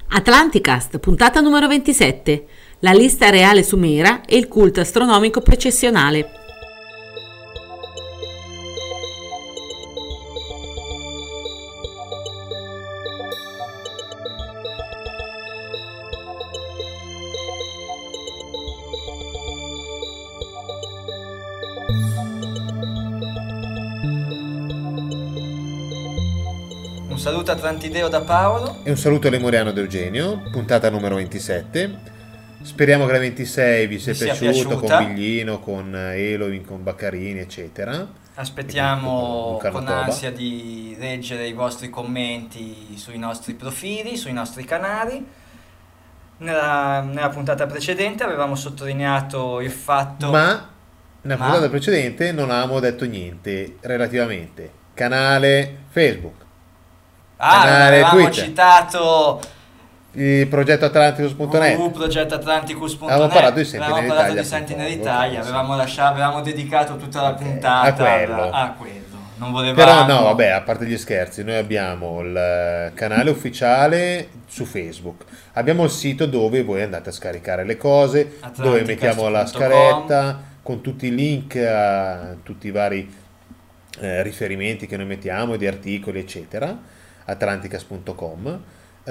Atlanticast, puntata numero 27, la lista reale sumera e il culto astronomico precessionale. Un saluto atlantideo da Paolo. E un saluto lemuriano da Eugenio, puntata numero 27. Speriamo che la 26 vi sia piaciuto, con Biglino, con Elohim, con Baccarini, eccetera. Aspettiamo con ansia di leggere i vostri commenti sui nostri profili, sui nostri canali. Nella puntata precedente avevamo sottolineato il fatto... Ma nella puntata precedente non avevamo detto niente relativamente. Canale Facebook. Avevamo Twitter, citato il progetto Atlanticus.net, progettoatlanticus.net, avevamo parlato di Sentinel Italia, avevamo dedicato tutta la puntata a quello. Non volevamo... Però no, vabbè, a parte gli scherzi, noi abbiamo il canale ufficiale su Facebook, abbiamo il sito dove voi andate a scaricare le cose, dove mettiamo la scaletta con tutti i link a tutti i vari riferimenti che noi mettiamo, di articoli eccetera, atlanticast.com.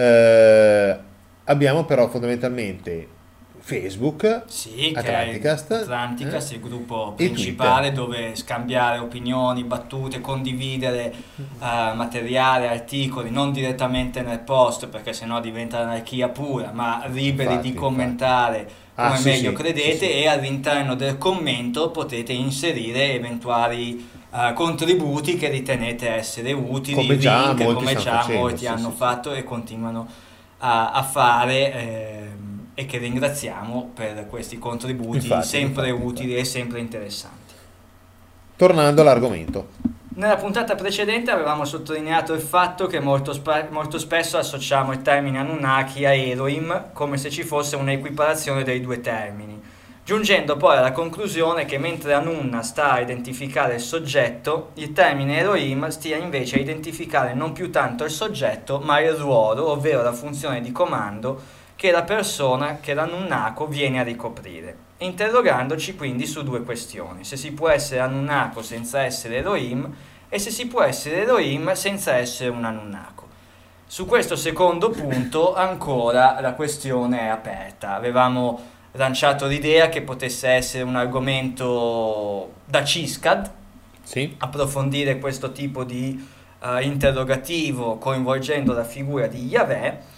Abbiamo però fondamentalmente Facebook, sì, Atlanticast, Atlanticast, il gruppo principale dove scambiare opinioni, battute, condividere materiale, articoli, non direttamente nel post perché sennò diventa anarchia pura, ma liberi di commentare come meglio credete. E all'interno del commento potete inserire eventuali contributi che ritenete essere utili, come già molti hanno fatto e continuano a fare, e che ringraziamo per questi contributi sempre utili e sempre interessanti. Tornando all'argomento, nella puntata precedente avevamo sottolineato il fatto che molto spesso associamo il termine Anunnaki a Elohim come se ci fosse un'equiparazione dei due termini, giungendo poi alla conclusione che mentre Anunna sta a identificare il soggetto, il termine Elohim stia invece a identificare non più tanto il soggetto, ma il ruolo, ovvero la funzione di comando che la persona, che l'Anunnako viene a ricoprire, interrogandoci quindi su due questioni: se si può essere Anunnako senza essere Elohim e se si può essere Elohim senza essere un Anunnako. Su questo secondo punto ancora la questione è aperta. Avevamo lanciato l'idea che potesse essere un argomento da CISCAD, approfondire questo tipo di interrogativo coinvolgendo la figura di Yahweh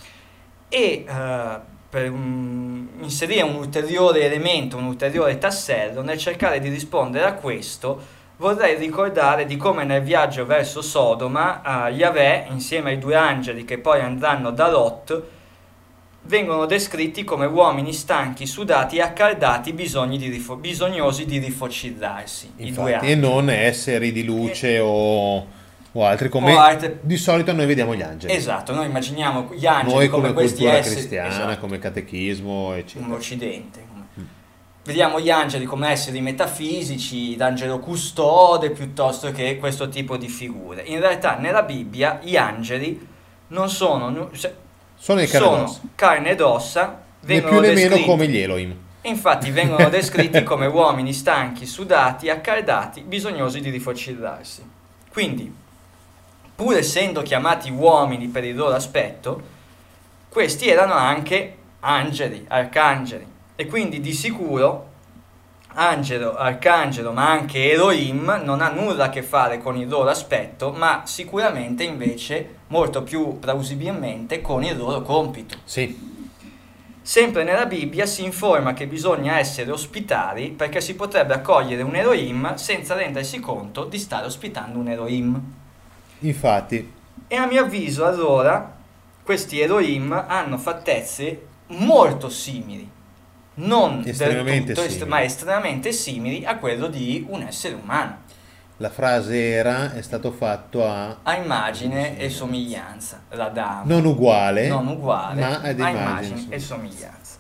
e per inserire un ulteriore elemento, un ulteriore tassello nel cercare di rispondere a questo. Vorrei ricordare di come nel viaggio verso Sodoma Yahweh, insieme ai due angeli che poi andranno da Lot, vengono descritti come uomini stanchi, sudati e accaldati, bisognosi di rifocillarsi. Infatti, e non esseri di luce o altri, di solito noi vediamo gli angeli. Esatto, noi immaginiamo gli angeli come questi esseri cristiana, esatto, come catechismo, eccetera. In Occidente. Vediamo gli angeli come esseri metafisici, l'angelo custode, piuttosto che questo tipo di figure. In realtà nella Bibbia gli angeli non sono... sono carne ed ossa, né più né meno come gli Elohim. Infatti vengono descritti come uomini stanchi, sudati, accaldati, bisognosi di rifocillarsi. Quindi, pur essendo chiamati uomini per il loro aspetto, questi erano anche angeli, arcangeli, e quindi di sicuro angelo, arcangelo, ma anche Elohim non ha nulla a che fare con il loro aspetto, ma sicuramente invece, molto più plausibilmente, con il loro compito. Sì. Sempre nella Bibbia si informa che bisogna essere ospitali perché si potrebbe accogliere un Elohim senza rendersi conto di stare ospitando un Elohim. Infatti. E a mio avviso allora questi Elohim hanno fattezze molto simili, non estremamente del tutto, simili, ma estremamente simili a quello di un essere umano. La frase è stato fatto a immagine e somiglianza, l'Adamo. Non uguale, ma ad immagine e somiglianza.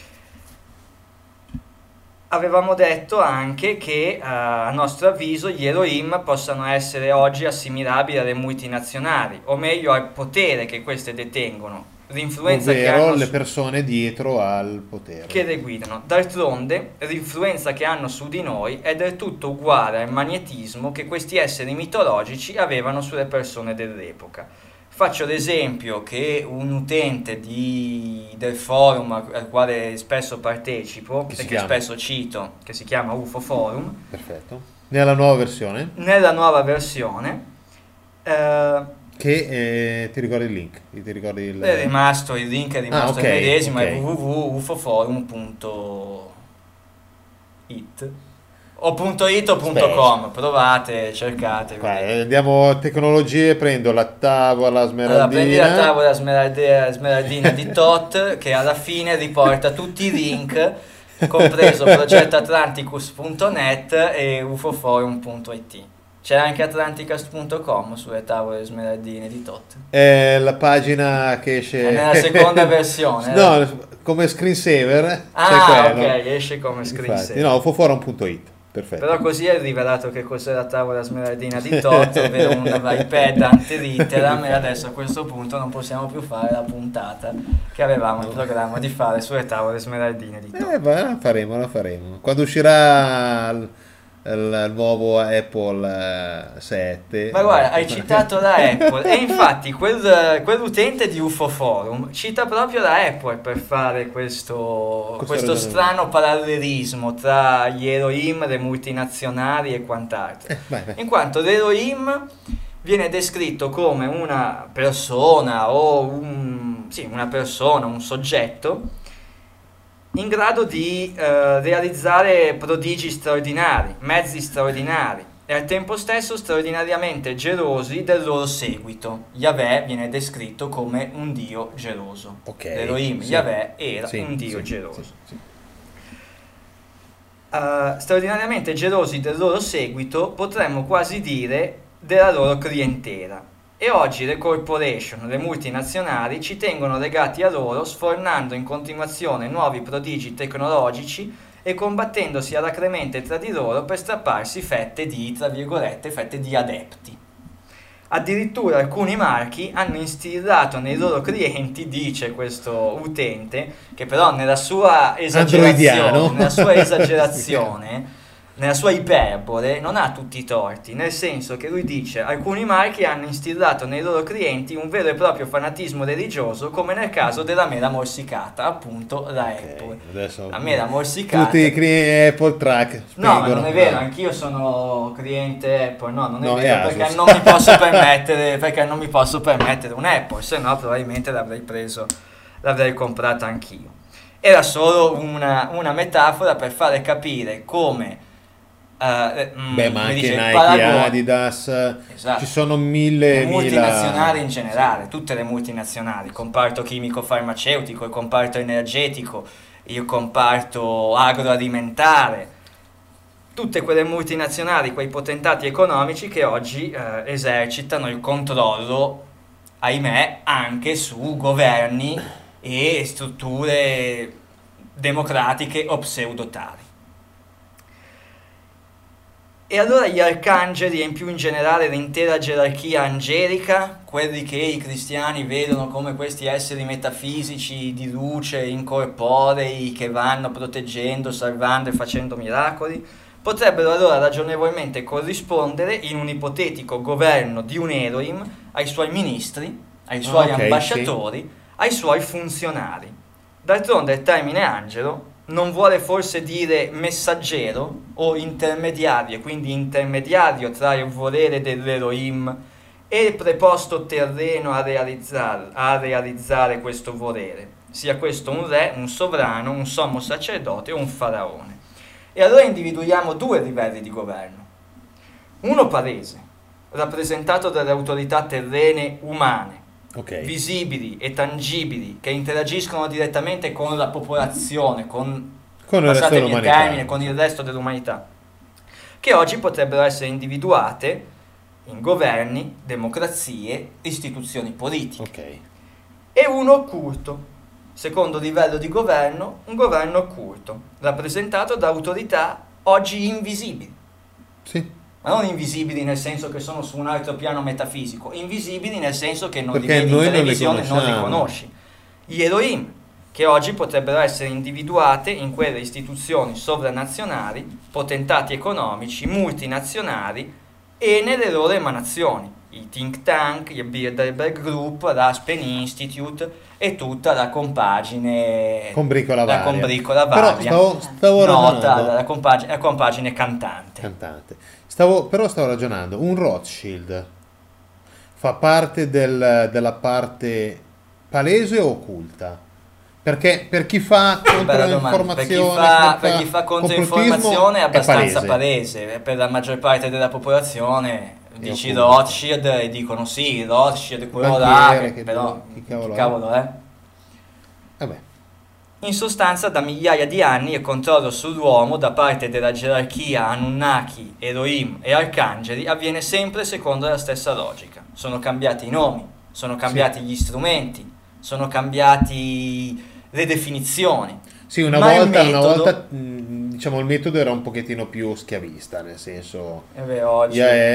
Avevamo detto anche che a nostro avviso gli Elohim possano essere oggi assimilabili alle multinazionali, o meglio al potere che queste detengono l'influenza che ovvero hanno le persone dietro al potere. che le guidano. D'altronde, l'influenza che hanno su di noi è del tutto uguale al magnetismo che questi esseri mitologici avevano sulle persone dell'epoca. Faccio l'esempio che un utente del forum al quale spesso partecipo e che spesso cito, che si chiama UFO Forum. Perfetto. Nella nuova versione? Nella nuova versione. Che ti ricordi il link? Ti ricordi il link è rimasto il medesimo, okay. È www.ufoforum.it o .it o .com, provate, cercate. Andiamo a tecnologie, prendo la tavola smeraldina. Allora, prendi la tavola smeraldina di Tot che alla fine riporta tutti i link, compreso progettoatlanticus.net e ufoforum.it. C'è anche atlanticast.com sulle tavole smeraldine di Tot. La pagina che esce... È nella seconda versione. No, come screensaver. Ok, esce come screensaver. No, ufoforum.it. Perfetto. Però così è rivelato che cos'è la tavola smeraldina di Tot, ovvero un iPad anti-litteram, e adesso a questo punto non possiamo più fare la puntata che avevamo in programma di fare sulle tavole smeraldine di Tot. La faremo. Quando uscirà il nuovo Apple 7. Ma guarda, hai citato la Apple e infatti quell'utente di UFO Forum cita proprio la Apple per fare questo strano parallelismo tra gli Elohim, le multinazionali e quant'altro. In quanto l'Elohim viene descritto come una persona o un soggetto in grado di realizzare prodigi straordinari, mezzi straordinari e al tempo stesso straordinariamente gelosi del loro seguito. Yahweh viene descritto come un dio geloso. L'Elohim, Yahweh, era un dio geloso. Straordinariamente gelosi del loro seguito, potremmo quasi dire della loro clientela. E oggi le corporation, le multinazionali, ci tengono legati a loro, sfornando in continuazione nuovi prodigi tecnologici e combattendosi alacremente tra di loro per strapparsi fette di, tra virgolette, fette di adepti. Addirittura alcuni marchi hanno instillato nei loro clienti, dice questo utente, che però nella sua esagerazione, nella sua iperbole, non ha tutti i torti, nel senso che lui dice alcuni marchi hanno instillato nei loro clienti un vero e proprio fanatismo religioso, come nel caso della mela morsicata, appunto la Apple. La mela morsicata. Tutti i clienti Apple Track. No, ma non è vero, anch'io sono cliente Apple, no, non è vero, perché non mi posso permettere un Apple, se no probabilmente l'avrei comprata anch'io. Era solo una metafora per fare capire come ma anche Nike, Adidas, esatto. Ci sono mille multinazionali in generale, tutte le multinazionali, il comparto chimico-farmaceutico, il comparto energetico, il comparto agroalimentare, tutte quelle multinazionali, quei potentati economici che oggi esercitano il controllo, ahimè, anche su governi e strutture democratiche o pseudotali. E allora gli arcangeli e in più in generale l'intera gerarchia angelica, quelli che i cristiani vedono come questi esseri metafisici di luce incorporei che vanno proteggendo, salvando e facendo miracoli, potrebbero allora ragionevolmente corrispondere in un ipotetico governo di un Elohim ai suoi ministri, ai suoi ambasciatori, ai suoi funzionari. D'altronde il termine angelo non vuole forse dire messaggero o intermediario, quindi intermediario tra il volere dell'Elohim e il preposto terreno a realizzare questo volere, sia questo un re, un sovrano, un sommo sacerdote o un faraone. E allora individuiamo due livelli di governo. Uno palese, rappresentato dalle autorità terrene umane, visibili e tangibili, che interagiscono direttamente con la popolazione, con il resto dell'umanità, con il resto dell'umanità, che oggi potrebbero essere individuate in governi, democrazie, istituzioni politiche. E uno occulto, secondo livello di governo, un governo occulto, rappresentato da autorità oggi invisibili. Ma non invisibili nel senso che sono su un altro piano metafisico, invisibili nel senso che non li vedi in televisione, non li conosci. gli Elohim, che oggi potrebbero essere individuate in quelle istituzioni sovranazionali, potentati economici, multinazionali e nelle loro emanazioni, i think tank, il Bilderberg Group, l'Aspen Institute e tutta la compagine combricola varia. Però stavo nota, la compagine cantante. Però stavo ragionando, un Rothschild fa parte della parte palese o occulta? Perché per chi fa controinformazione, per chi fa controinformazione è abbastanza palese. Per la maggior parte della popolazione dici Rothschild e dicono sì, Rothschild, quello là, però chi cavolo è? Vabbè. In sostanza, da migliaia di anni il controllo sull'uomo da parte della gerarchia Anunnaki, Elohim e Arcangeli avviene sempre secondo la stessa logica. Sono cambiati i nomi, sono cambiati gli strumenti, sono cambiati le definizioni. Sì, una volta diciamo il metodo era un pochettino più schiavista, nel senso oggi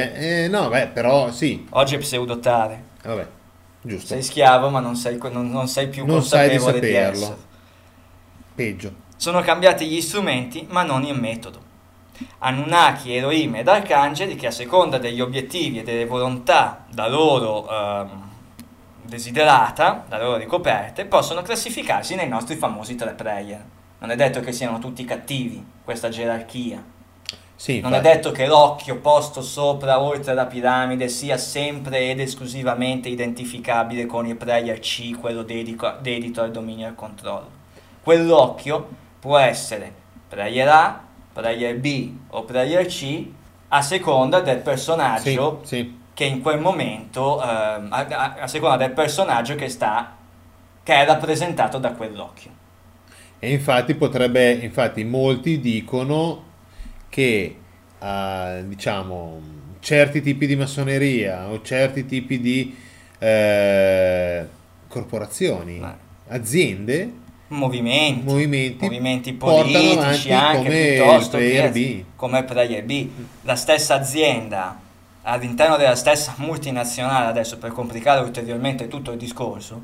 però sì. Oggi è pseudotale. Vabbè, giusto. Sei schiavo ma non sei più consapevole di essere. Peggio. Sono cambiati gli strumenti ma non il metodo. Anunnaki, Elohim ed Arcangeli, che a seconda degli obiettivi e delle volontà da loro desiderata, da loro ricoperte, possono classificarsi nei nostri famosi 3 player. Non è detto che siano tutti cattivi, questa gerarchia. Sì, non è detto che l'occhio posto sopra, oltre la piramide, sia sempre ed esclusivamente identificabile con il player C, quello dedito al dominio e al controllo. Quell'occhio può essere player A, player B o player C, a seconda del personaggio che in quel momento, a seconda del personaggio che è rappresentato da quell'occhio. E infatti molti dicono che diciamo certi tipi di massoneria o certi tipi di corporazioni, aziende, movimenti politici anche piuttosto come player B. La stessa azienda all'interno della stessa multinazionale, adesso per complicare ulteriormente tutto il discorso,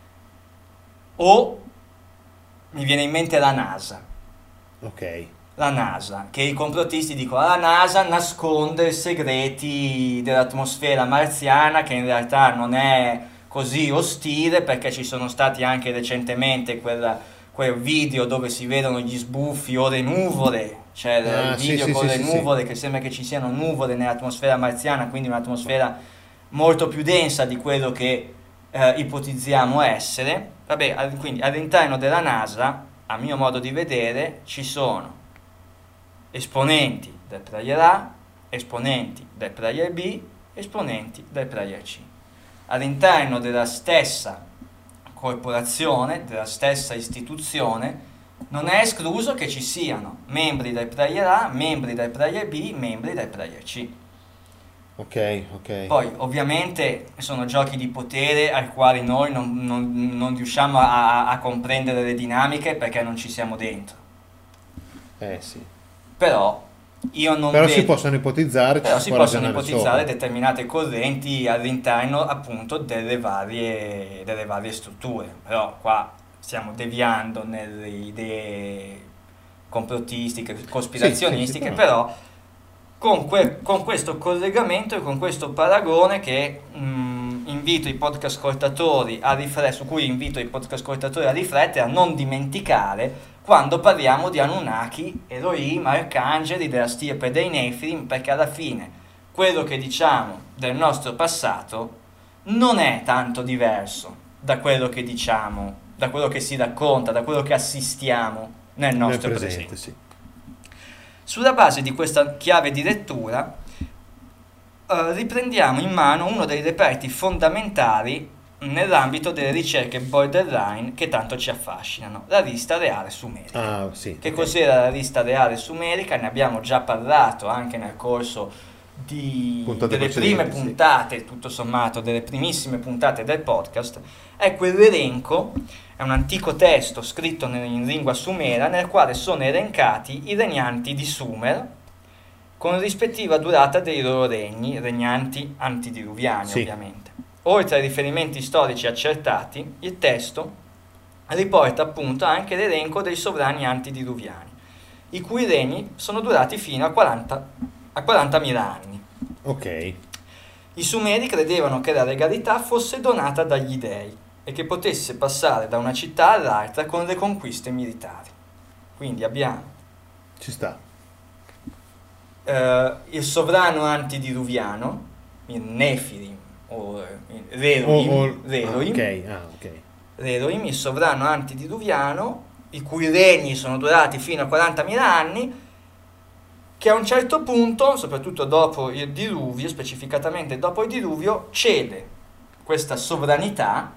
o mi viene in mente la NASA. Ok. La NASA, che i complottisti dicono la NASA nasconde segreti dell'atmosfera marziana, che in realtà non è così ostile, perché ci sono stati anche recentemente quel video dove si vedono gli sbuffi o le nuvole, cioè il video con le nuvole, che sembra che ci siano nuvole nell'atmosfera marziana, quindi un'atmosfera molto più densa di quello che ipotizziamo essere. Vabbè, quindi all'interno della NASA, a mio modo di vedere, ci sono esponenti del player A, esponenti del player B, esponenti del player C. All'interno della stessa corporazione, della stessa istituzione, non è escluso che ci siano membri del player A, membri del player B, membri del player C. Ok. Poi ovviamente sono giochi di potere ai quali noi non riusciamo a comprendere le dinamiche perché non ci siamo dentro. Sì. Però si possono ipotizzare determinate correnti all'interno appunto delle varie strutture. Però qua stiamo deviando nelle idee complottistiche, cospirazionistiche, però con questo collegamento e con questo paragone che invito i podcast ascoltatori su cui invito i podcast ascoltatori a riflettere, a non dimenticare quando parliamo di Anunnaki, Elohim, Arcangeli, della stirpe dei Nephilim, perché alla fine quello che diciamo del nostro passato non è tanto diverso da quello che diciamo, da quello che si racconta, da quello che assistiamo nel nostro presente. Sì. Sulla base di questa chiave di lettura riprendiamo in mano uno dei reperti fondamentali nell'ambito delle ricerche borderline che tanto ci affascinano, la lista reale sumerica. Che cos'era la lista reale sumerica? Ne abbiamo già parlato anche nel corso delle prime puntate, tutto sommato delle primissime puntate del podcast. È quell'elenco, è un antico testo scritto in lingua sumera nel quale sono elencati i regnanti di Sumer con rispettiva durata dei loro regni, regnanti antediluviani ovviamente. Oltre ai riferimenti storici accertati, il testo riporta appunto anche l'elenco dei sovrani antediluviani, i cui regni sono durati fino a 40.000 anni. Ok. I Sumeri credevano che la regalità fosse donata dagli dei e che potesse passare da una città all'altra con le conquiste militari. Quindi abbiamo Ci sta. il sovrano antediluviano, il Nefilim o il Reroim, ok. Reroim, il sovrano antediluviano, i cui regni sono durati fino a 40.000 anni, che a un certo punto, soprattutto dopo il diluvio, specificatamente dopo il diluvio, cede questa sovranità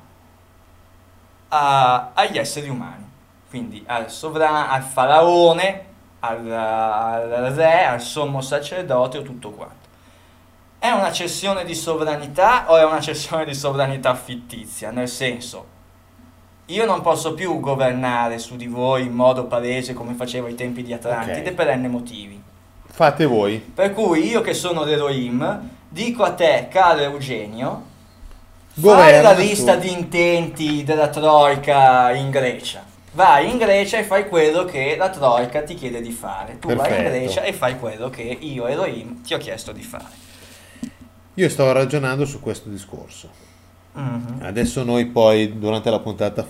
agli esseri umani, quindi al faraone, al re, al sommo sacerdote o tutto quanto. È una cessione di sovranità o è una cessione di sovranità fittizia? Nel senso, io non posso più governare su di voi in modo palese come facevo ai tempi di Atlantide, per n motivi. Fate voi. Per cui io che sono l'Elohim dico a te, caro Eugenio, fai Governa la lista tu. di intenti della Troika in Grecia. Vai in Grecia e fai quello che la Troika ti chiede di fare. Tu vai in Perfetto. Grecia e fai quello che io, Elohim, ti ho chiesto di fare. Io stavo ragionando su questo discorso. Mhm. Adesso noi poi durante la puntata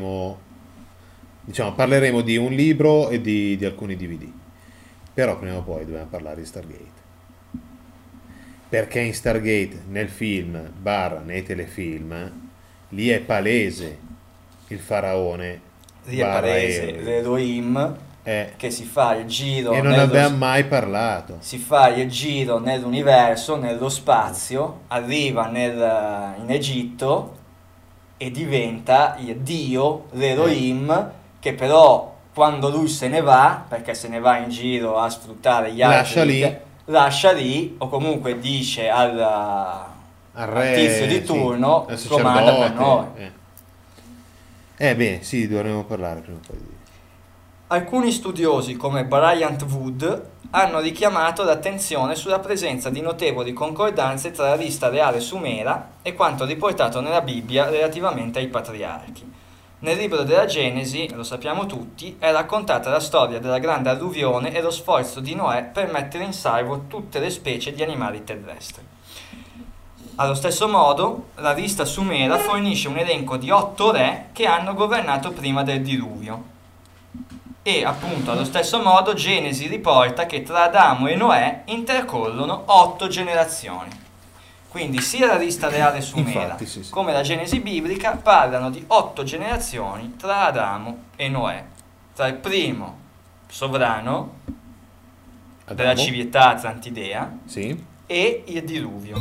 parleremo di un libro e di alcuni DVD. Però prima o poi dobbiamo parlare di Stargate. Perché in Stargate, nel film, nei telefilm, lì è palese il faraone Lì è palese l'Elohim che si fa il giro e non abbiamo mai parlato. si fa il giro nell'universo, nello spazio, arriva in Egitto e diventa il dio, l'Elohim, che però quando lui se ne va, perché se ne va in giro a sfruttare gli altri, lascia lì, o comunque dice al re, tizio di turno, al comanda per noi. Bene, sì, dovremmo parlare prima o poi. Alcuni studiosi, come Bryant Wood, hanno richiamato l'attenzione sulla presenza di notevoli concordanze tra la lista reale sumera e quanto riportato nella Bibbia relativamente ai patriarchi. Nel libro della Genesi, lo sappiamo tutti, è raccontata la storia della grande alluvione e lo sforzo di Noè per mettere in salvo tutte le specie di animali terrestri. Allo stesso modo, la lista sumera fornisce un elenco di 8 re che hanno governato prima del diluvio. E appunto allo stesso modo Genesi riporta che tra Adamo e Noè intercorrono 8 generazioni. Quindi sia la lista reale sumera come la Genesi biblica parlano di 8 generazioni tra Adamo e Noè, tra il primo sovrano della civiltà atlantidea e il diluvio.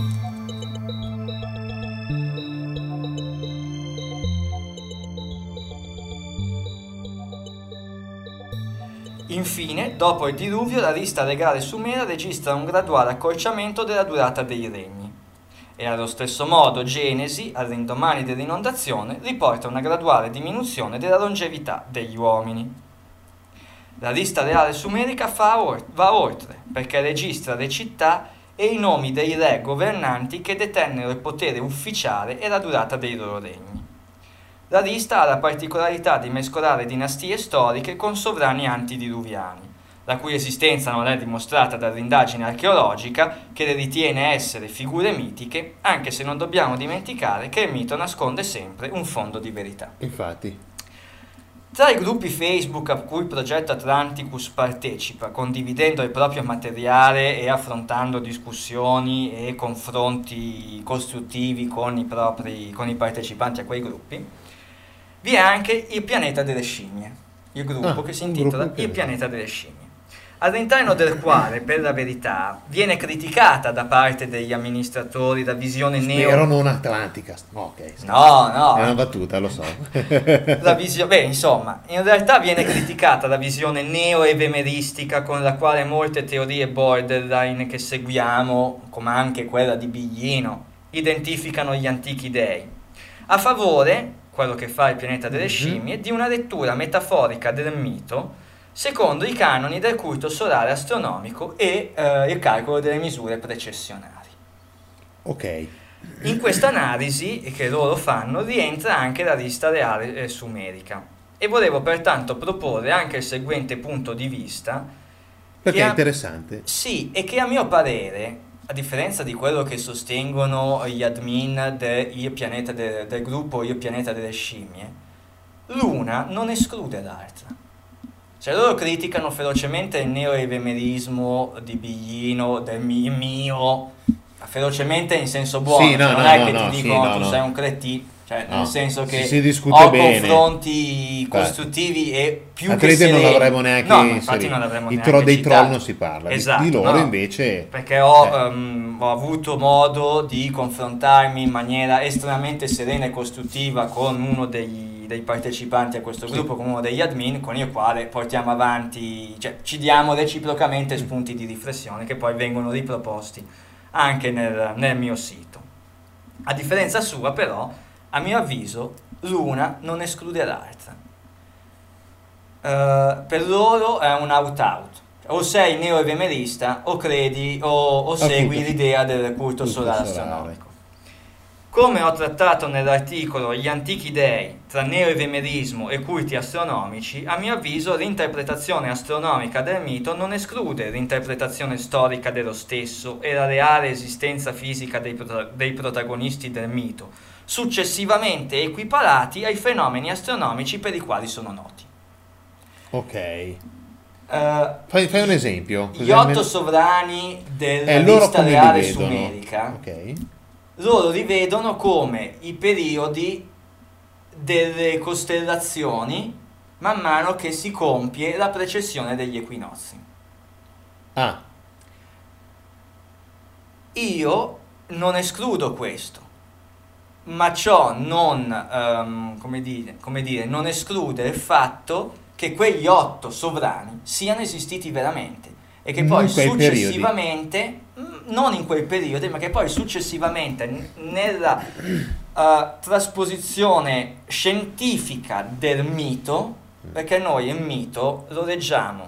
Infine, dopo il diluvio, la lista regale sumera registra un graduale accorciamento della durata dei regni. E allo stesso modo Genesi, all'indomani dell'inondazione, riporta una graduale diminuzione della longevità degli uomini. La lista reale sumerica va oltre, perché registra le città e i nomi dei re governanti che detennero il potere ufficiale e la durata dei loro regni. La lista ha la particolarità di mescolare dinastie storiche con sovrani antediluviani, la cui esistenza non è dimostrata dall'indagine archeologica, che le ritiene essere figure mitiche, anche se non dobbiamo dimenticare che il mito nasconde sempre un fondo di verità. Infatti. Tra i gruppi Facebook a cui il progetto Atlanticus partecipa, condividendo il proprio materiale e affrontando discussioni e confronti costruttivi con i partecipanti a quei gruppi, vi è anche il Pianeta delle Scimmie, il gruppo che si intitola Il Pianeta delle Scimmie, all'interno del quale, per la verità, viene criticata da parte degli amministratori la visione Spero non Atlanticast. No. È una battuta, lo so. Insomma, in realtà viene criticata la visione neo-evemeristica con la quale molte teorie borderline che seguiamo, come anche quella di Biglino, identificano gli antichi dei. A favore, quello che fa il Pianeta delle Scimmie, di una lettura metaforica del mito secondo i canoni del culto solare astronomico e il calcolo delle misure precessionali. Ok. In questa analisi che loro fanno rientra anche la lista reale sumerica, e volevo pertanto proporre anche il seguente punto di vista, perché è interessante. Sì, e che a mio parere, a differenza di quello che sostengono gli admin del gruppo Io Pianeta delle Scimmie, l'una non esclude l'altra. Cioè loro criticano ferocemente il neoevemerismo di Biglino, del mio, ferocemente in senso buono, sì, non è che ti dicono tu sei un cretino, cioè nel senso che si discute bene. Confronti costruttivi e più che sereni. Non l'avremmo neanche infatti non l'avremmo neanche dei troll non si parla, esatto, di loro invece, perché ho avuto modo di confrontarmi in maniera estremamente serena e costruttiva con uno dei partecipanti a questo gruppo, con uno degli admin, con il quale portiamo avanti, cioè ci diamo reciprocamente spunti di riflessione che poi vengono riproposti anche nel mio sito. A differenza sua, però, a mio avviso, l'una non esclude l'altra. Per loro è un out-out. O sei neoevemerista o credi o segui l'idea del culto solare astronomico. Come ho trattato nell'articolo Gli antichi dei tra neoevemerismo e culti astronomici, a mio avviso l'interpretazione astronomica del mito non esclude l'interpretazione storica dello stesso e la reale esistenza fisica dei protagonisti del mito, successivamente equiparati ai fenomeni astronomici per i quali sono noti. Ok. Fai un esempio. Gli 8 sovrani della lista reale sumerica. Ok. Loro li vedono come i periodi delle costellazioni man mano che si compie la precessione degli equinozi. Io non escludo questo, ma ciò non, non esclude il fatto che quegli 8 sovrani siano esistiti veramente e che poi successivamente, non in quel periodo, ma che poi successivamente nella trasposizione scientifica del mito, perché noi il mito lo leggiamo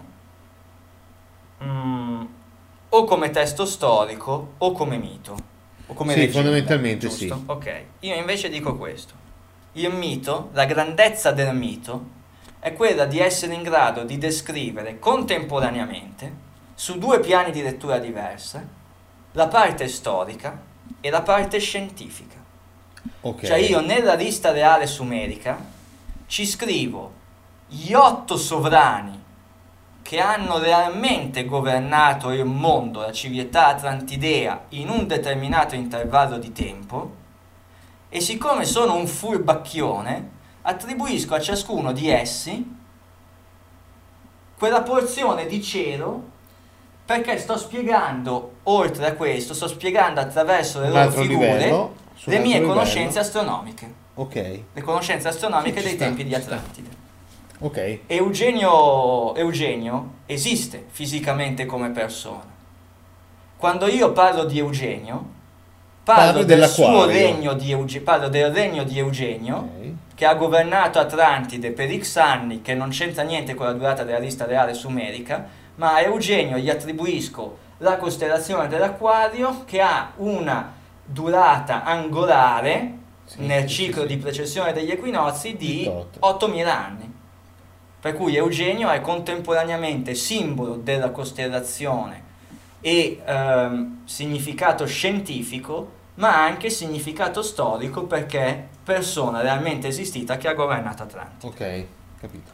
o come testo storico o come mito o come leggenda, fondamentalmente giusto? sì. Ok, io invece dico questo: il mito, la grandezza del mito è quella di essere in grado di descrivere contemporaneamente, su 2 piani di lettura diverse, la parte storica e la parte scientifica. Okay. Cioè io nella lista reale sumerica ci scrivo gli 8 sovrani che hanno realmente governato il mondo, la civiltà atlantidea, in un determinato intervallo di tempo, e siccome sono un furbacchione attribuisco a ciascuno di essi quella porzione di cielo, perché sto spiegando, oltre a questo, sto spiegando attraverso le loro figure le mie conoscenze astronomiche. Ok. Le conoscenze astronomiche dei tempi di Atlantide. Ok. Eugenio esiste fisicamente come persona. Quando io parlo di Eugenio, parlo del suo regno parlo del regno di Eugenio, okay, che ha governato Atlantide per X anni, che non c'entra niente con la durata della lista reale sumerica, ma a Eugenio gli attribuisco la costellazione dell'Acquario, che ha una durata angolare nel ciclo di precessione degli equinozi di 8.000 anni. Per cui Eugenio è contemporaneamente simbolo della costellazione e significato scientifico, ma anche significato storico, perché persona realmente esistita che ha governato Atlantide. Ok, capito.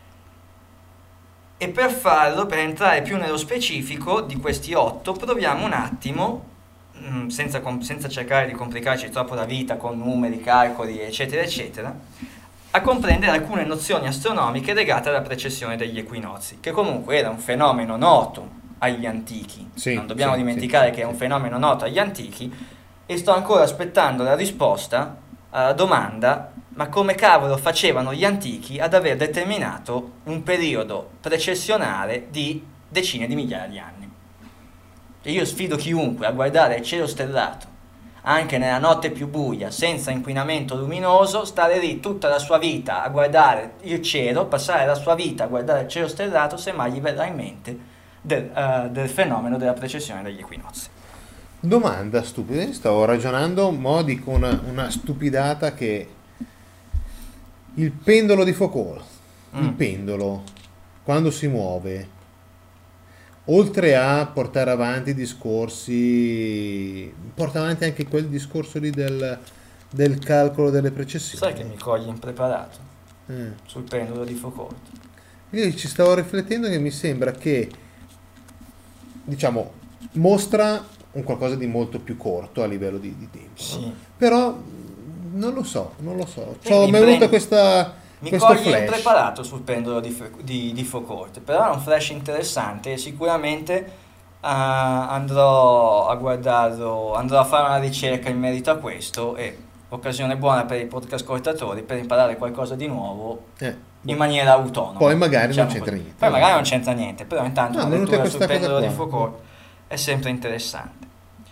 E per farlo, per entrare più nello specifico di questi 8, proviamo un attimo, senza cercare di complicarci troppo la vita con numeri, calcoli, eccetera, eccetera, a comprendere alcune nozioni astronomiche legate alla precessione degli equinozi, che comunque era un fenomeno noto agli antichi. Non dobbiamo dimenticare che è un fenomeno noto agli antichi, e sto ancora aspettando la risposta alla domanda: ma come cavolo facevano gli antichi ad aver determinato un periodo precessionale di decine di migliaia di anni? E io sfido chiunque a guardare il cielo stellato anche nella notte più buia, senza inquinamento luminoso, stare lì tutta la sua vita a guardare il cielo, passare la sua vita a guardare il cielo stellato, se mai gli verrà in mente del fenomeno della precessione degli equinozi. Domanda stupida, stavo ragionando, mo dico una stupidata che il pendolo di Foucault, il pendolo, quando si muove, oltre a portare avanti discorsi, porta avanti anche quel discorso lì del calcolo delle precessioni. Sai che mi cogli impreparato sul pendolo di Foucault? Io ci stavo riflettendo che mi sembra che, diciamo, mostra un qualcosa di molto più corto a livello di tempo. Sì. No? Però non lo so. Mi è venuta Mi questo cogli flash. impreparato sul pendolo di Foucault, però è un flash interessante e sicuramente andrò a guardarlo, andrò a fare una ricerca in merito a questo e occasione buona per i podcast ascoltatori per imparare qualcosa di nuovo in maniera autonoma. Poi magari diciamo non c'entra così. niente. Poi magari non c'entra niente, però intanto No, una lettura sul questa cosa pendolo di qua. Foucault è sempre interessante.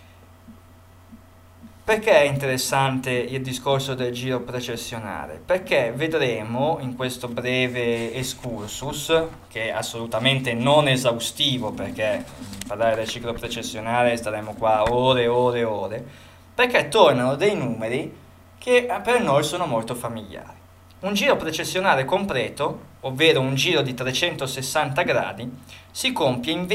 Perché è interessante il discorso del giro precessionale? Perché vedremo in questo breve excursus, che è assolutamente non esaustivo, perché parlare del ciclo precessionale staremo qua ore, perché tornano dei numeri che per noi sono molto familiari. Un giro precessionale completo, ovvero un giro di 360 gradi, si compie in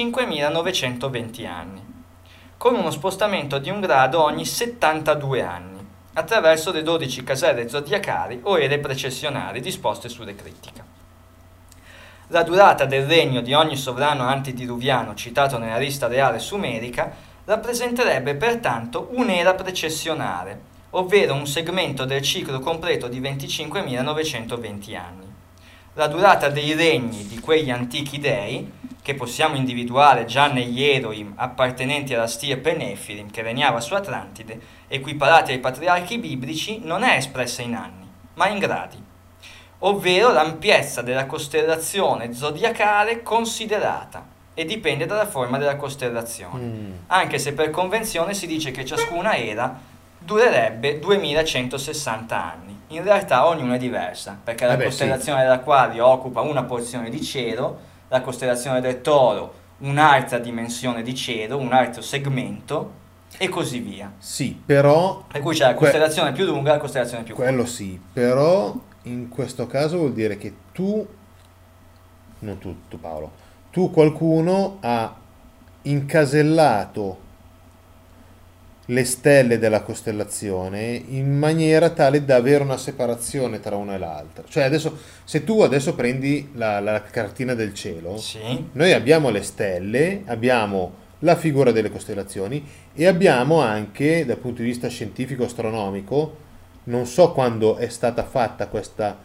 25.920 anni, con uno spostamento di 1 grado ogni 72 anni, attraverso le 12 caselle zodiacali o ere precessionali disposte sull'eclittica. La durata del regno di ogni sovrano antidiluviano citato nella lista reale sumerica rappresenterebbe pertanto un'era precessionale, ovvero un segmento del ciclo completo di 25.920 anni. La durata dei regni di quegli antichi dei, che possiamo individuare già negli Elohim appartenenti alla stirpe Nefilim che regnava su Atlantide, equiparati ai patriarchi biblici, non è espressa in anni, ma in gradi, ovvero l'ampiezza della costellazione zodiacale considerata, e dipende dalla forma della costellazione, anche se per convenzione si dice che ciascuna era durerebbe 2160 anni. In realtà ognuna è diversa, perché la costellazione dell'Acquario occupa una porzione di cielo, la costellazione del Toro un'altra dimensione di cielo, un altro segmento e così via. Sì, però... Per cui c'è la costellazione più lunga e la costellazione più corta. Quello sì, però in questo caso vuol dire che non tu Paolo, qualcuno ha incasellato le stelle della costellazione in maniera tale da avere una separazione tra una e l'altra. Cioè adesso, se tu adesso prendi la cartina del cielo, sì, noi abbiamo le stelle, abbiamo la figura delle costellazioni e abbiamo anche, dal punto di vista scientifico astronomico, non so quando è stata fatta questa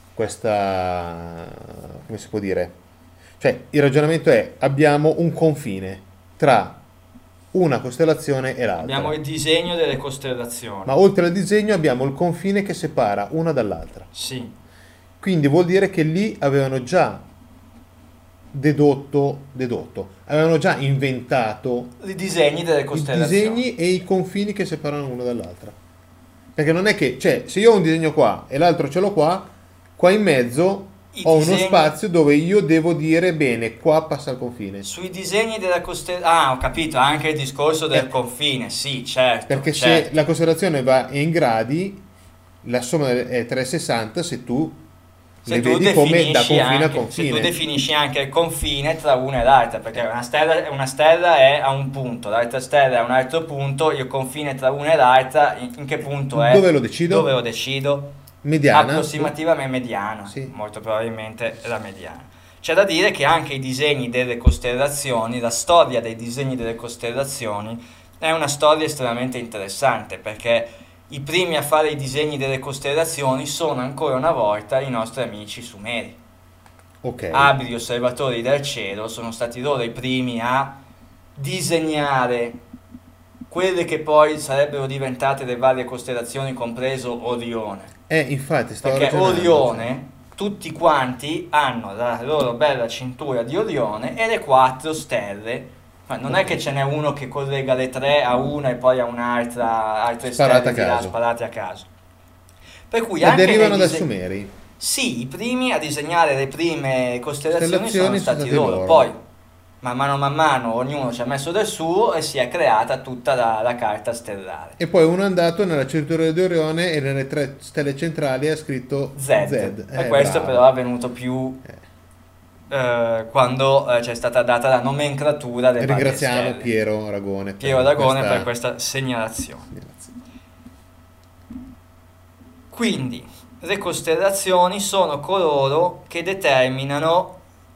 come si può dire? Cioè il ragionamento è: abbiamo un confine tra una costellazione e l'altra. abbiamo il disegno delle costellazioni. Ma oltre al disegno abbiamo il confine che separa una dall'altra. Sì. Quindi vuol dire che lì avevano già dedotto, avevano già inventato I disegni delle i costellazioni. disegni e i confini che separano una dall'altra. Perché non è che, cioè, se io ho un disegno qua e l'altro ce l'ho qua in mezzo ho uno spazio dove io devo dire bene, qua passa il confine. Sui disegni della costellazione... Ah, ho capito, anche il discorso del confine, sì, certo. Perché certo. se la costellazione va in gradi, la somma è 360 se tu le vedi come da confine a confine. Se tu definisci anche il confine tra una e l'altra, perché una stella è a un punto, l'altra stella è a un altro punto, il confine tra una e l'altra in che punto è? Dove lo decido? Dove lo decido? Mediana. Approssimativamente mediana, sì. Molto probabilmente la mediana. C'è da dire che anche i disegni delle costellazioni, la storia dei disegni delle costellazioni è una storia estremamente interessante, perché i primi a fare i disegni delle costellazioni sono ancora una volta i nostri amici sumeri. Okay. Abili osservatori del cielo, sono stati loro i primi a disegnare quelle che poi sarebbero diventate le varie costellazioni, compreso Orione. Infatti stavo Perché ragionando. Orione, tutti quanti hanno la loro bella cintura di Orione e le 4 stelle. Ma non è che ce n'è uno che collega le 3 a una e poi a un'altra, altre Sparate stelle a caso. sparate a caso. Per cui E anche derivano dai Sumeri. sì, i primi a disegnare le prime costellazioni sono Costellazioni stati sono stati loro. loro. Poi man mano ognuno ci ha messo del suo e si è creata tutta la carta stellare. E poi uno è andato nella cintura di Orione e nelle 3 stelle centrali ha scritto Z. E questo però è avvenuto più quando c'è stata data la nomenclatura delle varie stelle. Ringraziamo Piero Aragone per questa segnalazione. Quindi le costellazioni sono coloro che determinano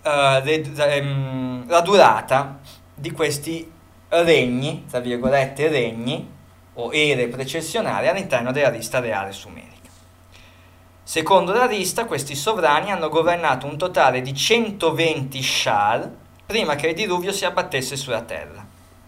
la durata di questi regni, tra virgolette regni, o ere precessionali all'interno della lista reale sumerica. Secondo la lista, questi sovrani hanno governato un totale di 120 shar prima che il diluvio si abbattesse sulla terra.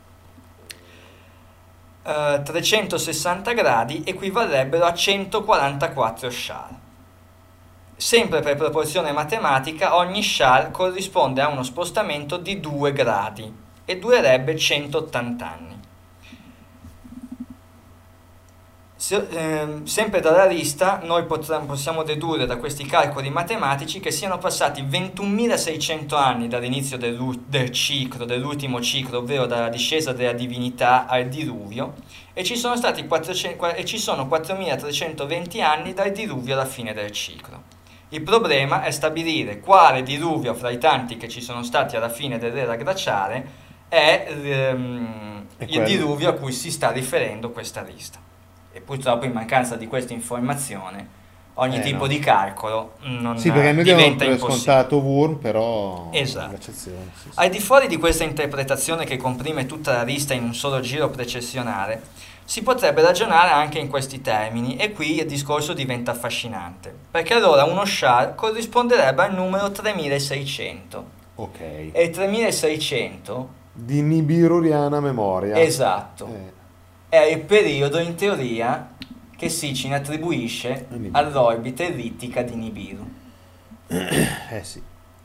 360 gradi equivarrebbero a 144 shar. Sempre per proporzione matematica, ogni shar corrisponde a uno spostamento di 2 gradi e durerebbe 180 anni. Sempre dalla lista noi possiamo dedurre da questi calcoli matematici che siano passati 21.600 anni dall'inizio del ciclo, dell'ultimo ciclo, ovvero dalla discesa della divinità al diluvio, e ci sono 4.320 anni dal diluvio alla fine del ciclo. Il problema è stabilire quale diluvio fra i tanti che ci sono stati alla fine dell'era glaciale è il diluvio a cui si sta riferendo questa lista. E purtroppo in mancanza di questa informazione ogni tipo di calcolo non perché noi diventa abbiamo impossibile. Scontato Wurm, però esatto. Al di fuori di questa interpretazione che comprime tutta la lista in un solo giro precessionale, si potrebbe ragionare anche in questi termini, e qui il discorso diventa affascinante, perché allora uno shar corrisponderebbe al numero 3600. Ok. E il 3600 di Nibiruriana memoria. Esatto. È il periodo, in teoria, che Sitchin attribuisce all'orbita ellittica di Nibiru. Sì.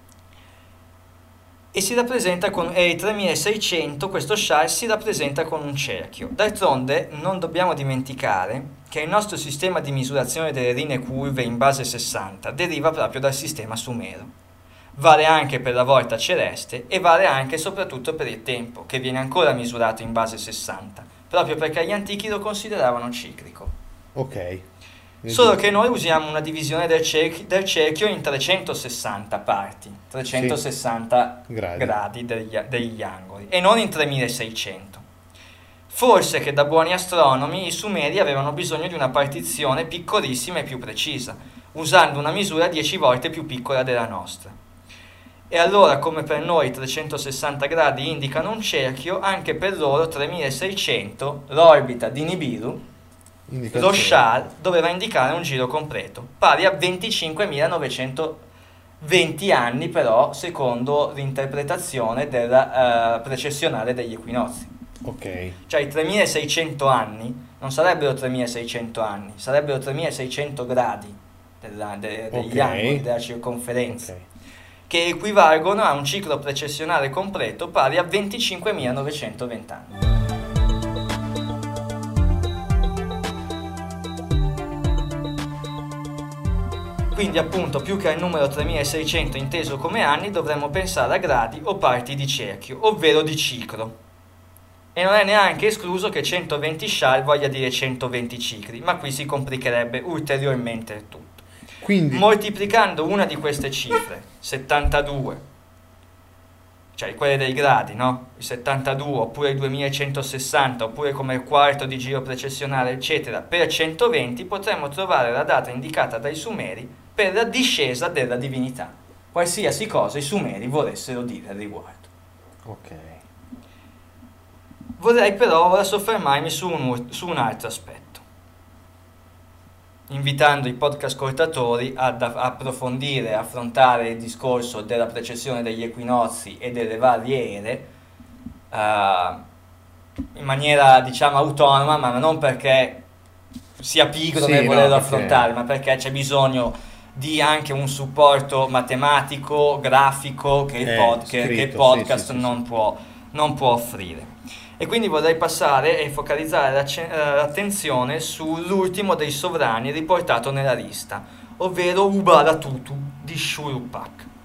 E si rappresenta con il 3600, questo shar si rappresenta con un cerchio. D'altronde non dobbiamo dimenticare che il nostro sistema di misurazione delle linee curve in base 60 deriva proprio dal sistema sumero. Vale anche per la volta celeste e vale anche e soprattutto per il tempo, che viene ancora misurato in base 60. Proprio perché gli antichi lo consideravano ciclico. Ok. Solo che noi usiamo una divisione del cerchio in 360 parti, 360 gradi degli angoli, e non in 3600. Forse che da buoni astronomi i Sumeri avevano bisogno di una partizione piccolissima e più precisa, usando una misura 10 volte più piccola della nostra. E allora, come per noi 360 gradi indicano un cerchio, anche per loro 3600, l'orbita di Nibiru, lo shar doveva indicare un giro completo, pari a 25.920 anni però, secondo l'interpretazione della precessionale degli equinozi. Ok. Cioè i 3600 anni non sarebbero 3600 anni, sarebbero 3600 gradi degli angoli della circonferenza. Okay. Che equivalgono a un ciclo precessionale completo pari a 25.920 anni. Quindi appunto più che al numero 3600 inteso come anni dovremmo pensare a gradi o parti di cerchio, ovvero di ciclo. E non è neanche escluso che 120 shar voglia dire 120 cicli, ma qui si complicherebbe ulteriormente il tutto. Quindi, moltiplicando una di queste cifre, 72, cioè quelle dei gradi, no? Il 72, oppure il 2160, oppure come il quarto di giro precessionale, eccetera, per 120 potremmo trovare la data indicata dai Sumeri per la discesa della divinità, qualsiasi cosa i Sumeri volessero dire al riguardo. Ok. Vorrei però ora soffermarmi su un altro aspetto, invitando i podcast ascoltatori ad approfondire, affrontare il discorso della precessione degli equinozi e delle varie ere in maniera diciamo autonoma, ma non perché sia pigro nel volerlo affrontare, ma perché c'è bisogno di anche un supporto matematico, grafico che il podcast non può offrire. E quindi vorrei passare e focalizzare l'attenzione sull'ultimo dei sovrani riportato nella lista, ovvero Ubaratutu di Shuruppak,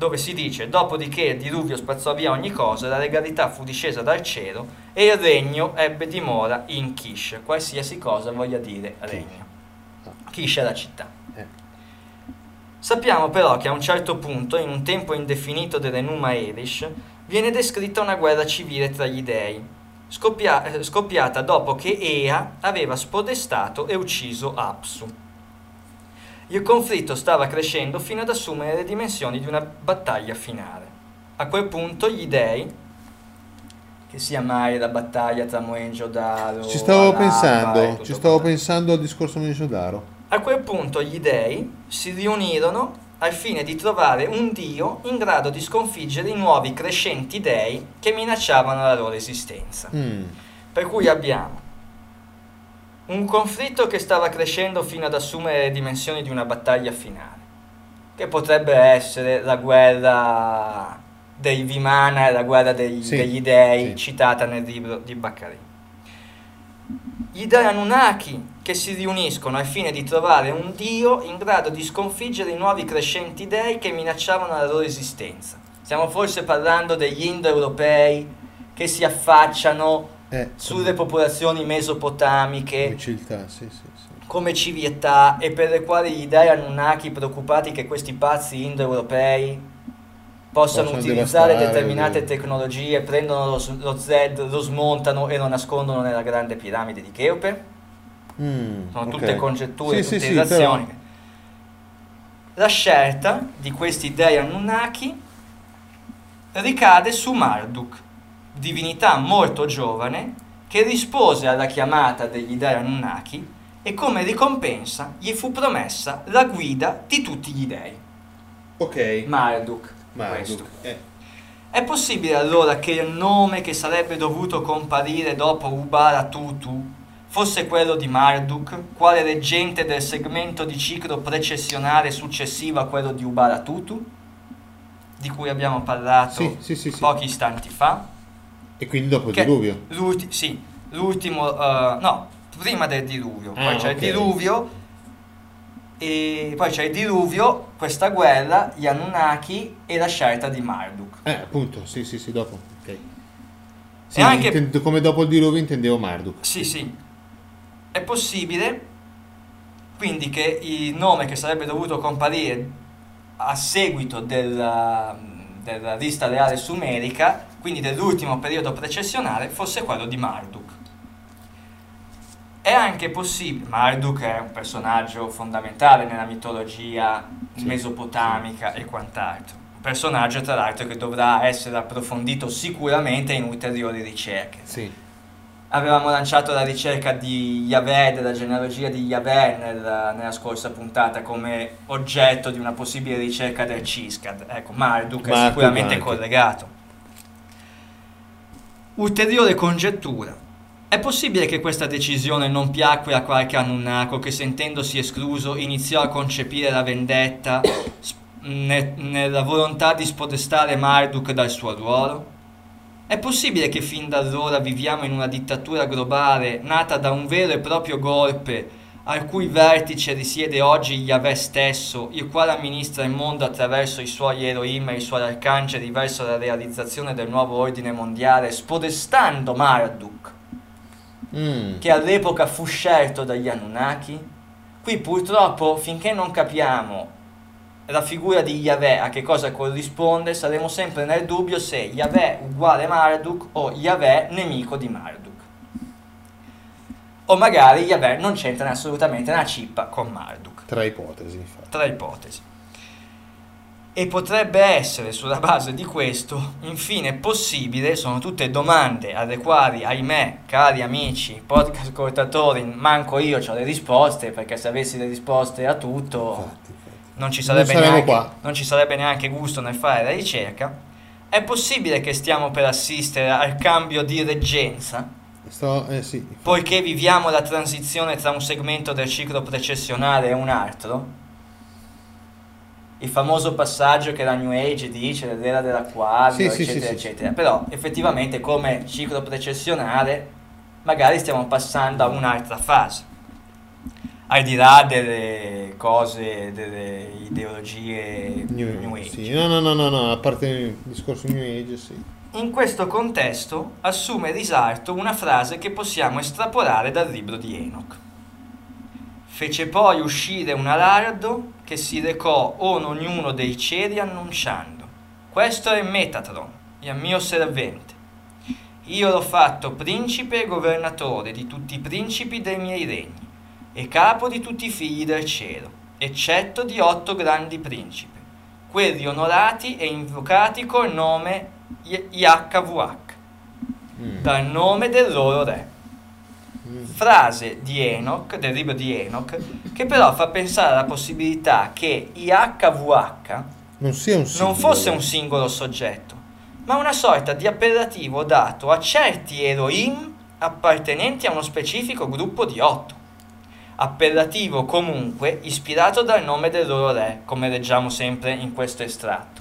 dove si dice: dopodiché il diluvio spazzò via ogni cosa, la legalità fu discesa dal cielo e il regno ebbe dimora in Kish, qualsiasi cosa voglia dire regno. Kish è la città. Sappiamo però che a un certo punto, in un tempo indefinito dell'Enuma Elish, viene descritta una guerra civile tra gli dei, scoppiata dopo che Ea aveva spodestato e ucciso Apsu. Il conflitto stava crescendo fino ad assumere le dimensioni di una battaglia finale. A quel punto gli dei, che sia mai la battaglia tra Mohenjo-Daro, Ci stavo Harappa pensando al discorso Mohenjo-Daro. A quel punto gli dei si riunirono al fine di trovare un dio in grado di sconfiggere i nuovi crescenti dei che minacciavano la loro esistenza. Per cui abbiamo un conflitto che stava crescendo fino ad assumere le dimensioni di una battaglia finale, che potrebbe essere la guerra dei Vimana e la guerra degli dei, citata nel libro di Baccari. Gli dei Anunnaki che si riuniscono al fine di trovare un dio in grado di sconfiggere i nuovi crescenti dei che minacciavano la loro esistenza. Stiamo forse parlando degli indoeuropei che si affacciano sulle popolazioni mesopotamiche come civiltà, e per le quali gli dei Anunnaki, preoccupati che questi pazzi indoeuropei possano utilizzare determinate tecnologie, prendono lo Zed, lo smontano e lo nascondono nella grande piramide di Cheope. Sono tutte congetture, tutte irrazioni. Però la scelta di questi dei Anunnaki ricade su Marduk, divinità molto giovane che rispose alla chiamata degli dei Anunnaki e come ricompensa gli fu promessa la guida di tutti gli dei. Marduk. È possibile allora che il nome che sarebbe dovuto comparire dopo Ubaratutu fosse quello di Marduk, quale reggente del segmento di ciclo precessionale successivo a quello di Ubaratutu, di cui abbiamo parlato pochi istanti fa? E quindi dopo il diluvio? Prima del diluvio. Poi c'è il diluvio, e poi c'è il diluvio, questa guerra, gli Anunnaki e la scelta di Marduk. Appunto, dopo. Come dopo il diluvio intendevo Marduk. È possibile quindi che il nome che sarebbe dovuto comparire a seguito della lista reale sumerica, quindi dell'ultimo periodo precessionale, fosse quello di Marduk. È anche possibile, Marduk è un personaggio fondamentale nella mitologia mesopotamica e quant'altro, un personaggio tra l'altro che dovrà essere approfondito sicuramente in ulteriori ricerche. Avevamo lanciato la ricerca di Yahweh, della genealogia di Yahweh nella scorsa puntata come oggetto di una possibile ricerca del Ciskad. Ecco, Marduk è sicuramente collegato. Ulteriore congettura. È possibile che questa decisione non piacque a qualche Anunnako che, sentendosi escluso, iniziò a concepire la vendetta nella volontà di spodestare Marduk dal suo ruolo? È possibile che fin da allora viviamo in una dittatura globale nata da un vero e proprio golpe al cui vertice risiede oggi Yahweh stesso, il quale amministra il mondo attraverso i suoi Elohim e i suoi arcangeli verso la realizzazione del nuovo ordine mondiale, spodestando Marduk, che all'epoca fu scelto dagli Anunnaki? Qui purtroppo, finché non capiamo la figura di Yahweh a che cosa corrisponde, saremo sempre nel dubbio se Yahweh uguale Marduk o Yahweh nemico di Marduk, o magari Yahweh non c'entra assolutamente una cippa con Marduk. Tra ipotesi, infatti. Tra ipotesi. E potrebbe essere, sulla base di questo, infine possibile, sono tutte domande alle quali, ahimè, cari amici, podcast ascoltatori, manco io ho le risposte, perché se avessi le risposte a tutto non ci sarebbe neanche gusto nel fare la ricerca. È possibile che stiamo per assistere al cambio di reggenza? Poiché viviamo la transizione tra un segmento del ciclo precessionale e un altro? Il famoso passaggio che la New Age dice dell'era dell'acquario, eccetera. Però effettivamente come ciclo precessionale magari stiamo passando a un'altra fase. al di là delle cose, delle ideologie New Age. Sì. No, a parte il discorso New Age, sì. In questo contesto assume risalto una frase che possiamo estrapolare dal libro di Enoch. Fece poi uscire un alardo che si recò on ognuno dei cieli annunciando: questo è Metatron, il mio servente. Io l'ho fatto principe e governatore di tutti i principi dei miei regni e capo di tutti i figli del cielo, eccetto di 8 grandi principi, quelli onorati e invocati col nome YHWH, dal nome del loro re. Frase di Enoch, del libro di Enoch, che però fa pensare alla possibilità che YHWH non fosse un singolo soggetto, ma una sorta di appellativo dato a certi Elohim appartenenti a uno specifico gruppo di 8. Appellativo comunque ispirato dal nome del loro re, come leggiamo sempre in questo estratto.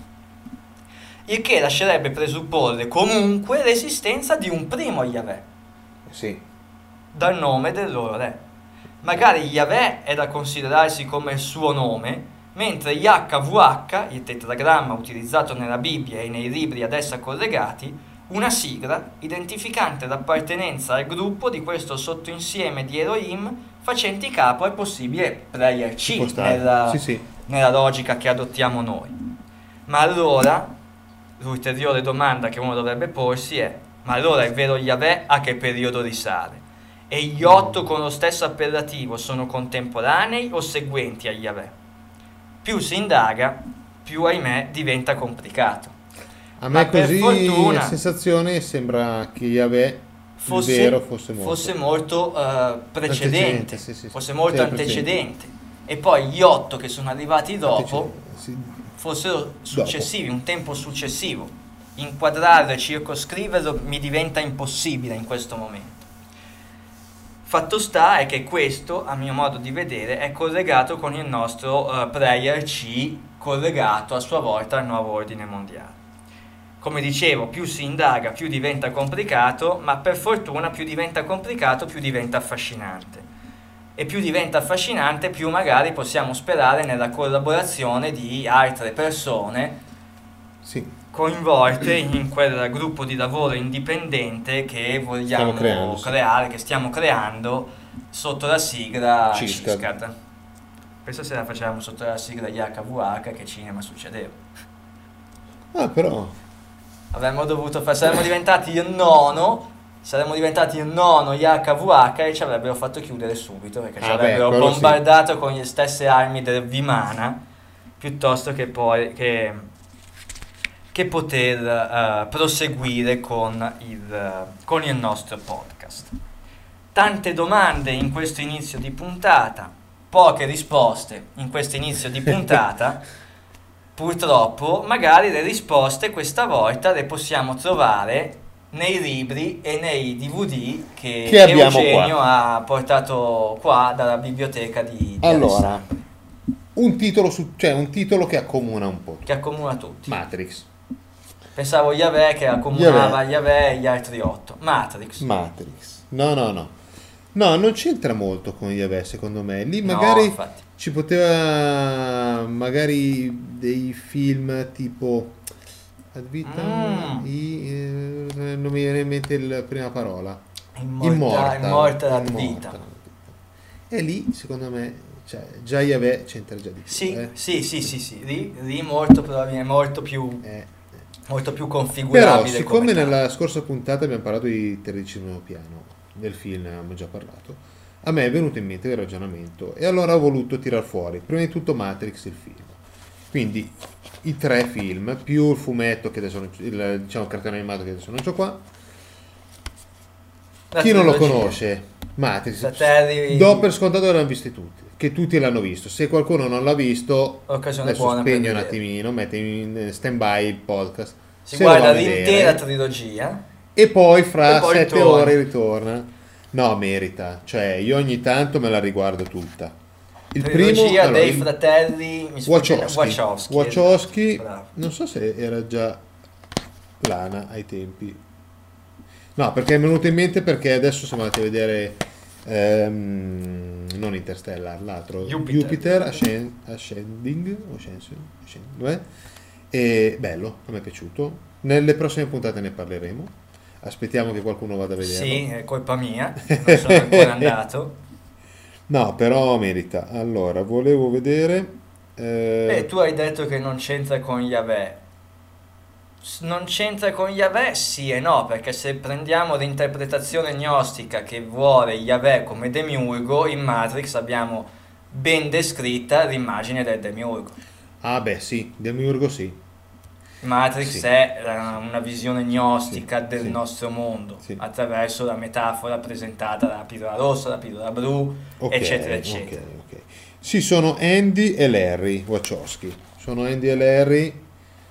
Il che lascerebbe presupporre comunque l'esistenza di un primo Yahweh. Sì. Dal nome del loro re. Magari Yahweh è da considerarsi come il suo nome, mentre YHWH, il tetragramma utilizzato nella Bibbia e nei libri ad essa collegati, una sigla identificante l'appartenenza al gruppo di questo sottoinsieme di Elohim facenti capo al possibile player C nella logica che adottiamo noi. Ma allora l'ulteriore domanda che uno dovrebbe porsi è: ma allora il vero Yahweh a che periodo risale? E gli 8 con lo stesso appellativo sono contemporanei o seguenti a Yahweh? Più si indaga, più ahimè diventa complicato. A me così la sensazione sembra che Yahweh fosse molto precedente, fosse molto antecedente, e poi gli 8 che sono arrivati dopo fossero successivi, un tempo successivo. Inquadrarlo e circoscriverlo mi diventa impossibile in questo momento. Fatto sta è che questo, a mio modo di vedere, è collegato con il nostro player C, collegato a sua volta al nuovo ordine mondiale. Come dicevo, più si indaga, più diventa complicato, ma per fortuna più diventa complicato, più diventa affascinante. E più diventa affascinante, più magari possiamo sperare nella collaborazione di altre persone coinvolte in quel gruppo di lavoro indipendente che vogliamo creare, che stiamo creando sotto la sigla CISCAD. Penso se la facevamo sotto la sigla YHWH che cinema succedeva. Però saremmo diventati il nono YHWH e ci avrebbero fatto chiudere subito, perché ci avrebbero bombardato con le stesse armi del Vimana, piuttosto che poi che poter proseguire con il nostro podcast. Tante domande in questo inizio di puntata, poche risposte in questo inizio di puntata. Purtroppo magari le risposte questa volta le possiamo trovare nei libri e nei DVD che Eugenio ha portato qua dalla biblioteca di allora un titolo che accomuna un po', che accomuna tutti. Matrix. Pensavo Yahweh che accomunava Yahweh e gli altri 8. Matrix. No, non c'entra molto con Yahweh, secondo me. Lì magari ci poteva dei film tipo Ad vitam non mi viene in mente la prima parola. Immortal Ad vitam. E lì, secondo me, già Yahweh c'entra già di più. Sì. Lì molto più configurabile. Però, siccome nella scorsa puntata abbiamo parlato di 13° piano, nel film ne abbiamo già parlato, a me è venuto in mente il ragionamento e allora ho voluto tirar fuori prima di tutto Matrix, il film, quindi i 3 film più il fumetto che adesso il cartone animato che adesso non c'ho qua. Chi non lo conosce, Matrix, do per scontato che l'hanno visti tutti, che tutti l'hanno visto. Se qualcuno non l'ha visto, adesso spegne un attimino, mette in stand by il podcast, si guarda l'intera trilogia e poi fra 7 ore ritorna. No, merita, cioè io ogni tanto me la riguardo tutta. Il trilogia dei fratelli Wachowski, non so se era già Lana ai tempi. No, perché è venuto in mente perché adesso siamo andati a vedere non Interstellar, l'altro Jupiter. Ascending, dov'è? E bello, a me è piaciuto. Nelle prossime puntate ne parleremo. Aspettiamo che qualcuno vada a vederlo. Sì, è colpa mia, non sono ancora andato. No, però merita. Allora, volevo vedere. Tu hai detto che non c'entra con Yahweh. Non c'entra con Yahweh, sì e no, perché se prendiamo l'interpretazione gnostica che vuole Yahweh come demiurgo, in Matrix abbiamo ben descritta l'immagine del demiurgo. Ah, beh, sì, Demiurgo sì. Matrix Sì. è una visione gnostica Sì, del sì. nostro mondo, Sì. attraverso la metafora presentata dalla pillola rossa, la pillola blu, Ok, eccetera, eccetera. ok. Sì, sono Andy e Larry Wachowski. Sono Andy e Larry.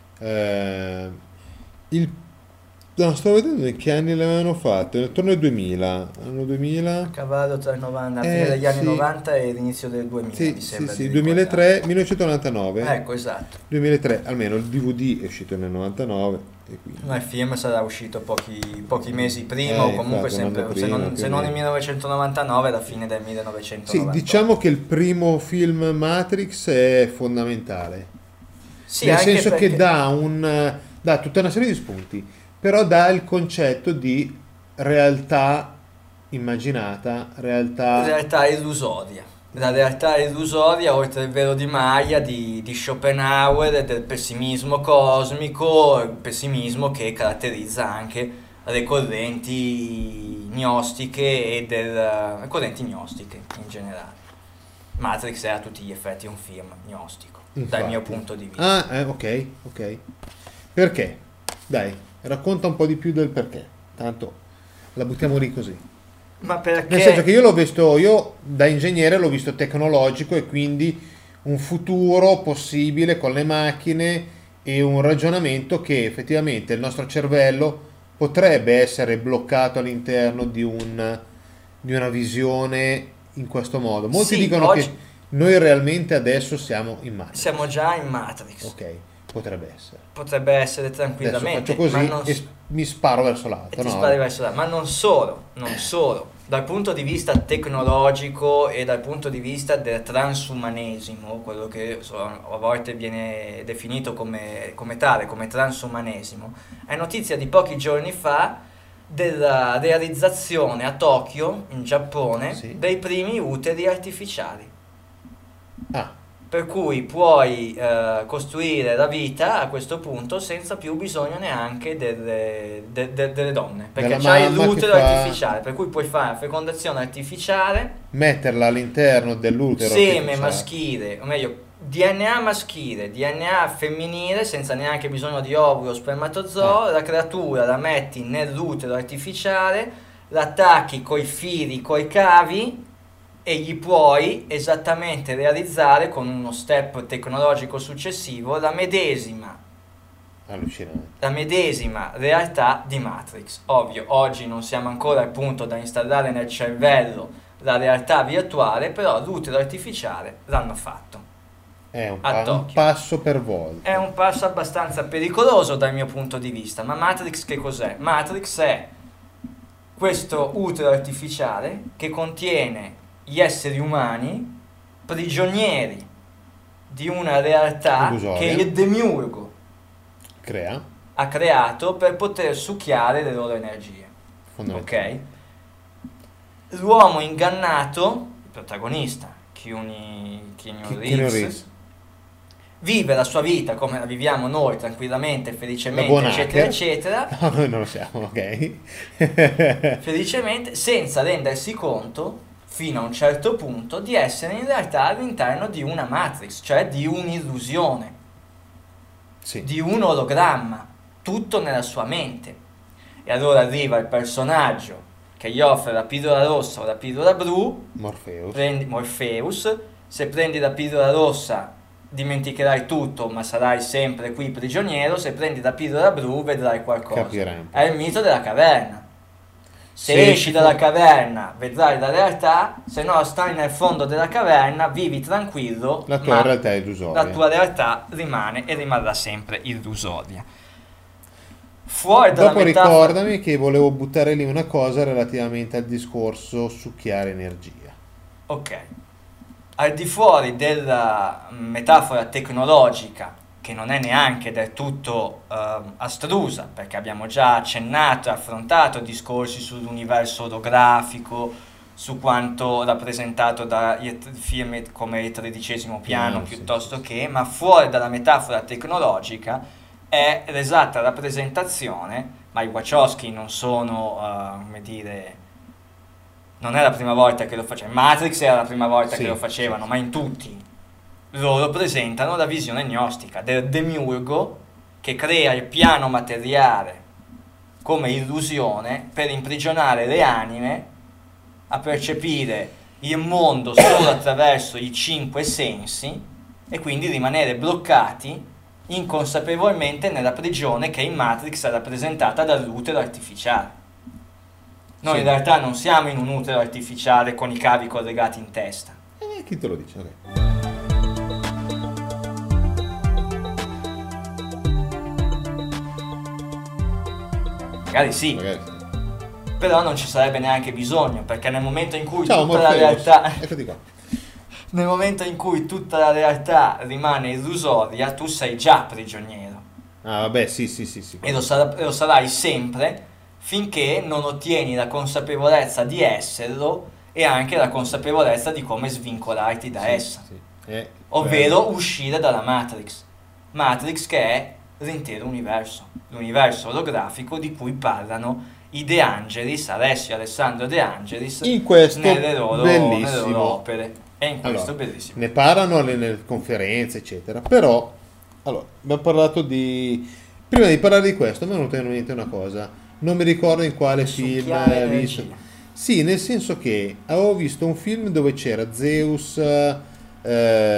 Il... No, sto vedendo in che anni l'avevano fatto. Intorno al 2000. Anno 2000. A cavallo tra il 90, fine degli anni sì. 90 e l'inizio del 2000, Sì, mi sì, sembra sì, di 2003, 1999. Ecco, esatto. 2003, almeno il DVD è uscito nel 99. E quindi... Ma il film sarà uscito pochi mesi prima, o comunque infatti, un sempre, anno se prima, non, più se o non meno. nel 1999, alla fine del Sì, 1998. diciamo che il primo film Matrix è fondamentale. Sì, Nel anche senso che perché- dà tutta una serie di spunti, però dà il concetto di realtà immaginata, realtà... realtà illusoria. La realtà illusoria, oltre il velo di Maya di Schopenhauer e del pessimismo cosmico, il pessimismo che caratterizza anche le correnti gnostiche le correnti gnostiche in generale. Matrix è a tutti gli effetti un film gnostico, dal mio Infatti. punto di vista. Ah, ok. Perché? Dai, racconta un po' di più del perché. Tanto la buttiamo lì così. Ma Nel senso che perché? io l'ho visto, io da ingegnere l'ho visto tecnologico e quindi un futuro possibile con le macchine e un ragionamento che effettivamente il nostro cervello potrebbe essere bloccato all'interno di una visione in questo modo. Molti Sì, dicono oggi che noi realmente adesso siamo in Matrix. siamo già in Matrix. Ok, potrebbe essere. Potrebbe essere Adesso tranquillamente, faccio ma così non, e mi sparo verso e l'alto, ti no? spari verso là. Ma non solo, non solo. Dal punto di vista tecnologico e dal punto di vista del transumanesimo, quello che a volte viene definito come tale, come transumanesimo, è notizia di pochi giorni fa della realizzazione a Tokyo, in Giappone, Sì. dei primi uteri artificiali. Ah, Per cui puoi costruire la vita a questo punto senza più bisogno neanche delle donne, perché Della c'hai mamma l'utero che fa- artificiale, per cui puoi fare fecondazione artificiale, metterla all'interno dell'utero seme artificiale. maschile, o meglio, DNA maschile, DNA femminile senza neanche bisogno di ovulo o spermatozoo, la creatura la metti nell'utero artificiale, l'attacchi coi fili, coi cavi e gli puoi esattamente realizzare con uno step tecnologico successivo Allucinante. la medesima realtà di Matrix. Ovvio, oggi non siamo ancora al punto da installare nel cervello la realtà virtuale, però l'utero artificiale l'hanno fatto. È un, A un Tokyo. passo per volta. È un passo abbastanza pericoloso dal mio punto di vista, ma Matrix che cos'è? Matrix è questo utero artificiale che contiene gli esseri umani prigionieri di una realtà Illusoria. che il demiurgo Crea, ha creato per poter succhiare le loro energie. fondamentalmente. Ok? L'uomo ingannato, il protagonista, Keanu Keanu Reeves, Reeves. vive la sua vita come la viviamo noi, tranquillamente, Da felicemente, buon eccetera, hacker. eccetera, No, noi non lo siamo, ok? felicemente, senza rendersi conto, fino a un certo punto, di essere in realtà all'interno di una matrix, cioè di un'illusione, Sì. di un ologramma, tutto nella sua mente. E allora arriva il personaggio che gli offre la pillola rossa o la pillola blu, Morpheus. prendi Morpheus, se prendi la pillola rossa dimenticherai tutto, ma sarai sempre qui prigioniero, se prendi la pillola blu vedrai qualcosa. Capirai un po'. È il mito della caverna. Se Se esci ci dalla fu- caverna vedrai la realtà, se no stai nel fondo della caverna, vivi tranquillo, La tua ma realtà è illusoria. la tua realtà rimane e rimarrà sempre illusoria. Fuori dalla Dopo metafora... ricordami che volevo buttare lì una cosa relativamente al discorso succhiare energia. Ok. Al di fuori della metafora tecnologica, che non è neanche del tutto astrusa, perché abbiamo già accennato e affrontato discorsi sull'universo olografico, su quanto rappresentato da film come il 13° piano piuttosto sì. che, ma fuori dalla metafora tecnologica è l'esatta rappresentazione, ma i Wachowski non sono, come dire, non è la prima volta che lo facevano, Matrix era la prima volta Sì, che lo facevano, sì. ma in tutti loro presentano la visione gnostica del demiurgo che crea il piano materiale come illusione per imprigionare le anime a percepire il mondo solo attraverso i 5 sensi e quindi rimanere bloccati inconsapevolmente nella prigione che in Matrix è rappresentata dall'utero artificiale. Noi Sì. in realtà non siamo in un utero artificiale con i cavi collegati in testa. Chi te lo dice? Ok. Magari sì, Magari sì. però non ci sarebbe neanche bisogno, perché nel momento in cui Ciao tutta la Morpheus, realtà eccoti qua. nel momento in cui tutta la realtà rimane illusoria, tu sei già prigioniero Ah vabbè, sì. e lo sarai sempre finché non ottieni la consapevolezza di esserlo e anche la consapevolezza di come svincolarti da essa, Sì. ovvero uscire dalla Matrix che è l'intero universo, l'universo olografico di cui parlano i De Angelis, Alessandro De Angelis, In questo nelle loro bellissimo opere. E in questo Allora, bellissimo. ne parlano nelle conferenze, eccetera. Però, allora, abbiamo parlato di... Prima di parlare di questo, mi è venuta in mente una cosa. Non mi ricordo in quale film Succhiare ho visto. energia. Sì, nel senso che avevo visto un film dove c'era Zeus, come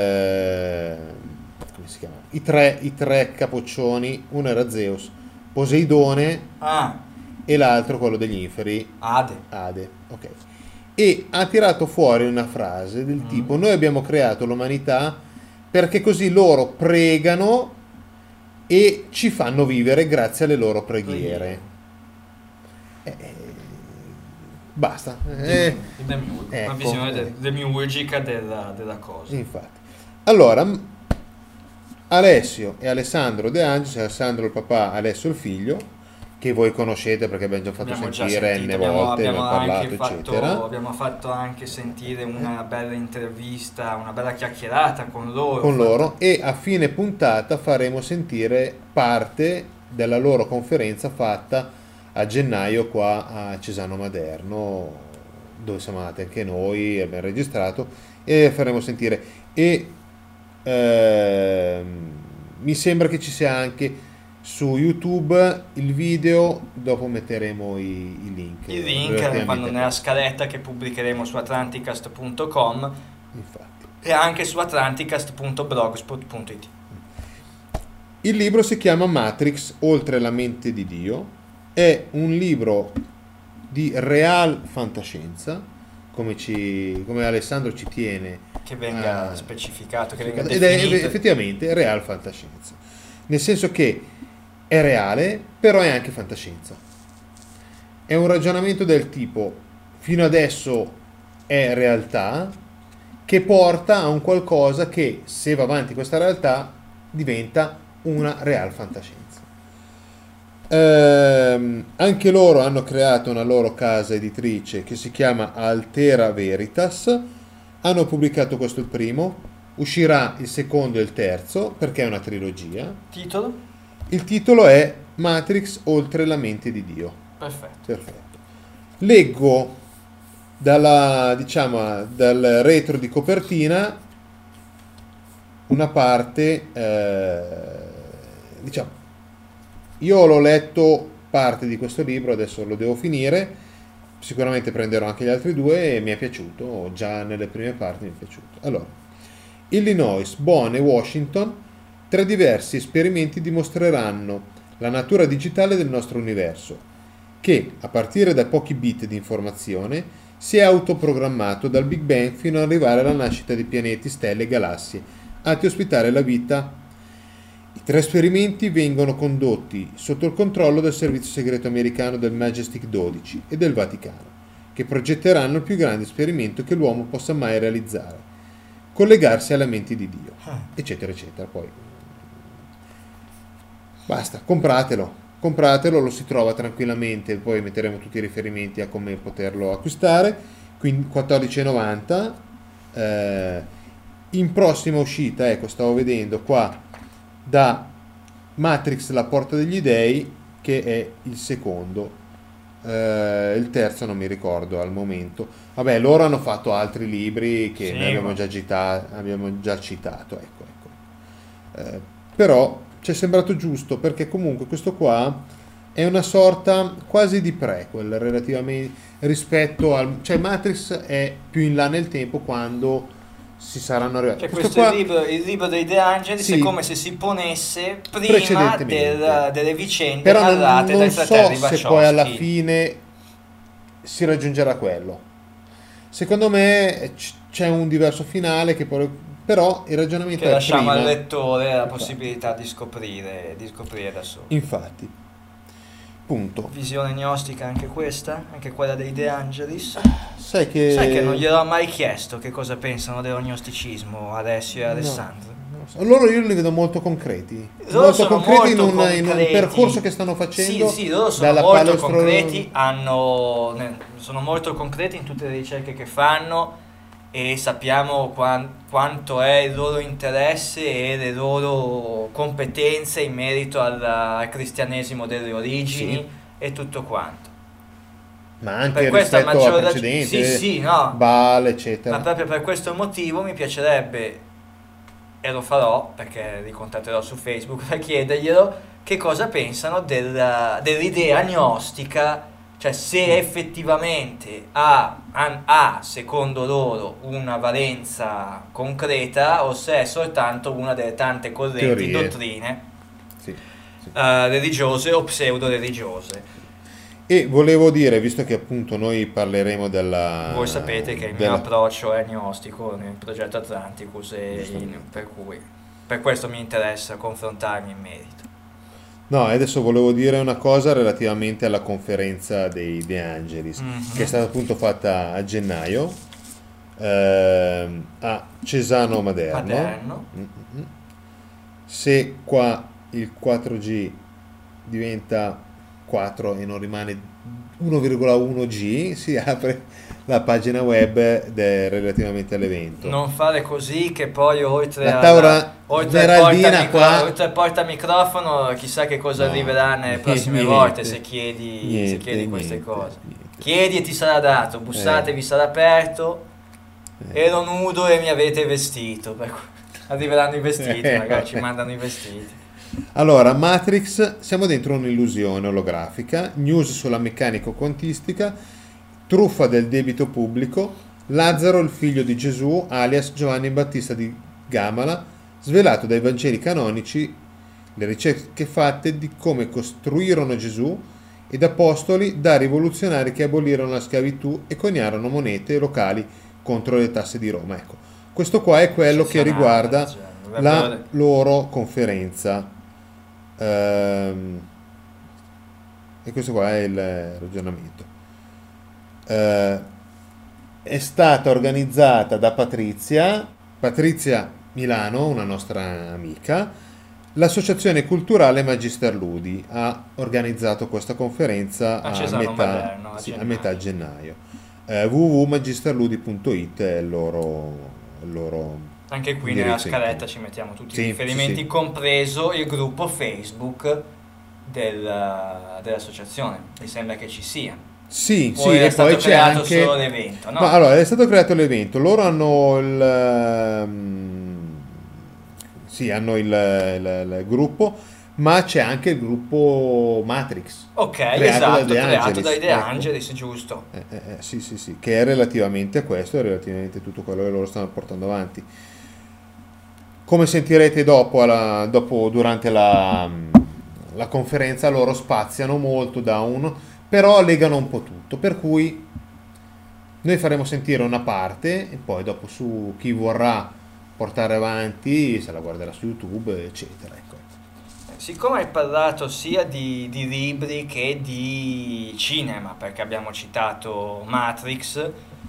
si chiama? I tre capoccioni. Uno era Zeus, Poseidone Ah, e l'altro quello degli inferi, Ade. Ade. Ok. E ha tirato fuori una frase del tipo: noi abbiamo creato l'umanità perché così loro pregano e ci fanno vivere grazie alle loro preghiere. Basta. Il demiurgo, una ecco, visione demiurgica della cosa. Infatti. Allora, Alessio e Alessandro De Angelis, Alessandro il papà, Alessio il figlio, che voi conoscete perché abbiamo già fatto sentire N volte, abbiamo parlato, eccetera. Abbiamo fatto anche sentire una bella intervista, una bella chiacchierata con loro. Con loro, e a fine puntata faremo sentire parte della loro conferenza fatta a gennaio qua a Cesano Maderno, dove siamo andati anche noi, abbiamo registrato e faremo sentire. E mi sembra che ci sia anche su YouTube il video, dopo metteremo i link. Il link vanno nella scaletta che pubblicheremo su atlanticast.com. Infatti. E anche su atlanticast.blogspot.it. Il libro si chiama Matrix, oltre la mente di Dio. È un libro di real fantascienza, come Alessandro ci tiene Che venga specificato, che venga ed è definito. effettivamente real fantascienza. Nel senso che è reale, però è anche fantascienza. È un ragionamento del tipo: fino adesso è realtà, che porta a un qualcosa che, se va avanti questa realtà, diventa una real fantascienza. Anche loro hanno creato una loro casa editrice che si chiama Altera Veritas. Hanno pubblicato questo il primo, uscirà il secondo e il terzo perché è una trilogia. Titolo? Il titolo è Matrix oltre la mente di Dio. Perfetto. Leggo dal retro di copertina una parte, io l'ho letto parte di questo libro, adesso lo devo finire, sicuramente prenderò anche gli altri due e mi è piaciuto, già nelle prime parti mi è piaciuto. Allora, Illinois, Bonn e Washington, 3 diversi esperimenti dimostreranno la natura digitale del nostro universo, che, a partire da pochi bit di informazione, si è autoprogrammato dal Big Bang fino ad arrivare alla nascita di pianeti, stelle e galassie, atti a ospitare la vita. I 3 esperimenti vengono condotti sotto il controllo del servizio segreto americano del Majestic 12 e del Vaticano, che progetteranno il più grande esperimento che l'uomo possa mai realizzare: collegarsi alla mente di Dio, eccetera, eccetera. Poi basta, compratelo, lo si trova tranquillamente, poi metteremo tutti i riferimenti a come poterlo acquistare. Quindi 14,90. In prossima uscita, ecco, stavo vedendo qua, da Matrix la porta degli dei, che è il secondo, il terzo non mi ricordo al momento. Vabbè, loro hanno fatto altri libri che noi abbiamo già citato, ecco. Però ci è sembrato giusto, perché comunque questo qua è una sorta quasi di prequel relativamente rispetto al, cioè Matrix è più in là nel tempo, quando si saranno arrivati. Cioè, questo il libro dei De Angelis, sì, è come se si ponesse prima delle vicende però narrate dai fratelli Wachowski. Non so se poi alla fine si raggiungerà quello. Secondo me c'è un diverso finale che poi, però il ragionamento che è lasciamo prima, al lettore la possibilità di scoprire da solo. Infatti. Punto. Visione gnostica anche questa, anche quella dei De Angelis. Sai che non gliel'ho mai chiesto che cosa pensano dello gnosticismo Alessio e Alessandro. No. Loro io li vedo molto concreti. Loro sono molto concreti in un percorso che stanno facendo. Sì, loro sono molto concreti, sono molto concreti in tutte le ricerche che fanno, e sappiamo quanto è il loro interesse e le loro competenze in merito al cristianesimo delle origini, sì, e tutto quanto. Ma anche rispetto al precedente, sì, no, Baal, eccetera. Ma proprio per questo motivo mi piacerebbe, e lo farò perché li contatterò su Facebook per chiederglielo, che cosa pensano dell'idea gnostica. Cioè, se effettivamente ha, secondo loro, una valenza concreta, o se è soltanto una delle tante correnti dottrine religiose o pseudo-religiose. E volevo dire, visto che appunto noi parleremo della... Voi sapete che il mio approccio è gnostico nel progetto Atlanticus, per questo mi interessa confrontarmi in merito. No, adesso volevo dire una cosa relativamente alla conferenza dei De Angelis, che è stata appunto fatta a gennaio a Cesano Maderno. Se qua il 4G diventa 4 e non rimane 1,1G, si apre la pagina web relativamente all'evento. Non fare così, che poi oltre al portamicrofono chissà che cosa arriverà nelle prossime volte se chiedi queste cose. Chiedi e ti sarà dato, bussate, vi sarà aperto. Ero nudo e mi avete vestito. Arriveranno i vestiti, magari ci mandano i vestiti. Allora, Matrix, siamo dentro un'illusione olografica, news sulla mecanico-quantistica, truffa del debito pubblico, Lazzaro il figlio di Gesù alias Giovanni Battista di Gamala, svelato dai Vangeli canonici, le ricerche fatte di come costruirono Gesù ed apostoli da rivoluzionari che abolirono la schiavitù e coniarono monete locali contro le tasse di Roma. Ecco, questo qua è quello che riguarda la loro conferenza. E questo qua è il ragionamento. È stata organizzata da Patrizia Milano, una nostra amica. L'associazione culturale Magister Ludi ha organizzato questa conferenza a metà gennaio. www.magisterludi.it è il loro anche qui nella scaletta ci mettiamo tutti i riferimenti, compreso il gruppo Facebook dell'associazione. Mi sembra che ci sia. Sì, e poi c'è anche solo l'evento, no? Allora, è stato creato l'evento. Loro hanno il gruppo, ma c'è anche il gruppo Matrix. Ok, creato dai De Angelis, giusto. Sì, che è relativamente a questo, è relativamente a tutto quello che loro stanno portando avanti. Come sentirete durante la conferenza, loro spaziano molto però legano un po' tutto, per cui noi faremo sentire una parte e poi dopo su chi vorrà portare avanti se la guarderà su YouTube, eccetera. Ecco. siccome hai parlato sia di libri che di cinema, perché abbiamo citato Matrix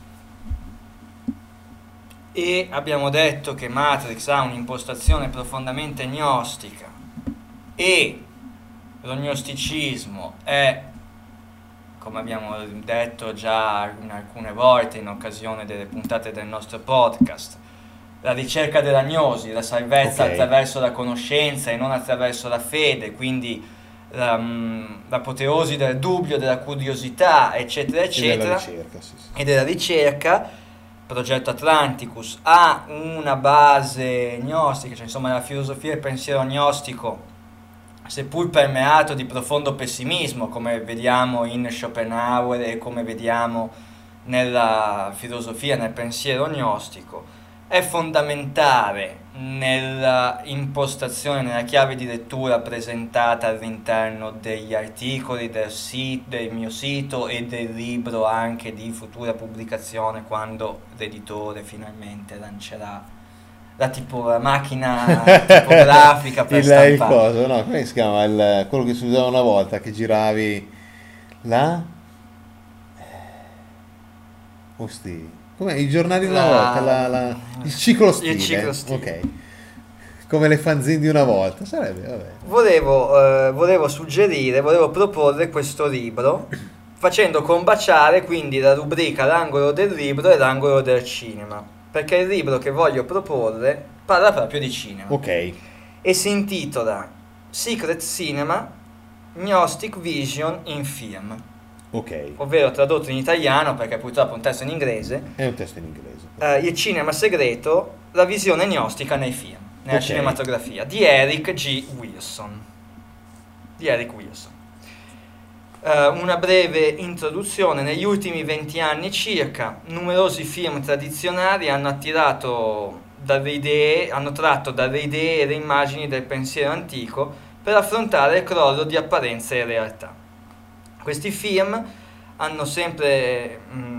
e abbiamo detto che Matrix ha un'impostazione profondamente gnostica e lo gnosticismo è, come abbiamo detto già in alcune volte in occasione delle puntate del nostro podcast, la ricerca della gnosi, la salvezza attraverso la conoscenza e non attraverso la fede, quindi l'apoteosi del dubbio, della curiosità, eccetera, eccetera, e della ricerca. Progetto Atlanticus ha una base gnostica, cioè insomma la filosofia e il pensiero gnostico, seppur permeato di profondo pessimismo, come vediamo in Schopenhauer e come vediamo nella filosofia, nel pensiero gnostico, è fondamentale nella impostazione, nella chiave di lettura presentata all'interno degli articoli del mio sito e del libro anche di futura pubblicazione, quando l'editore finalmente lancerà la macchina tipografica per stampare. Il coso, no, come si chiama? Quello che si usava una volta, che giravi là? Osti. Come i giornali di una volta, il ciclo stile. Il ciclo stile. Ok. Come le fanzine di una volta, sarebbe, vabbè. Volevo proporre questo libro, facendo combaciare quindi la rubrica l'angolo del libro e l'angolo del cinema, perché il libro che voglio proporre parla proprio di cinema. Ok. E si intitola Secret Cinema, Gnostic Vision in Film. Ok. Ovvero, tradotto in italiano, perché purtroppo è un testo in inglese. È un testo in inglese. Il cinema segreto, la visione gnostica nei film, nella cinematografia, di Eric G. Wilson. Una breve introduzione. Negli ultimi 20 anni circa, numerosi film tradizionali hanno tratto dalle idee e le immagini del pensiero antico per affrontare il crollo di apparenza e realtà. Questi film hanno sempre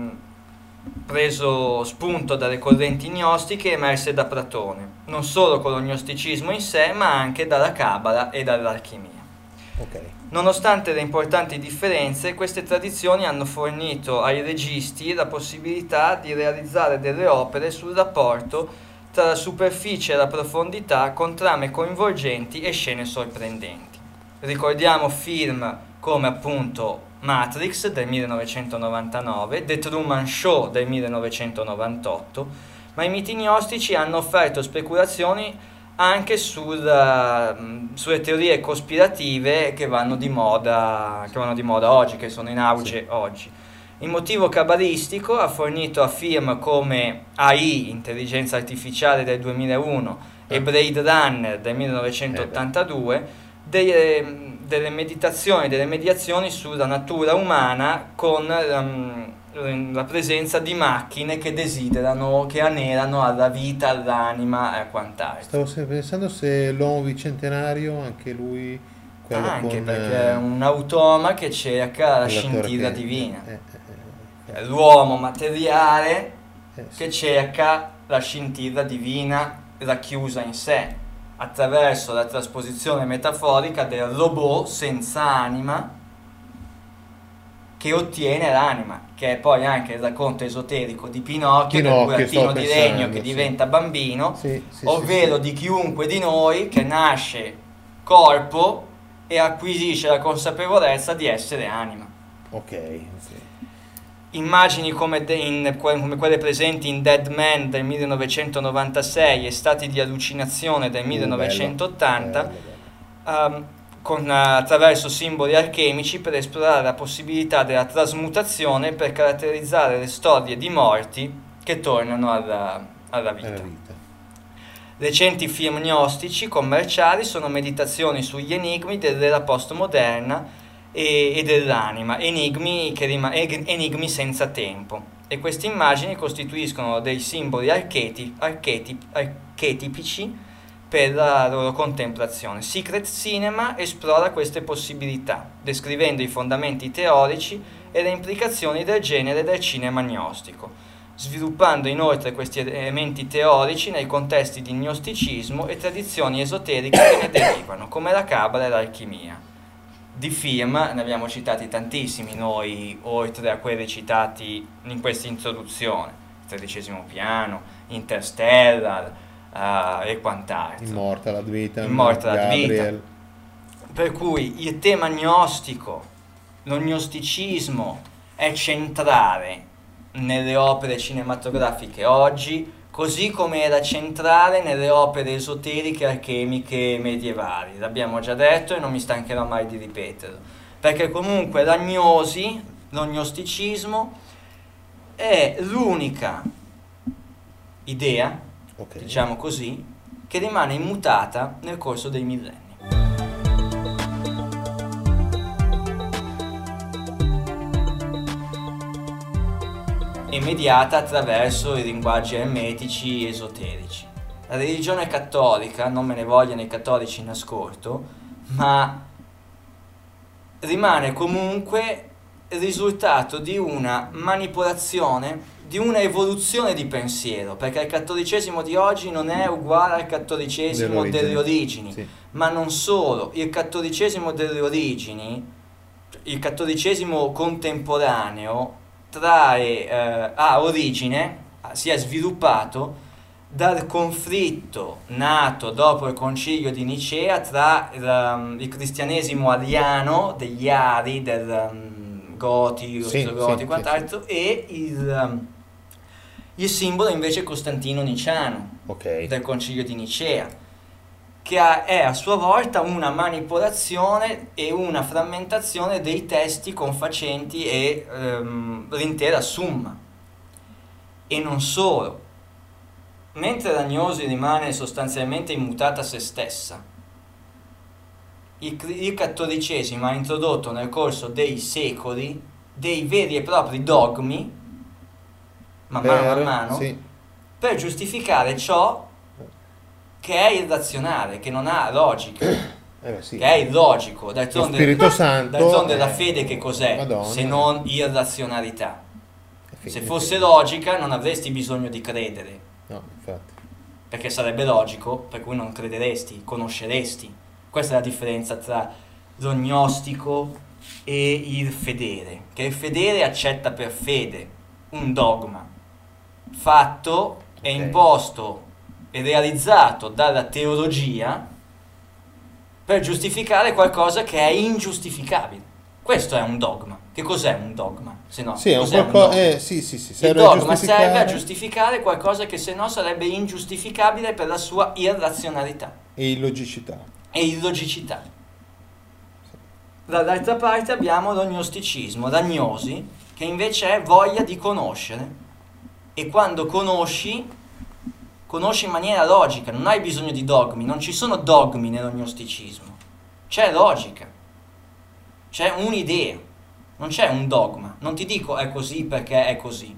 preso spunto dalle correnti gnostiche emerse da Platone, non solo con lo gnosticismo in sé, ma anche dalla Cabala e dall'alchimia. Nonostante le importanti differenze, queste tradizioni hanno fornito ai registi la possibilità di realizzare delle opere sul rapporto tra la superficie e la profondità, con trame coinvolgenti e scene sorprendenti. Ricordiamo film come appunto Matrix del 1999, The Truman Show del 1998, ma i miti gnostici hanno offerto speculazioni anche sulle teorie cospirative che vanno di moda oggi, che sono in auge oggi. Il motivo cabalistico ha fornito a film come AI, Intelligenza Artificiale del 2001, e Blade Runner del 1982, delle meditazioni, delle mediazioni sulla natura umana, con la presenza di macchine che desiderano, che anelano alla vita, all'anima e quant'altro. Stavo pensando se l'uomo bicentenario, anche lui, anche perché è un automa che cerca la scintilla divina. L'uomo materiale che cerca la scintilla divina racchiusa in sé, attraverso la trasposizione metaforica del robot senza anima che ottiene l'anima, che è poi anche il racconto esoterico di Pinocchio del burattino di legno che diventa bambino, ovvero di chiunque di noi che nasce corpo e acquisisce la consapevolezza di essere anima. Immagini come quelle presenti in Dead Man del 1996 e Stati di allucinazione del 1980, attraverso simboli alchemici per esplorare la possibilità della trasmutazione per caratterizzare le storie di morti che tornano alla vita. Recenti film gnostici commerciali sono meditazioni sugli enigmi dell'era postmoderna e dell'anima, enigmi senza tempo, e queste immagini costituiscono dei simboli archetipici per la loro contemplazione. Secret Cinema esplora queste possibilità, descrivendo i fondamenti teorici e le implicazioni del genere del cinema gnostico. sviluppando inoltre questi elementi teorici nei contesti di gnosticismo e tradizioni esoteriche che ne derivano, come la cabala e l'alchimia. Di film ne abbiamo citati tantissimi noi, oltre a quelli citati in questa introduzione, il 13° piano, Interstellar e quant'altro. Immortal Advitam, Gabriel. Per cui il tema gnostico, lo gnosticismo è centrale nelle opere cinematografiche oggi, così come era centrale nelle opere esoteriche alchemiche medievali. L'abbiamo già detto e non mi stancherò mai di ripeterlo, perché comunque la gnosi, lo gnosticismo, è l'unica idea, diciamo così, che rimane immutata nel corso dei millenni. È mediata attraverso i linguaggi ermetici esoterici. La religione cattolica, non me ne vogliono i cattolici in ascolto, ma rimane comunque il risultato di una manipolazione, di una evoluzione di pensiero, perché il cattolicesimo di oggi non è uguale al cattolicesimo delle origini, sì. Ma non solo, il cattolicesimo delle origini, il cattolicesimo contemporaneo, ha origine, si è sviluppato dal conflitto nato dopo il concilio di Nicea tra il cristianesimo ariano degli Ari, del Goti, quant'altro, e il simbolo invece costantino-niciano del concilio di Nicea, che è a sua volta una manipolazione e una frammentazione dei testi confacenti e l'intera summa. E non solo. Mentre la gnosi rimane sostanzialmente immutata a se stessa, il cattolicesimo ha introdotto nel corso dei secoli dei veri e propri dogmi, man mano, sì, per giustificare ciò che è irrazionale, che non ha logica, sì, che è illogico. D'altronde la fede che cos'è? Madonna. Se non irrazionalità? Se fosse logica non avresti bisogno di credere. No, infatti. Perché sarebbe logico, per cui non crederesti, conosceresti. Questa è la differenza tra lo gnostico e il fedele, che il fedele accetta per fede un dogma fatto e imposto e realizzato dalla teologia per giustificare qualcosa che è ingiustificabile. Questo è un dogma. Che cos'è un dogma? Se no, sì, cos'è un dogma? Il dogma serve a giustificare qualcosa che se no sarebbe ingiustificabile per la sua irrazionalità e illogicità. Dall'altra parte abbiamo lo gnosticismo, la gnosi, che invece è voglia di conoscere, e quando conosci in maniera logica, non hai bisogno di dogmi, non ci sono dogmi nello gnosticismo, c'è logica, c'è un'idea, non c'è un dogma. Non ti dico è così perché è così,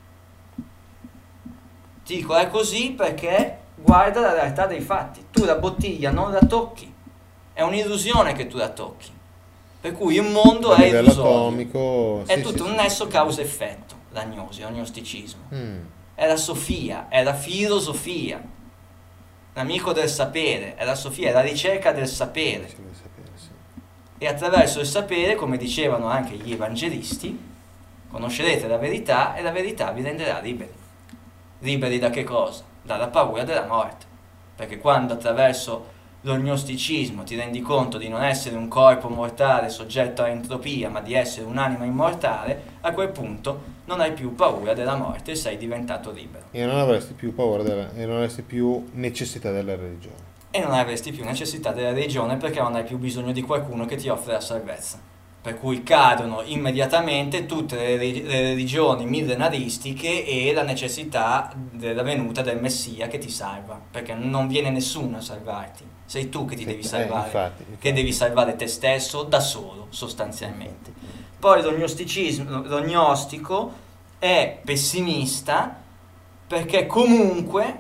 ti dico è così perché guarda la realtà dei fatti. Tu la bottiglia non la tocchi, è un'illusione che tu la tocchi, per cui il mondo è illusorio, è tutto un nesso causa-effetto. La gnosi, lo gnosticismo è la sofia, è la filosofia, l'amico del sapere, è la sofia, è la ricerca del sapere. Sì. E attraverso il sapere, come dicevano anche gli evangelisti, conoscerete la verità e la verità vi renderà liberi. Liberi da che cosa? Dalla paura della morte. Perché quando attraverso lo gnosticismo ti rendi conto di non essere un corpo mortale soggetto a entropia, ma di essere un'anima immortale, a quel punto non hai più paura della morte e sei diventato libero. E non avresti più e non avresti più necessità della religione. E non avresti più necessità della religione, perché non hai più bisogno di qualcuno che ti offre la salvezza. Per cui cadono immediatamente tutte le religioni millenaristiche e la necessità della venuta del Messia che ti salva, perché non viene nessuno a salvarti, sei tu che ti devi salvare, infatti. Che devi salvare te stesso da solo, sostanzialmente. Poi lo gnostico è pessimista, perché comunque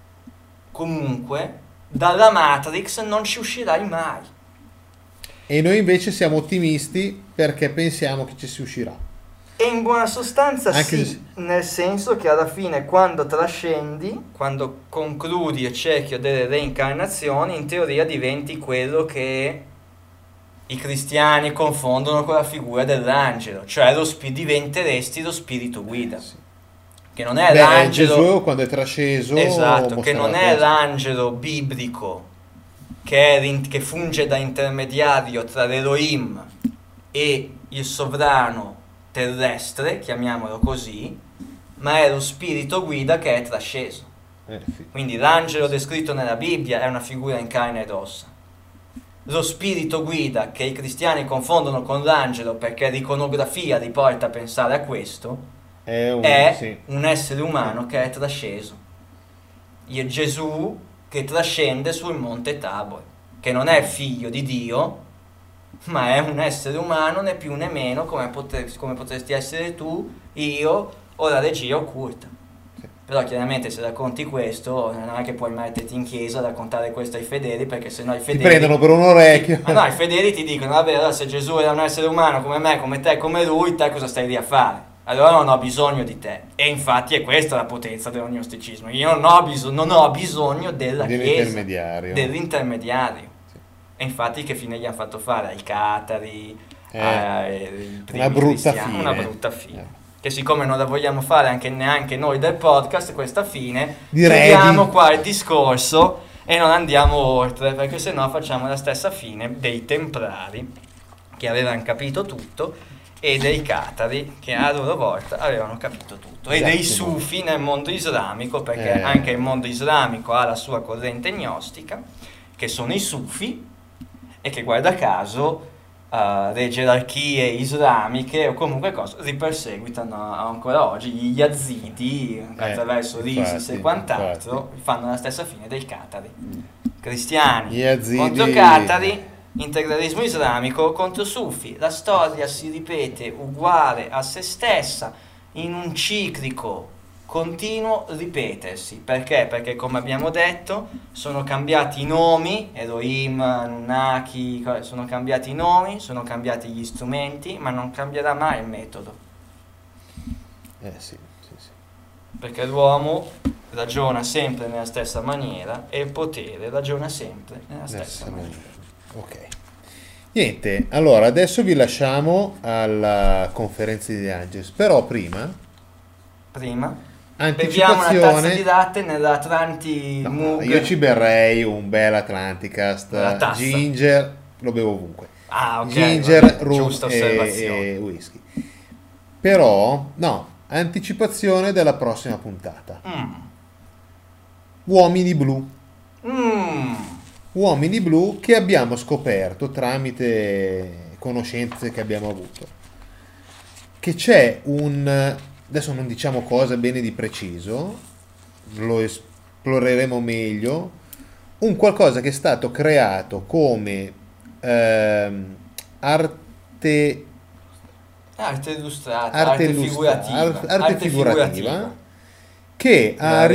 dalla Matrix non ci uscirai mai. E noi invece siamo ottimisti perché pensiamo che ci si uscirà. E in buona sostanza Anche sì, nel senso che alla fine quando trascendi, quando concludi il cerchio delle reincarnazioni, in teoria diventi quello che i cristiani confondono con la figura dell'angelo, cioè diventeresti lo spirito guida. Sì. Che non è l'angelo... Gesù quando è trasceso... Esatto, che mostra non la è testa. l'angelo biblico che funge da intermediario tra l'Elohim e il sovrano terrestre, chiamiamolo così, ma è lo spirito guida che è trasceso. Sì. Quindi l'angelo descritto nella Bibbia è una figura in carne ed ossa. Lo spirito guida, che i cristiani confondono con l'angelo perché l'iconografia li porta a pensare a questo, è un essere umano che è trasceso. Il Gesù che trascende sul monte Tabor, che non è figlio di Dio, ma è un essere umano né più né meno come potresti essere tu, io o la regia occulta. Però chiaramente se racconti questo non è che puoi metterti in chiesa a raccontare questo ai fedeli, perché sennò i fedeli ti prendono per un orecchio. No, i fedeli ti dicono: vabbè, allora se Gesù era un essere umano come me, come te, come lui, te cosa stai lì a fare? Allora non ho bisogno di te. E infatti è questa la potenza dell'ognosticismo. Io non ho bisogno della chiesa, dell'intermediario. Sì. E infatti che fine gli hanno fatto fare ai catari, una brutta fine. Che siccome non la vogliamo fare neanche noi del podcast, questa fine, chiudiamo qua il discorso e non andiamo oltre, perché sennò facciamo la stessa fine dei templari, che avevano capito tutto, e dei catari, che a loro volta avevano capito tutto, e dei sufi nel mondo islamico, perché anche il mondo islamico ha la sua corrente gnostica, che sono i sufi, e che guarda caso le gerarchie islamiche o comunque li perseguitano ancora oggi. Gli yazidi, attraverso l'ISIS e quant'altro, fanno la stessa fine dei catari. Cristiani contro catari, integralismo islamico contro sufi. La storia si ripete uguale a se stessa in un ciclico continuo ripetersi. Perché? Perché, come abbiamo detto, sono cambiati i nomi, Elohim, Anunnaki, sono cambiati i nomi, sono cambiati gli strumenti, ma non cambierà mai il metodo. Sì. Perché l'uomo ragiona sempre nella stessa maniera e il potere ragiona sempre nella stessa maniera. Ok. Niente, allora adesso vi lasciamo alla conferenza di De Angelis, però prima beviamo una tazza di latte nell'Atlanti Mug. Io ci berrei un bel Atlanticast ginger, lo bevo ovunque. Ok, ginger, rum e whisky. Però anticipazione della prossima puntata. Uomini blu. Uomini blu, che abbiamo scoperto tramite conoscenze che abbiamo avuto, che c'è adesso non diciamo cosa bene di preciso, lo esploreremo meglio, un qualcosa che è stato creato come arte illustrata, arte figurativa, che ha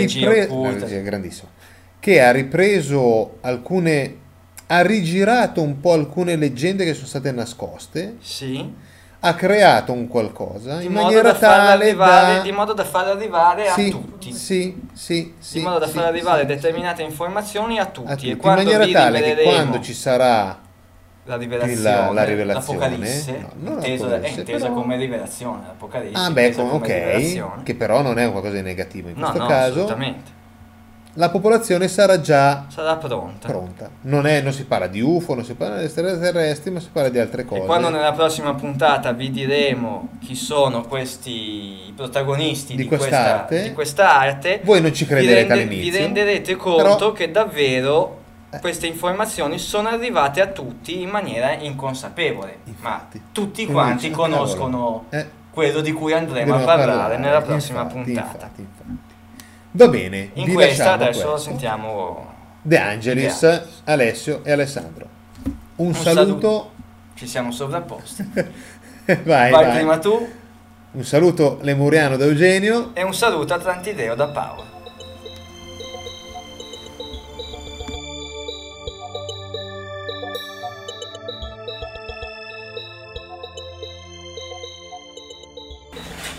ripreso ha rigirato un po' alcune leggende che sono state nascoste. Sì. Ha creato un qualcosa in maniera tale di modo da far arrivare a tutti. Di modo da far arrivare determinate informazioni a tutti. E in maniera tale che quando ci sarà la rivelazione, l'Apocalisse, intesa come rivelazione, l'Apocalisse. Che però non è un qualcosa di negativo in questo caso. Assolutamente. La popolazione sarà pronta. Non si parla di UFO, non si parla di extraterrestri, ma si parla di altre cose. E quando nella prossima puntata vi diremo chi sono questi protagonisti di quest'arte, voi non ci crederete all'inizio. Vi renderete conto che davvero queste informazioni sono arrivate a tutti in maniera inconsapevole. Infatti. Ma tutti quanti conoscono quello di cui andremo a parlare nella prossima puntata. Infatti. Va bene, in questa adesso sentiamo De Angelis, Alessio e Alessandro. Un saluto. Ci siamo sovrapposti. vai prima tu. Un saluto lemuriano da Eugenio e un saluto atlantideo da Paolo.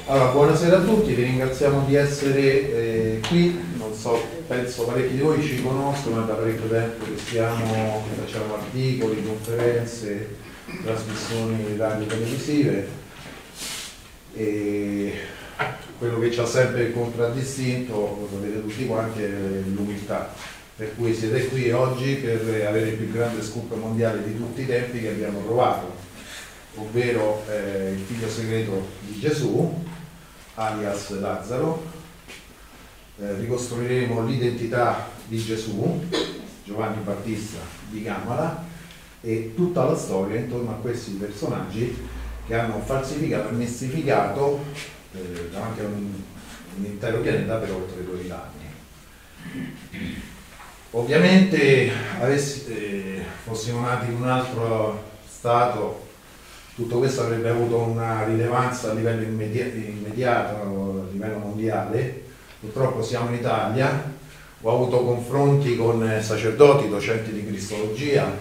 Allora, buonasera a tutti, vi ringraziamo di essere qui. Non so, penso parecchi di voi ci conoscono, è da parecchio tempo che facciamo articoli, conferenze, trasmissioni radio televisive, e quello che ci ha sempre contraddistinto, lo sapete tutti quanti, è l'umiltà. Per cui siete qui oggi per avere il più grande scoop mondiale di tutti i tempi che abbiamo trovato, ovvero il figlio segreto di Gesù, alias Lazzaro. Ricostruiremo l'identità di Gesù, Giovanni Battista di Gamala, e tutta la storia intorno a questi personaggi che hanno falsificato e mistificato davanti a un intero pianeta per oltre 2000 anni. Ovviamente, fossimo nati in un altro stato, tutto questo avrebbe avuto una rilevanza a livello immediato, a livello mondiale. Purtroppo siamo in Italia, ho avuto confronti con sacerdoti, docenti di cristologia,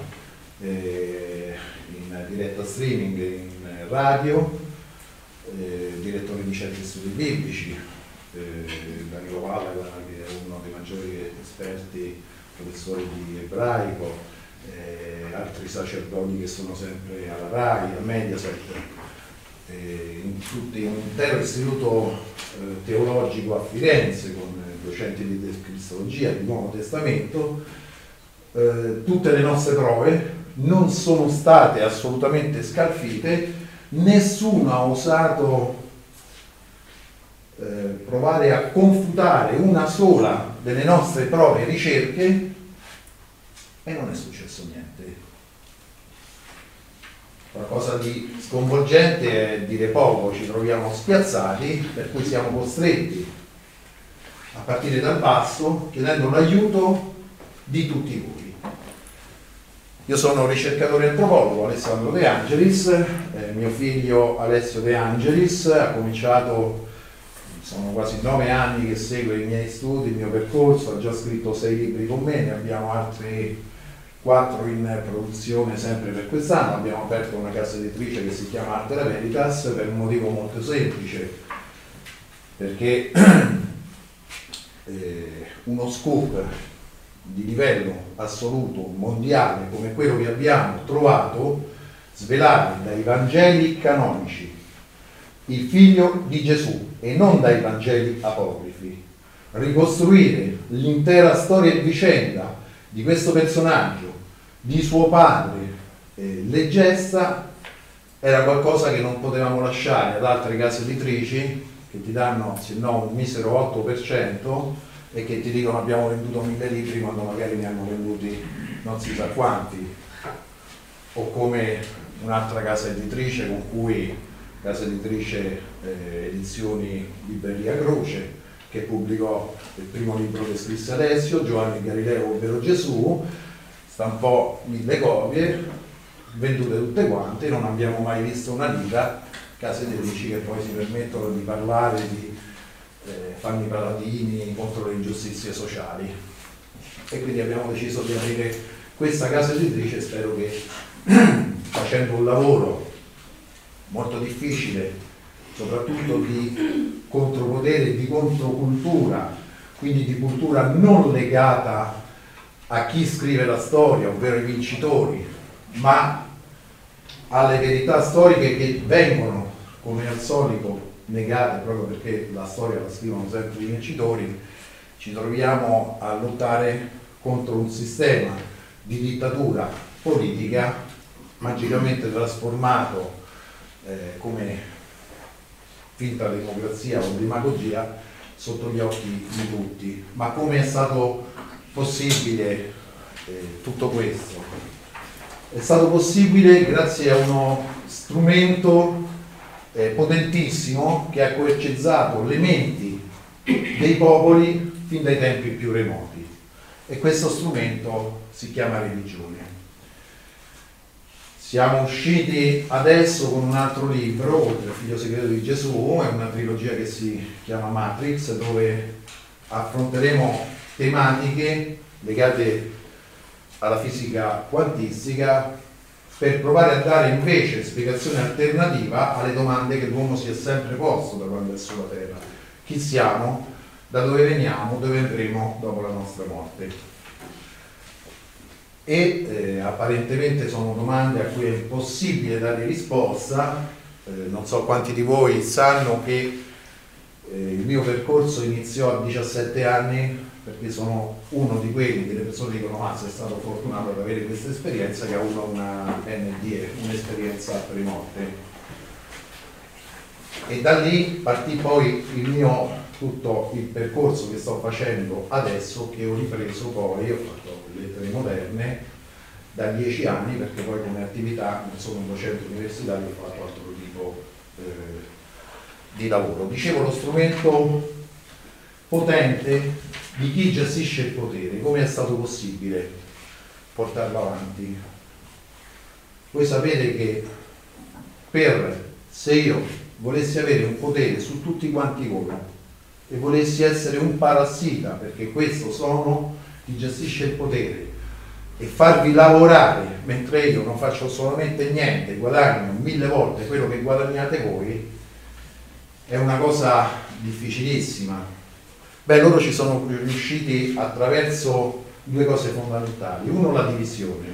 in diretta streaming, in radio, direttori di centri studi biblici, Danilo Valla, che è uno dei maggiori esperti, professori di ebraico, altri sacerdoti che sono sempre alla RAI, a Mediaset, in un intero istituto teologico a Firenze con docenti di cristologia, di Nuovo Testamento. Tutte le nostre prove non sono state assolutamente scalfite, nessuno ha osato provare a confutare una sola delle nostre prove e ricerche, e non è successo niente. Qualcosa di sconvolgente è dire poco, ci troviamo spiazzati, per cui siamo costretti a partire dal basso chiedendo l'aiuto di tutti voi. Io sono un ricercatore antropologo, Alessandro De Angelis, mio figlio Alessio De Angelis ha cominciato, sono quasi 9 anni che segue i miei studi, il mio percorso, ha già scritto 6 libri con me, ne abbiamo altri 4 in produzione sempre per quest'anno. Abbiamo aperto una casa editrice che si chiama Arte La Veritas per un motivo molto semplice, perché uno scoop di livello assoluto mondiale come quello che abbiamo trovato, svelati dai Vangeli canonici, il figlio di Gesù e non dai Vangeli apocrifi, ricostruire l'intera storia e vicenda di questo personaggio, di suo padre, le gesta, era qualcosa che non potevamo lasciare ad altre case editrici che ti danno, se no, un misero 8% e che ti dicono abbiamo venduto 1000 libri quando magari ne hanno venduti non si sa quanti, o come un'altra casa editrice con cui, casa editrice Edizioni Libreria Croce, che pubblicò il primo libro che scrisse Alessio, Giovanni Galileo, ovvero Gesù, stampò 1000 copie, vendute tutte quante, non abbiamo mai visto una lira, case editrici che poi si permettono di parlare di fanno i paladini contro le ingiustizie sociali. E quindi abbiamo deciso di aprire questa casa editrice. Spero che facendo un lavoro molto difficile, soprattutto di contropotere, di controcultura, quindi di cultura non legata a chi scrive la storia, ovvero i vincitori, ma alle verità storiche che vengono, come al solito, negate proprio perché la storia la scrivono sempre i vincitori. Ci troviamo a lottare contro un sistema di dittatura politica magicamente trasformato come finta democrazia o demagogia sotto gli occhi di tutti. Ma come è stato possibile tutto questo? È stato possibile grazie a uno strumento potentissimo che ha coercizzato le menti dei popoli fin dai tempi più remoti, e questo strumento si chiama religione. Siamo usciti adesso con un altro libro, oltre al figlio segreto di Gesù, è una trilogia che si chiama Matrix, dove affronteremo tematiche legate alla fisica quantistica, per provare a dare invece spiegazione alternativa alle domande che l'uomo si è sempre posto da quando è sulla Terra. Chi siamo? Da dove veniamo? Dove andremo dopo la nostra morte? E apparentemente sono domande a cui è impossibile dare risposta. Non so quanti di voi sanno che il mio percorso iniziò a 17 anni, perché sono uno di quelli che le persone dicono: ma sei stato fortunato ad avere questa esperienza, che ha avuto una NDE, un'esperienza pre-morte. E da lì partì poi tutto il percorso che sto facendo adesso, che ho ripreso poi, ho fatto lettere moderne da 10 anni, perché poi come attività non sono un docente universitario, ho fatto altro tipo di lavoro. Dicevo, lo strumento potente di chi gestisce il potere. Come è stato possibile portarlo avanti? Voi sapete che se io volessi avere un potere su tutti quanti voi e volessi essere un parassita, perché questo sono chi gestisce il potere, e farvi lavorare mentre io non faccio solamente niente, guadagno 1000 volte quello che guadagnate voi, è una cosa difficilissima. Beh, loro ci sono riusciti attraverso due cose fondamentali. Uno, la divisione.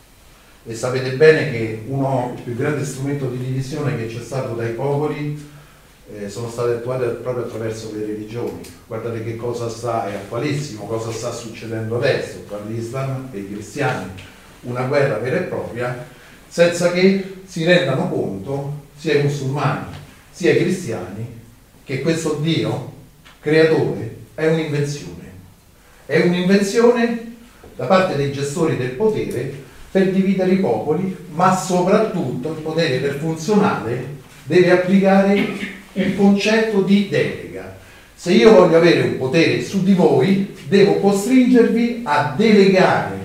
E sapete bene che il più grande strumento di divisione che c'è stato dai popoli sono state attuate proprio attraverso le religioni. Guardate che cosa è attualissimo, cosa sta succedendo adesso tra l'Islam e i cristiani. Una guerra vera e propria, senza che si rendano conto, sia i musulmani sia i cristiani, che questo Dio creatore è un'invenzione. È un'invenzione da parte dei gestori del potere per dividere i popoli, ma soprattutto il potere, per funzionare, deve applicare un concetto di delega. Se io voglio avere un potere su di voi, devo costringervi a delegare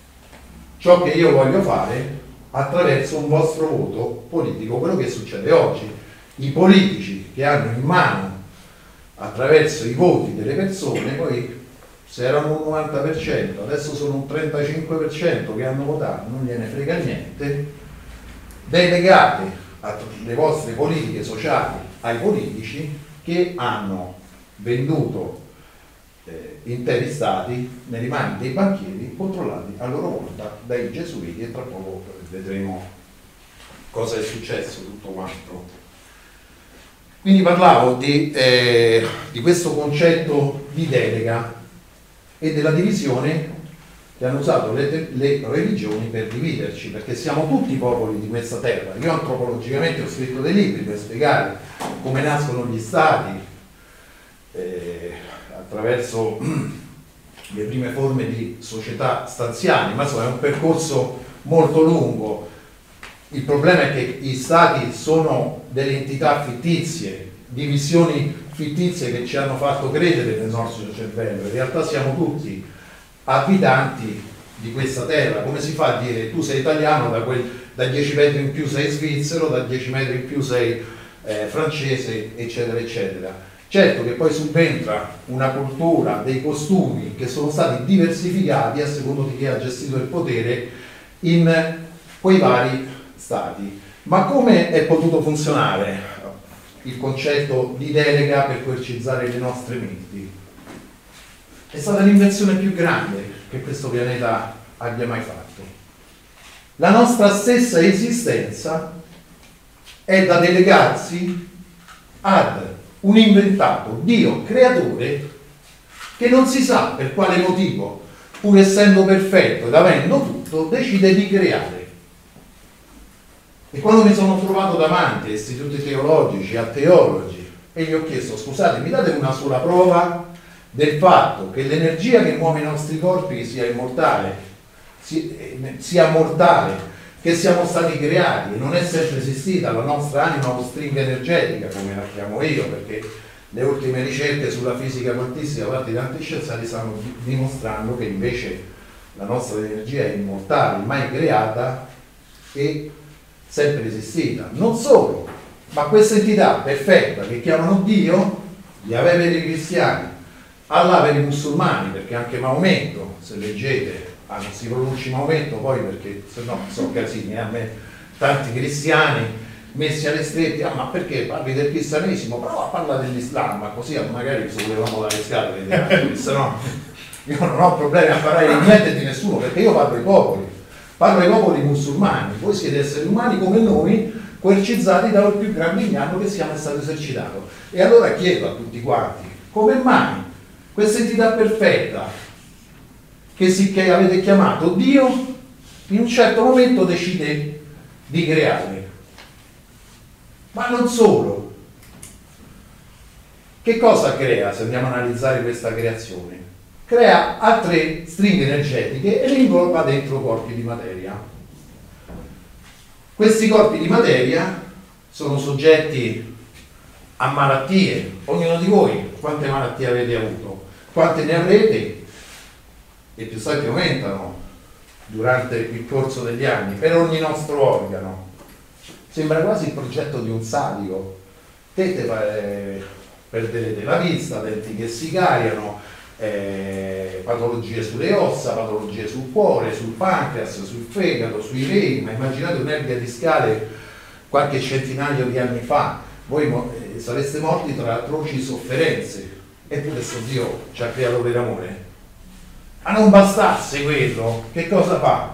ciò che io voglio fare attraverso un vostro voto politico. Quello che succede oggi. I politici che hanno in mano, attraverso i voti delle persone, poi se erano un 90%, adesso sono un 35% che hanno votato, non gliene frega niente, delegate le vostre politiche sociali ai politici che hanno venduto interi stati nelle mani dei banchieri, controllati a loro volta dai gesuiti, e tra poco vedremo cosa è successo tutto quanto. Quindi parlavo di questo concetto di delega e della divisione che hanno usato le religioni per dividerci, perché siamo tutti popoli di questa terra. Io antropologicamente ho scritto dei libri per spiegare come nascono gli stati attraverso le prime forme di società stanziali, ma insomma è un percorso molto lungo. Il problema è che gli stati sono delle entità fittizie, divisioni fittizie che ci hanno fatto credere nel nostro cervello. In realtà siamo tutti abitanti di questa terra. Come si fa a dire tu sei italiano, da 10 metri in più sei svizzero, da 10 metri in più sei francese, eccetera, eccetera. Certo che poi subentra una cultura, dei costumi che sono stati diversificati a secondo di chi ha gestito il potere in quei vari stati. Ma come è potuto funzionare il concetto di delega per coercizzare le nostre menti? È stata l'invenzione più grande che questo pianeta abbia mai fatto. La nostra stessa esistenza è da delegarsi ad un inventato Dio creatore che non si sa per quale motivo, pur essendo perfetto ed avendo tutto, decide di creare. E quando mi sono trovato davanti a istituti teologici, a teologi, e gli ho chiesto: scusate, mi date una sola prova del fatto che l'energia che muove i nostri corpi sia immortale, sia mortale, che siamo stati creati e non è sempre esistita la nostra anima o stringa energetica, come la chiamo io, perché le ultime ricerche sulla fisica quantistica fatte da tanti scienziati stanno dimostrando che invece la nostra energia è immortale, mai creata e sempre esistita. Non solo, ma questa entità perfetta che chiamano Dio, Yahweh per i cristiani, Allah per i musulmani, perché anche Maometto, se leggete non si pronuncia in momento poi perché se no sono casini, a me tanti cristiani messi alle strette, ma perché parli del cristianesimo? Prova a parlare dell'Islam, così magari sollevamo dalle scatole, se no io non ho problemi a parlare di niente e di nessuno, perché io parlo ai popoli musulmani, voi siete esseri umani come noi, coercizzati dal più grande inganno che sia mai stato esercitato. E allora chiedo a tutti quanti, come mai questa entità perfetta che avete chiamato Dio, in un certo momento decide di creare? Ma non solo. Che cosa crea se andiamo a analizzare questa creazione? Crea altre stringhe energetiche e le ingloba dentro corpi di materia. Questi corpi di materia sono soggetti a malattie. Ognuno di voi quante malattie avete avuto? Quante ne avrete? E più stati aumentano durante il corso degli anni per ogni nostro organo. Sembra quasi il progetto di un sadico. Te perderete la vista, denti che si cariano, patologie sulle ossa, patologie sul cuore, sul pancreas, sul fegato, sui reni. Ma immaginate un'ernia discale qualche centinaio di anni fa, voi sareste morti tra atroci sofferenze, eppure sto Dio ci ha creato per amore. Ma non bastasse quello, che cosa fa?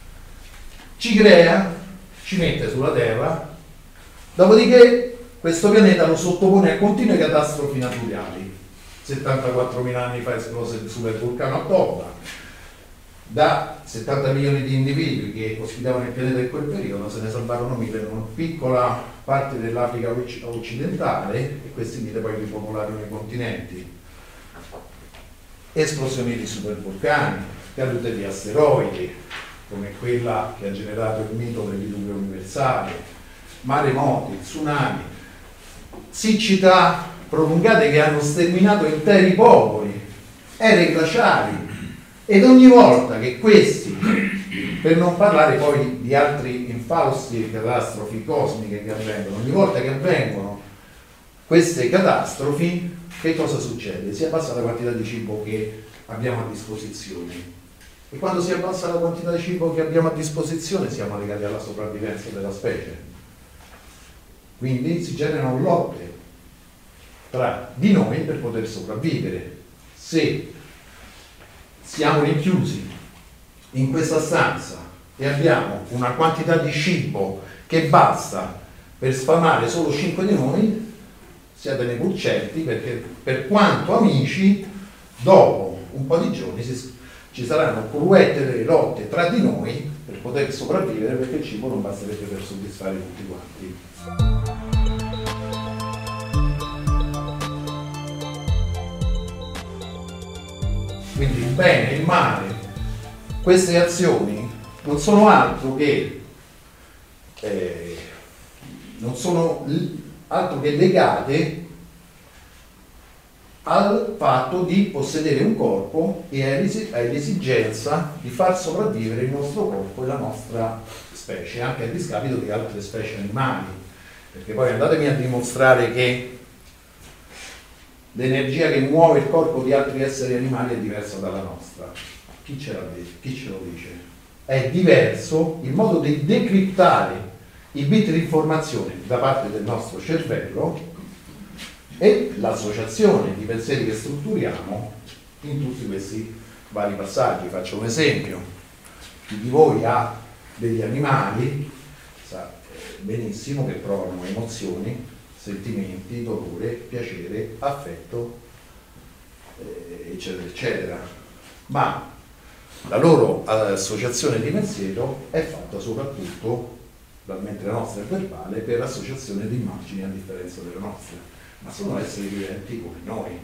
Ci crea, ci mette sulla terra, dopodiché questo pianeta lo sottopone a continue catastrofi naturali. 74.000 anni fa esplose il supervulcano a Toba. Da 70 milioni di individui che ospitavano il pianeta in quel periodo se ne salvarono 1.000 in una piccola parte dell'Africa occidentale, e questi 1.000 poi ripopolarono i continenti. Esplosioni di supervulcani, cadute di asteroidi, come quella che ha generato il mito del diluvio universale, maremoti, tsunami, siccità prolungate che hanno sterminato interi popoli, ere glaciali. Ed ogni volta che questi, per non parlare poi di altri infausti catastrofi cosmiche che avvengono, ogni volta che avvengono queste catastrofi, che cosa succede? Si abbassa la quantità di cibo che abbiamo a disposizione. E quando si abbassa la quantità di cibo che abbiamo a disposizione siamo legati alla sopravvivenza della specie. Quindi si generano lotte tra di noi per poter sopravvivere. Se siamo rinchiusi in questa stanza e abbiamo una quantità di cibo che basta per sfamare solo 5 di noi, siatene pur certi, perché per quanto amici, dopo un po' di giorni ci saranno cruette delle lotte tra di noi per poter sopravvivere, perché il cibo non basterebbe per soddisfare tutti quanti. Quindi il bene e il male, queste azioni non sono altro che legate al fatto di possedere un corpo e all'esigenza di far sopravvivere il nostro corpo e la nostra specie, anche a discapito di altre specie animali. Perché poi andatemi a dimostrare che l'energia che muove il corpo di altri esseri animali è diversa dalla nostra. Chi ce l'ha detto? Chi ce lo dice? È diverso il modo di decriptare i bit di informazione da parte del nostro cervello e l'associazione di pensieri che strutturiamo in tutti questi vari passaggi. Faccio un esempio: chi di voi ha degli animali sa benissimo che provano emozioni, sentimenti, dolore, piacere, affetto, eccetera eccetera, ma la loro associazione di pensiero è fatta soprattutto, mentre la nostra è verbale, per associazione di immagini a differenza delle nostre, ma sono esseri viventi come noi.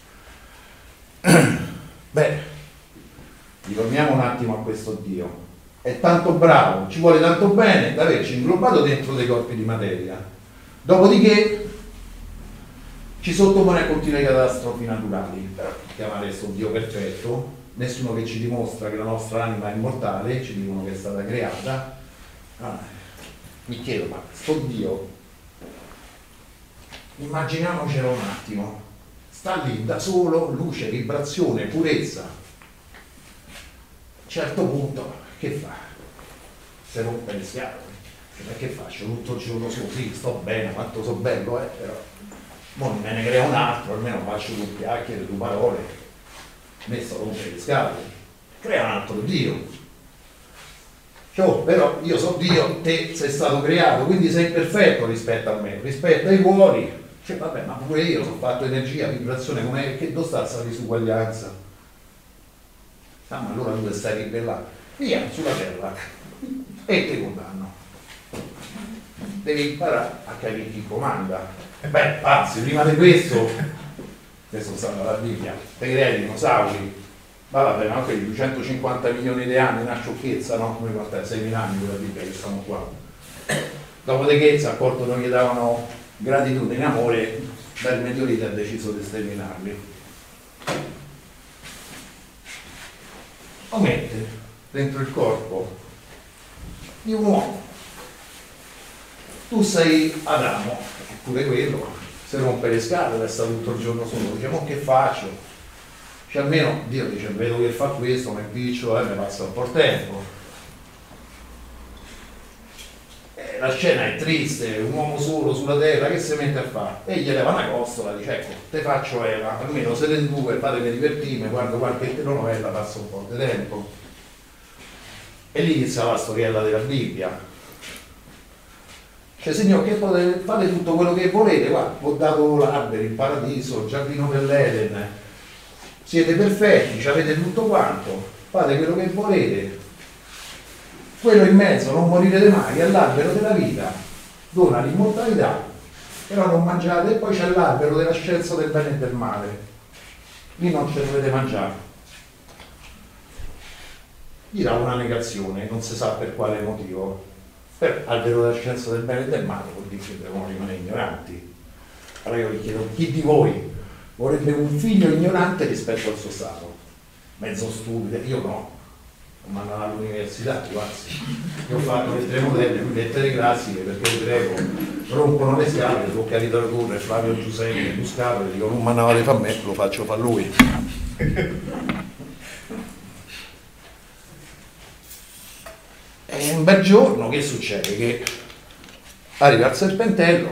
Beh, ritorniamo un attimo a questo Dio. È tanto bravo, ci vuole tanto bene da averci inglobato dentro dei corpi di materia, dopodiché ci sottopone a continue catastrofi naturali. Chiamare questo Dio perfetto, nessuno che ci dimostra che la nostra anima è immortale, ci dicono che è stata creata. Mi chiedo, ma sto Dio, immaginiamocelo un attimo, sta lì da solo, luce, vibrazione, purezza, certo punto, che fa? Se rompe le scatole. Ma che faccio? Tutto il giorno così, sto bene, quanto so bello, però mo me ne crea un altro, almeno faccio due chiacchiere, due parole, me sto rompendo le scatole, crea un altro Dio. Cioè, però io so Dio, te sei stato creato, quindi sei perfetto rispetto a me, rispetto ai cuori. Cioè, vabbè, ma pure io sono fatto energia, vibrazione, com'è, che dove sta questa disuguaglianza? Ah, ma allora tu stai ribellando. Via, sulla terra, e ti condanno. Devi imparare a capire chi comanda. E beh, pazzi, prima di questo sta nella Bibbia, te credi, dinosauri, ma vabbè, ma quelli 250 milioni di anni, una sciocchezza, no? Come guardate, 6.000 anni quella Bibbia che stiamo qua. Dopodiché si è accorto che non gli davano gratitudine e amore, dal meteorite ha deciso di sterminarli. Lo mette dentro il corpo di un uomo. Tu sei Adamo, pure quello, si rompe le scatole, sta tutto il giorno solo, dice, ma che faccio? Cioè almeno Dio dice, vedo che fa questo, ma è piccolo, mi passa un po' il tempo. La scena è triste, un uomo solo sulla terra, che si mette a fare? E gli leva una costola, dice, ecco, te faccio Eva, almeno siete in due, fatemi divertirmi, guardo qualche telenovela, passa un po' di tempo. E lì inizia la storiella della Bibbia. Cioè, Signore, che potete fare tutto quello che volete, guarda, vi ho dato l'albero, il paradiso, il giardino dell'Eden, siete perfetti, ci avete tutto quanto, fate quello che volete. Quello in mezzo, non morirete mai, è l'albero della vita, dona l'immortalità, però non mangiate, e poi c'è l'albero della scienza del bene e del male, lì non ce dovete mangiare. Gli dà una negazione, non si sa per quale motivo. Per albero della scienza del bene e del male vuol dire che devono rimanere ignoranti. Allora io vi chiedo, chi di voi vorrebbe un figlio ignorante rispetto al suo stato? Mezzo stupido, io no, non mi andavo all'università, anzi, io ho fatto lettere moderne, quindi lettere classiche, perché il greco rompono le scale, tocca ritradurre Flavio Giuseppe Buscato e dico non mi andava di fare a me, lo faccio fare lui. E un bel giorno che succede? Che arriva il serpentello,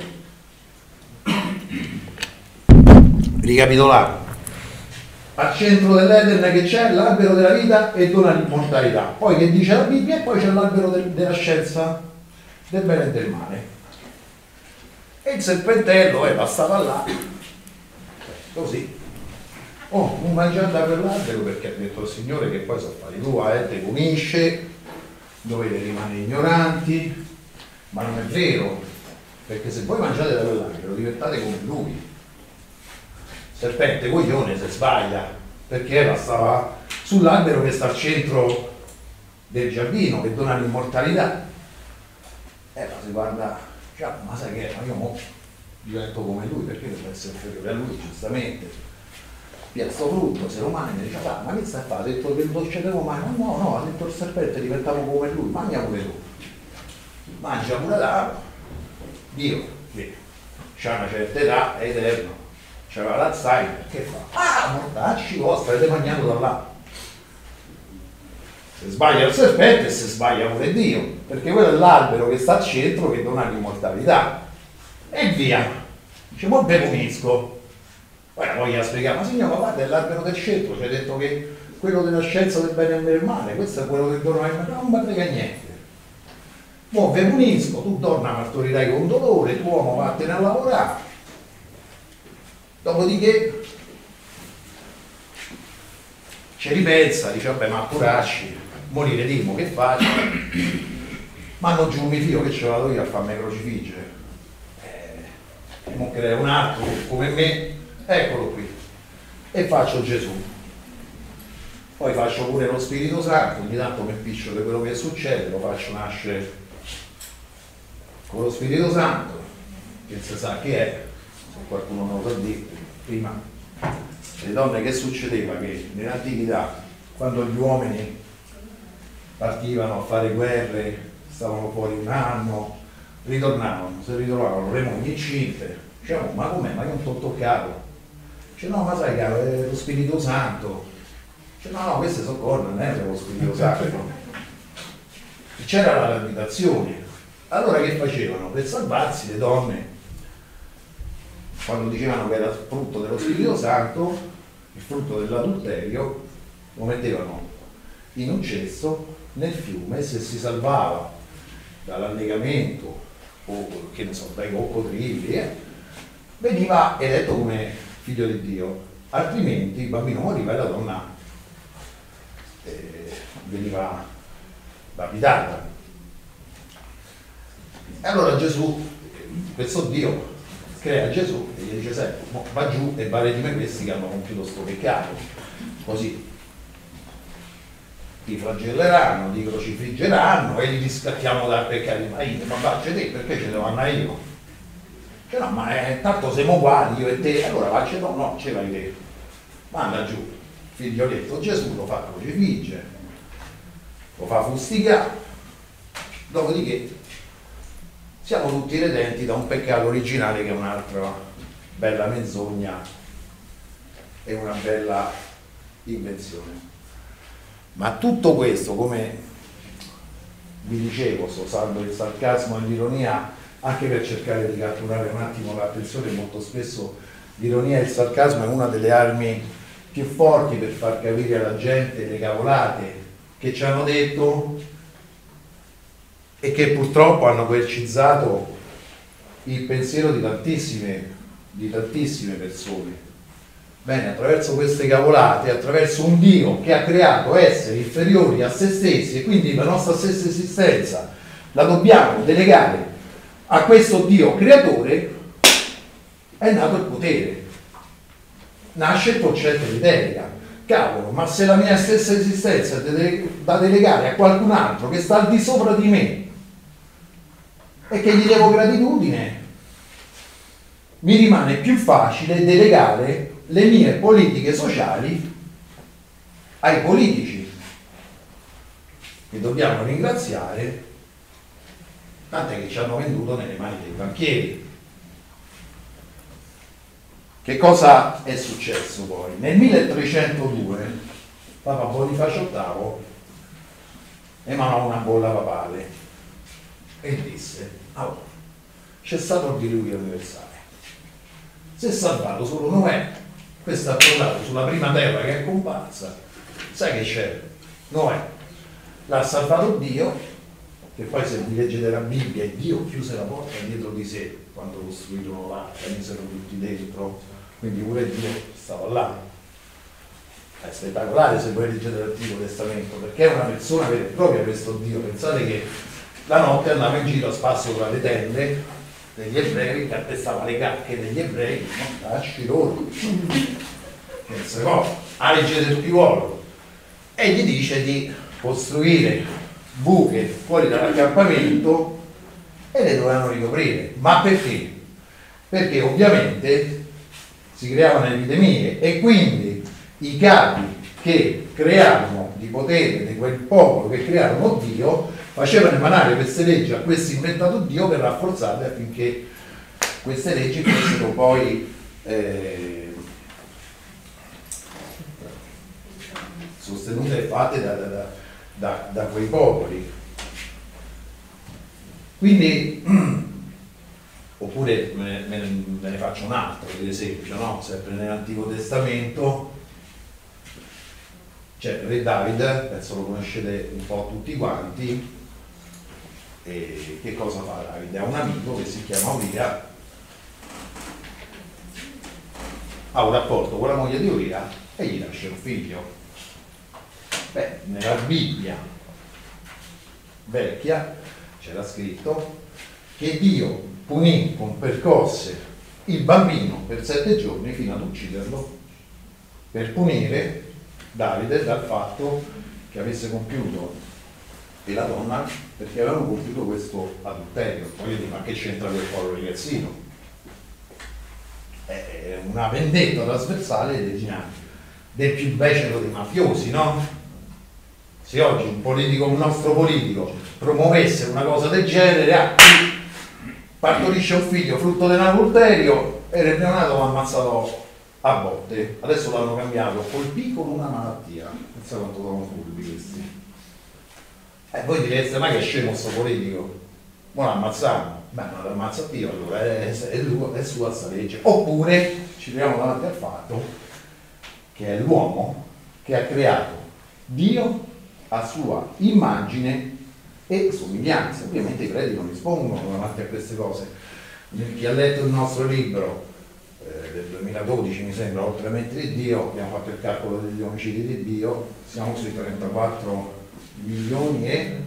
ricapitolando, al centro dell'Eden che c'è l'albero della vita e dona l'immortalità, poi che dice la Bibbia, e poi c'è l'albero della scienza del bene e del male. E il serpentello stava là, così, non mangiate da quell'albero perché ha detto il Signore che poi sono affari tua, te punisce, dovete rimanere ignoranti, ma non è vero, perché se voi mangiate da quell'albero diventate come lui. Serpente coglione se sbaglia, perché Eva stava sull'albero che sta al centro del giardino, che dona l'immortalità. Eva si guarda, ma sai che io mo divento come lui, perché devo essere inferiore a lui, giustamente. Via sto frutto, se lo mangia, dice, ma che stai a fare? Ha detto che non cedevo mai, no, ha detto il serpente, diventavo come lui, mangia pure tu. Mangia pure là, Dio, c'ha una certa età, è eterno, c'aveva l'Alzheimer, che fa? Mortacci vostra, avete mangiato da là. Se sbaglia il serpente, se sbaglia pure Dio, perché quello è l'albero che sta al centro che dona l'immortalità. E via, dice, mo ve punisco. Poi gli ha spiegato, ma signor, ma guarda, è l'albero del centro, ci ha detto che quello della scienza del bene e del male, questo è quello che dona l'immortalità, non mi frega niente. Mo ve punisco, tu donna partorirai con dolore, tu uomo vattene a lavorare. Dopodiché ci ripensa, dice vabbè ma curasci, morire Dimo che faccio? Ma non giù mi fio che ce vado io a farmi crocifiggere. Non crea un altro come me, eccolo qui. E faccio Gesù. Poi faccio pure lo Spirito Santo, ogni tanto mi impiccio di quello che succede, lo faccio nascere con lo Spirito Santo, che si sa chi è, se qualcuno non lo sa dire, prima le donne che succedeva che nell'antichità, quando gli uomini partivano a fare guerre, stavano fuori un anno, ritornavano, si ritrovavano le mogli incinte, dicevano ma com'è, ma io non ti ho toccato, dice no ma sai caro, è lo Spirito Santo, No, queste sono corna, non è lo Spirito Santo. C'era la lapitazione. Allora che facevano? Per salvarsi le donne, quando dicevano che era frutto dello Spirito Santo, il frutto dell'adulterio, lo mettevano in un cesto nel fiume, se si salvava dall'annegamento o che ne so, dai coccodrilli, veniva eletto come figlio di Dio, altrimenti il bambino moriva e la donna veniva lapidata. E allora Gesù, questo Dio, crea Gesù e gli dice: senti, va giù e va di me questi che hanno compiuto sto peccato, così ti flagelleranno, ti crocifiggeranno e li riscattiamo dal peccato. Ma faccia te, perché ce devo andare io? Cioè, no, ma tanto siamo uguali io e te, allora faccia no, ce l'hai te. Manda giù, figlioletto Gesù, lo fa crocifiggere, lo fa fustigare, dopodiché siamo tutti redenti da un peccato originale che è un'altra bella menzogna e una bella invenzione. Ma tutto questo, come vi dicevo, sto usando il sarcasmo e l'ironia anche per cercare di catturare un attimo l'attenzione. Molto spesso l'ironia e il sarcasmo è una delle armi più forti per far capire alla gente le cavolate che ci hanno detto e che purtroppo hanno coercizzato il pensiero di tantissime persone. Bene, attraverso queste cavolate, attraverso un Dio che ha creato esseri inferiori a se stessi e quindi la nostra stessa esistenza la dobbiamo delegare a questo Dio creatore, è nato il potere. Nasce il concetto di delega. Cavolo, ma se la mia stessa esistenza è da delegare a qualcun altro che sta al di sopra di me e che gli devo gratitudine, mi rimane più facile delegare le mie politiche sociali ai politici, che dobbiamo ringraziare, tant'è che ci hanno venduto nelle mani dei banchieri. Che cosa è successo poi? Nel 1302 Papa Bonifacio VIII emanò una bolla papale e disse: oh, c'è stato il diluvio universale, si è salvato solo Noè, questo ha tornato sulla prima terra che è comparsa, sai che c'è? Noè l'ha salvato Dio, che poi se vi leggete la Bibbia Dio chiuse la porta dietro di sé quando costruirono l'arca, misero tutti dentro, quindi pure Dio stava là. È spettacolare se voi leggete l'Antico Testamento, perché è una persona vera e propria questo Dio. Pensate che la notte andava in giro a spasso tra le tende degli ebrei, calpestava le cacche degli ebrei, no? Lasci loro, pensa cosa, legge del figliuolo, e gli dice di costruire buche fuori dall'accampamento e le dovevano ricoprire. Ma perché? Perché ovviamente si creavano epidemie e quindi i capi che crearono di potere di quel popolo, che crearono Dio, facevano emanare queste leggi a questo inventato Dio per rafforzarle affinché queste leggi fossero poi sostenute e fatte da quei popoli. Quindi oppure ve ne faccio un altro ad esempio, no? Sempre nell'Antico Testamento c'è Re Davide, penso lo conoscete un po' tutti quanti. E che cosa fa Davide? Ha un amico che si chiama Uria, ha un rapporto con la moglie di Uria e gli nasce un figlio. Beh, nella Bibbia vecchia c'era scritto che Dio punì con percosse il bambino per 7 giorni fino ad ucciderlo, per punire Davide dal fatto che avesse compiuto, e la donna, perché avevano compiuto questo adulterio. Voglio dire, ma che c'entra quel povero ragazzino? È una vendetta trasversale del più becero dei mafiosi, no? Se oggi un nostro politico promuovesse una cosa del genere, partorisce un figlio frutto dell'adulterio e il neonato va ammazzato a botte, adesso l'hanno cambiato, colpì con una malattia, pensa quanto sono furbi questi. Voi direste, ma che scemo sto politico, ma l'ammazziamo, beh non l'ammazza Dio allora, è sua sta legge. Oppure ci troviamo davanti al fatto che è l'uomo che ha creato Dio a sua immagine e somiglianza. Ovviamente i preti non rispondono davanti a queste cose. Chi ha letto il nostro libro del 2012 mi sembra, oltre a mettere Dio, abbiamo fatto il calcolo degli omicidi di Dio, siamo sui 34 milioni e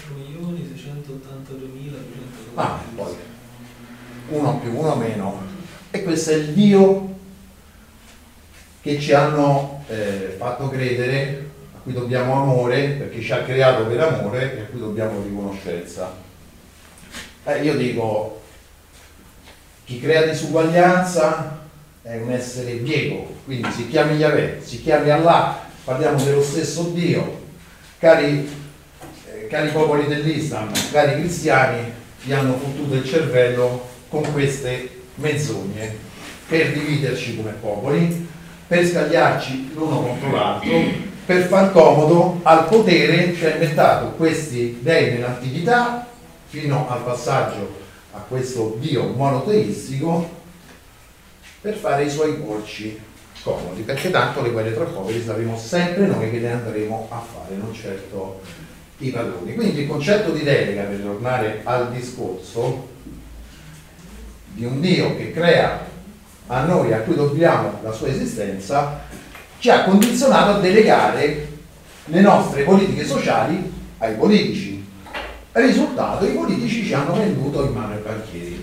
34.682.200. poi uno più uno meno, e questo è il Dio che ci hanno fatto credere, a cui dobbiamo amore perché ci ha creato per amore e a cui dobbiamo riconoscenza. Io dico, chi crea disuguaglianza è un essere biego, quindi si chiami Yahweh, si chiami Allah, parliamo dello stesso Dio. Cari popoli dell'Islam, cari cristiani, vi hanno fottuto il cervello con queste menzogne per dividerci come popoli, per scagliarci l'uno contro l'altro, per far comodo al potere che ha inventato questi dei nell'antichità fino al passaggio a questo Dio monoteistico, per fare i suoi porci comodi, perché tanto le guerre tra poveri saremo sempre noi che le andremo a fare, non certo i padroni. Quindi il concetto di delega, per tornare al discorso di un Dio che crea a noi, a cui dobbiamo la sua esistenza, ci ha condizionato a delegare le nostre politiche sociali ai politici. Risultato, i politici ci hanno venduto in mano ai banchieri.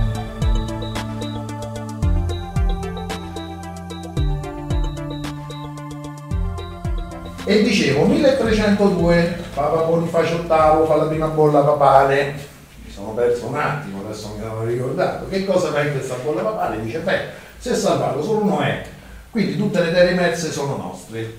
E dicevo, 1302, Papa Bonifacio VIII fa la prima bolla papale. Mi sono perso un attimo, adesso mi sono ricordato. Che cosa fa in questa bolla papale? Dice, si è salvato solo Noè, quindi tutte le terre emerse sono nostre.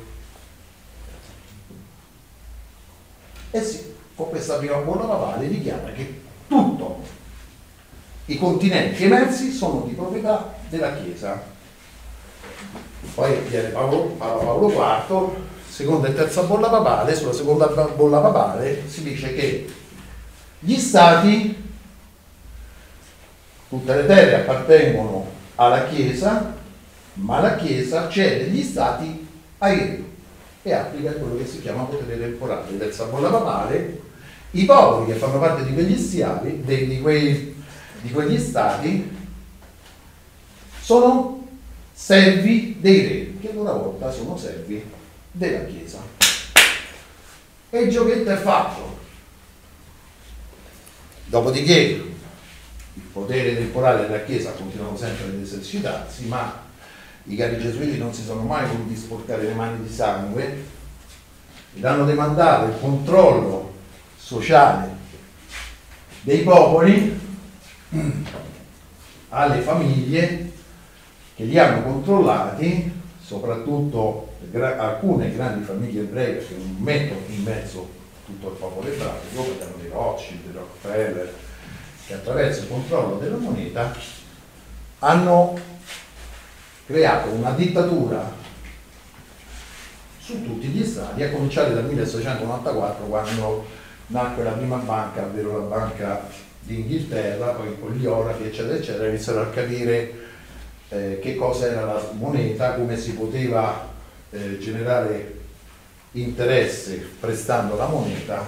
E sì, con questa prima bolla papale dichiara che tutti i continenti emersi sono di proprietà della Chiesa. Poi viene Paolo IV, seconda e terza bolla papale. Sulla seconda bolla papale si dice che gli stati, tutte le terre appartengono alla Chiesa, ma la Chiesa cede gli stati ai re e applica quello che si chiama potere temporale. Terza bolla papale, i popoli che fanno parte di quegli stati, di quegli stati, sono servi dei re, che una volta sono servi della Chiesa. E il giochetto è fatto. Dopodiché il potere temporale della Chiesa continuano sempre ad esercitarsi, ma i cari gesuiti non si sono mai voluti sporcare le mani di sangue ed hanno demandato il controllo sociale dei popoli alle famiglie che li hanno controllati, soprattutto alcune grandi famiglie ebree, che non mettono in mezzo tutto il popolo ebraico, parliamo dei Rothschild, dei Rockefeller, che attraverso il controllo della moneta hanno creato una dittatura su tutti gli stati, a cominciare dal 1694, quando nacque la prima banca, ovvero la Banca d'Inghilterra, poi con gli orafi, eccetera, eccetera, iniziarono a capire che cosa era la moneta, come si poteva generare interesse prestando la moneta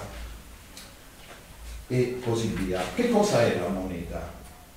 e così via. Che cosa è la moneta?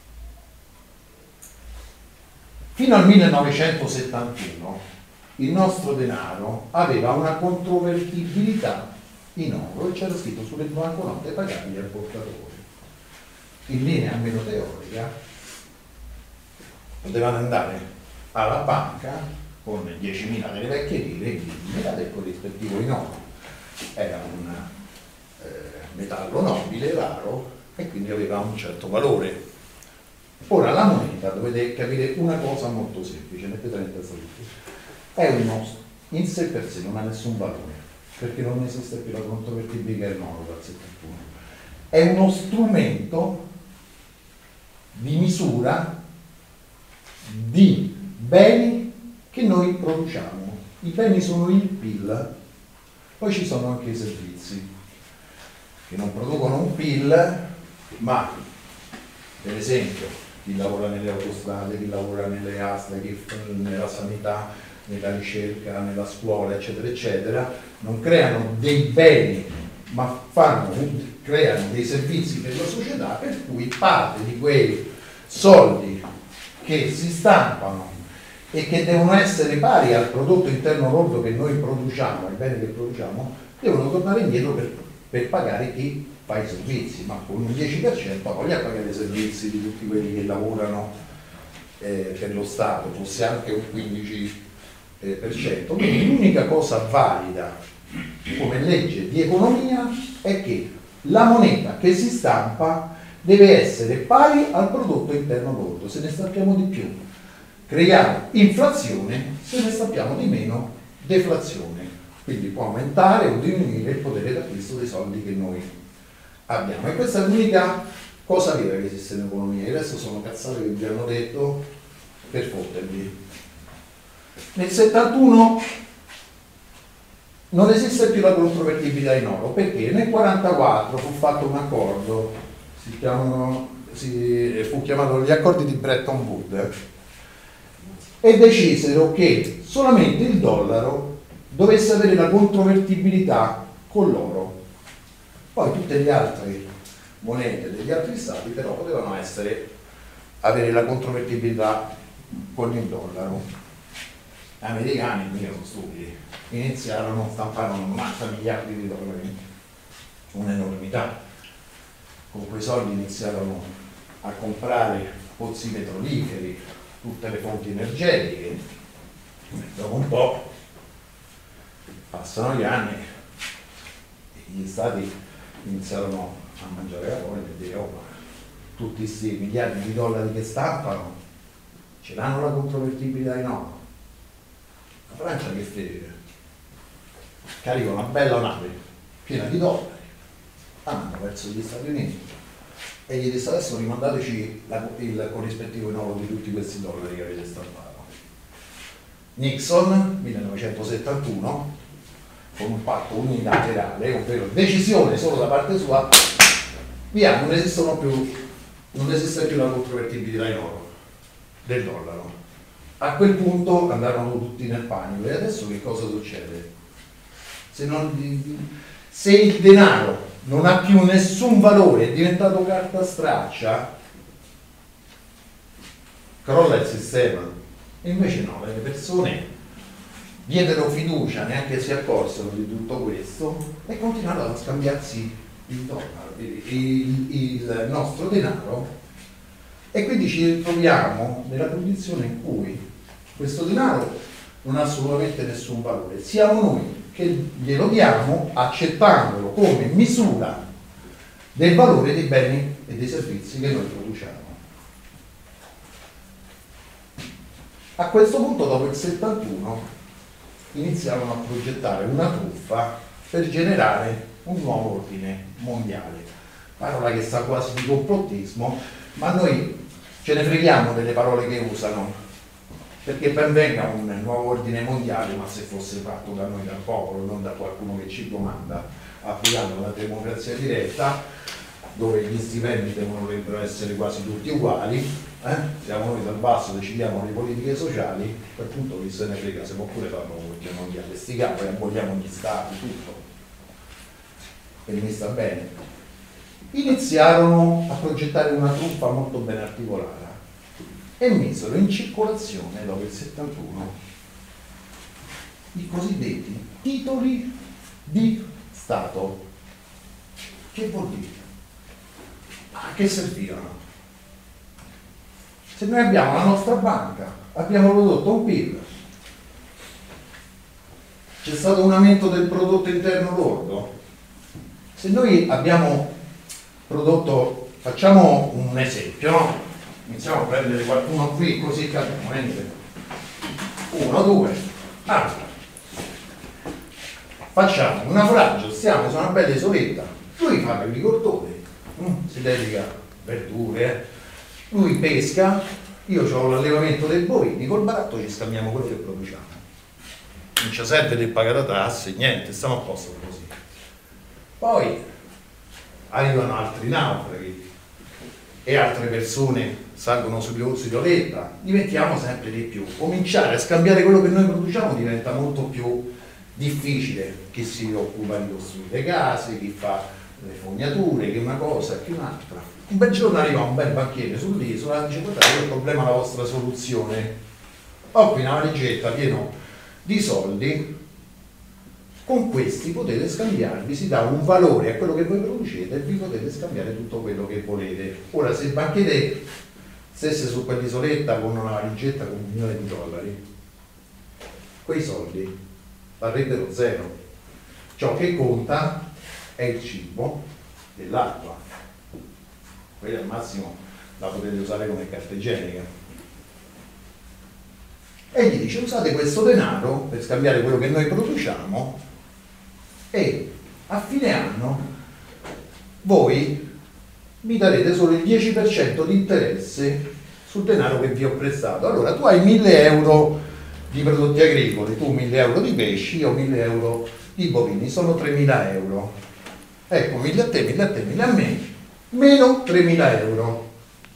Fino al 1971 il nostro denaro aveva una controvertibilità in oro e c'era scritto sulle banconote pagabili al portatore. In linea almeno teorica potevano andare alla banca con 10.000 delle vecchie lire e 10.000 del corrispettivo in oro. Era un metallo nobile, raro, e quindi aveva un certo valore. Ora la moneta, dovete capire una cosa molto semplice, mettete in testa tutti, è in sé per sé non ha nessun valore, perché non esiste più la controvertibilità in oro dal 71. È uno strumento di misura di beni che noi produciamo. I beni sono il PIL, poi ci sono anche i servizi che non producono un PIL, ma per esempio chi lavora nelle autostrade, chi lavora nelle aste, chi nella sanità, nella ricerca, nella scuola, eccetera, eccetera, non creano dei beni, ma creano dei servizi per la società, per cui parte di quei soldi che si stampano e che devono essere pari al prodotto interno lordo che noi produciamo, ai beni che produciamo, devono tornare indietro per pagare chi fa i servizi, ma con un 10% voglia pagare i servizi di tutti quelli che lavorano per lo Stato, fosse anche un 15%. Quindi l'unica cosa valida come legge di economia è che la moneta che si stampa deve essere pari al prodotto interno lordo. Se ne stampiamo di più creiamo inflazione, se ne stampiamo di meno deflazione, quindi può aumentare o diminuire il potere d'acquisto dei soldi che noi abbiamo. E questa è l'unica cosa vera che esiste in economia, il resto sono cazzate che vi hanno detto per fottervi. Nel 71 non esiste più la controvertibilità in oro, perché nel 44 fu fatto un accordo, fu chiamato gli accordi di Bretton Woods, e decisero che solamente il dollaro dovesse avere la controvertibilità con l'oro. Poi tutte le altre monete degli altri stati però potevano avere la controvertibilità con il dollaro. Gli americani, mica sono stupidi, iniziarono, stamparono 90 miliardi di dollari, un'enormità. Con quei soldi iniziarono a comprare pozzi petroliferi, tutte le fonti energetiche. Dopo un po' passano gli anni e gli stati iniziarono a mangiare la voglia e dire: oh, ma tutti questi miliardi di dollari che stampano ce l'hanno la controvertibilità in oro. La Francia che fede? Carica una bella nave piena di dollari, andano verso gli Stati Uniti e gli disse: adesso rimandateci il corrispettivo in oro di tutti questi dollari che avete stampato. Nixon, 1971, con un patto unilaterale, ovvero decisione solo da parte sua, via, non esiste più la controvertibilità in oro del dollaro. A quel punto andarono tutti nel panico. E adesso che cosa succede? Se il denaro non ha più nessun valore, è diventato carta straccia, crolla il sistema. E invece no, le persone diedero fiducia, neanche si accorsero di tutto questo e continuarono a scambiarsi il dollaro, il nostro denaro, e quindi ci ritroviamo nella condizione in cui questo denaro non ha assolutamente nessun valore. Siamo noi che glielo diamo accettandolo come misura del valore dei beni e dei servizi che noi produciamo. A questo punto, dopo il 71, iniziarono a progettare una truffa per generare un nuovo ordine mondiale. Parola che sa quasi di complottismo, ma noi ce ne freghiamo delle parole che usano, perché ben venga un nuovo ordine mondiale, ma se fosse fatto da noi, dal popolo, non da qualcuno che ci comanda, applicando la democrazia diretta, dove gli stipendi dovrebbero essere quasi tutti uguali, siamo noi dal basso, decidiamo le politiche sociali, per punto chi se ne frega, se può pure fare un ordine mondiale, sti capi, aboliamo gli stati, tutto, e mi sta bene. Iniziarono a progettare una truffa molto ben articolata e misero in circolazione, dopo il 71, i cosiddetti titoli di Stato. Che vuol dire? A che servivano? Se noi abbiamo la nostra banca, abbiamo prodotto un PIL, c'è stato un aumento del prodotto interno lordo, se noi abbiamo prodotto, facciamo un esempio, no? Iniziamo a prendere qualcuno qui così capiamo, 1, 2, allora facciamo un naufragio, stiamo su una bella isoletta, lui fa l'agricoltore, si dedica a verdure, lui pesca, io ho l'allevamento dei bovini, col baratto ci scambiamo quello che produciamo. Non ci serve di pagare tasse, niente, stiamo a posto così. Poi arrivano altri naufraghi e altre persone salgono sull'isoletta, diventiamo sempre di più. Cominciare a scambiare quello che noi produciamo diventa molto più difficile. Chi si occupa di costruire case, chi fa le fognature, chi una cosa, chi un'altra. Un bel giorno arriva un bel banchiere sull'isola e dice: guardate, il problema è la vostra soluzione. Ho qui una valigetta piena di soldi, con questi potete scambiarvi, si dà un valore a quello che voi producete e vi potete scambiare tutto quello che volete. Ora, se il banchiere stesse su quell'isoletta con una valigetta con $1.000.000, quei soldi varrebbero zero. Ciò che conta è il cibo e l'acqua. Quella al massimo la potete usare come carta igienica. E gli dice: usate questo denaro per scambiare quello che noi produciamo e a fine anno voi mi darete solo il 10% di interesse sul denaro che vi ho prestato. Allora tu hai 1.000 euro di prodotti agricoli, tu 1.000 euro di pesci, io 1.000 euro di bovini, sono 3.000 euro. Ecco, 1.000 a te, 1.000 a te, 1.000 a me, meno 3.000 euro,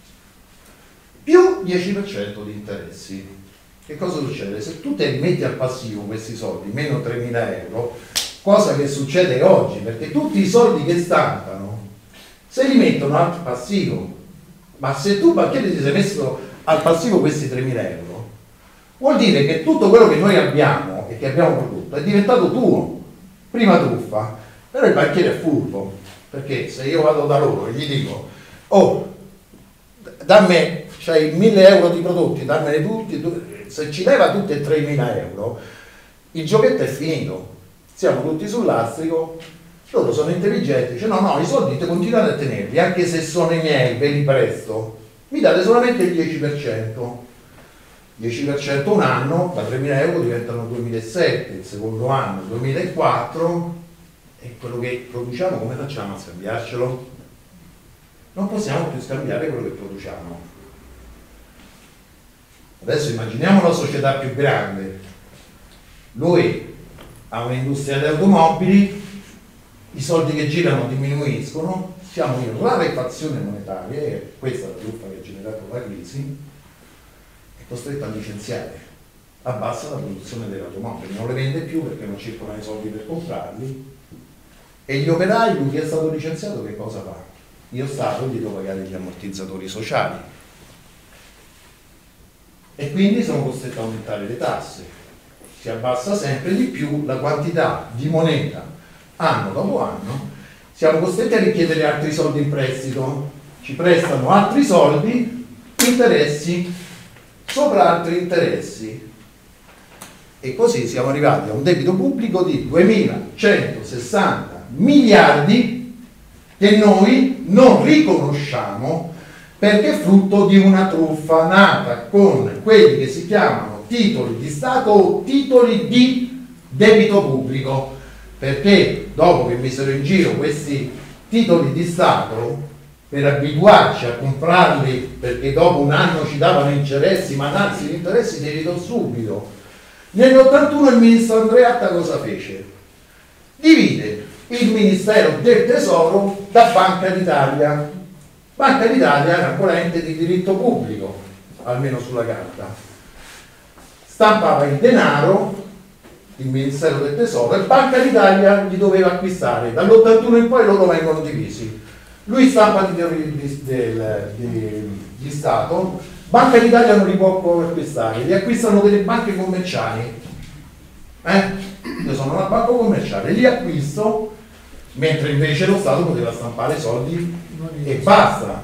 più 10% di interessi. Che cosa succede? Se tu te li metti al passivo questi soldi, meno 3.000 euro, cosa che succede oggi, perché tutti i soldi che stampano se li mettono al passivo, ma se tu banchiere ti sei messo al passivo questi 3.000 euro, vuol dire che tutto quello che noi abbiamo e che abbiamo prodotto è diventato tuo, prima truffa. Però il banchiere è furbo, perché se io vado da loro e gli dico: oh, dammi, c'hai 1.000 euro di prodotti, dammene tutti, se ci leva tutti e 3.000 euro, il giochetto è finito, siamo tutti sul lastrico. Loro sono intelligenti, dice: no, i soldi te continuate a tenerli, anche se sono i miei, ve li presto, mi date solamente il 10%. 10% un anno, da 3.000 euro diventano 2.700, il secondo anno 2.400, e quello che produciamo come facciamo a scambiarcelo? Non possiamo più scambiare quello che produciamo. Adesso immaginiamo una società più grande, lui ha un'industria di automobili, i soldi che girano diminuiscono, siamo in rarefazione monetaria, e questa è la truffa che ha generato la crisi, è costretto a licenziare, abbassa la produzione delle automobili, non le vende più perché non circolano i soldi per comprarli, e gli operai, lui che è stato licenziato, che cosa fa? Io Stato gli devo pagare gli ammortizzatori sociali, e quindi sono costretto a aumentare le tasse, si abbassa sempre di più la quantità di moneta anno dopo anno, siamo costretti a richiedere altri soldi in prestito, ci prestano altri soldi, interessi sopra altri interessi, e così siamo arrivati a un debito pubblico di 2.160 miliardi che noi non riconosciamo perché è frutto di una truffa nata con quelli che si chiamano titoli di Stato o titoli di debito pubblico, perché dopo che misero in giro questi titoli di Stato per abituarci a comprarli, perché dopo un anno ci davano interessi, ma anzi gli interessi li ridò subito, nell'81 il ministro Andreatta cosa fece? Divide il Ministero del Tesoro da Banca d'Italia. Banca d'Italia era ancora ente di diritto pubblico, almeno sulla carta. Stampava il denaro, il Ministero del Tesoro, e Banca d'Italia gli doveva acquistare. Dall'81 in poi loro vengono divisi. Lui stampa titoli di Stato, Banca d'Italia non li può acquistare, li acquistano delle banche commerciali. Io sono una banca commerciale, li acquisto, mentre invece lo Stato poteva stampare soldi e basta.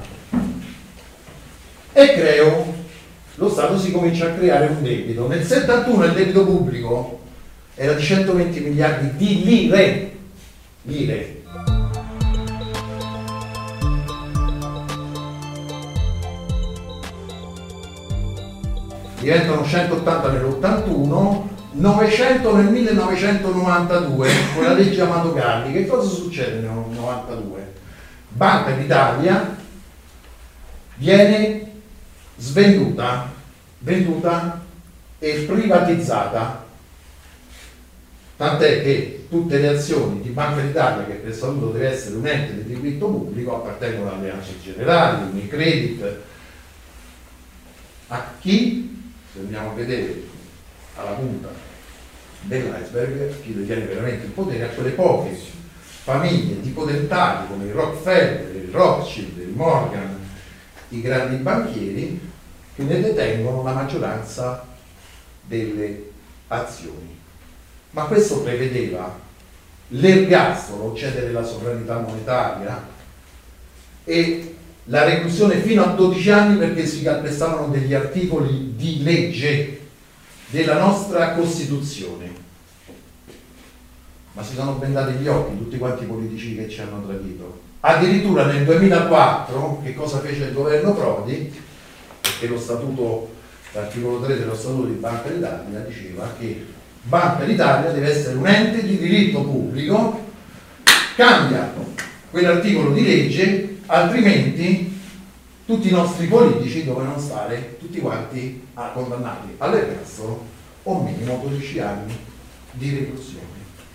E lo Stato si comincia a creare un debito. Nel 71 il debito pubblico era di 120 miliardi di lire. Diventano 180 nell'81, 900 nel 1992 con la legge Amato Galli. Che cosa succede nel 92? Banca d'Italia viene svenduta, venduta e privatizzata, tant'è che tutte le azioni di Banca d'Italia, che per statuto deve essere un ente di diritto pubblico, appartengono alle Alleanze Generali, Unicredit. A chi, se andiamo a vedere alla punta dell'iceberg, chi detiene veramente il potere, a quelle poche famiglie di potentati come il Rockefeller, il Rothschild, il Morgan, i grandi banchieri, che ne detengono la maggioranza delle azioni. Ma questo prevedeva l'ergastolo, cedere la sovranità monetaria, e la reclusione fino a 12 anni perché si calpestavano degli articoli di legge della nostra Costituzione. Ma si sono bendati gli occhi tutti quanti i politici che ci hanno tradito. Addirittura nel 2004, che cosa fece il governo Prodi? Perché lo statuto, l'articolo 3 dello statuto di Banca d'Italia diceva che Banca d'Italia deve essere un ente di diritto pubblico, cambia quell'articolo di legge, altrimenti tutti i nostri politici dovevano stare tutti quanti condannati all'ergastolo o minimo 12 anni di reclusione.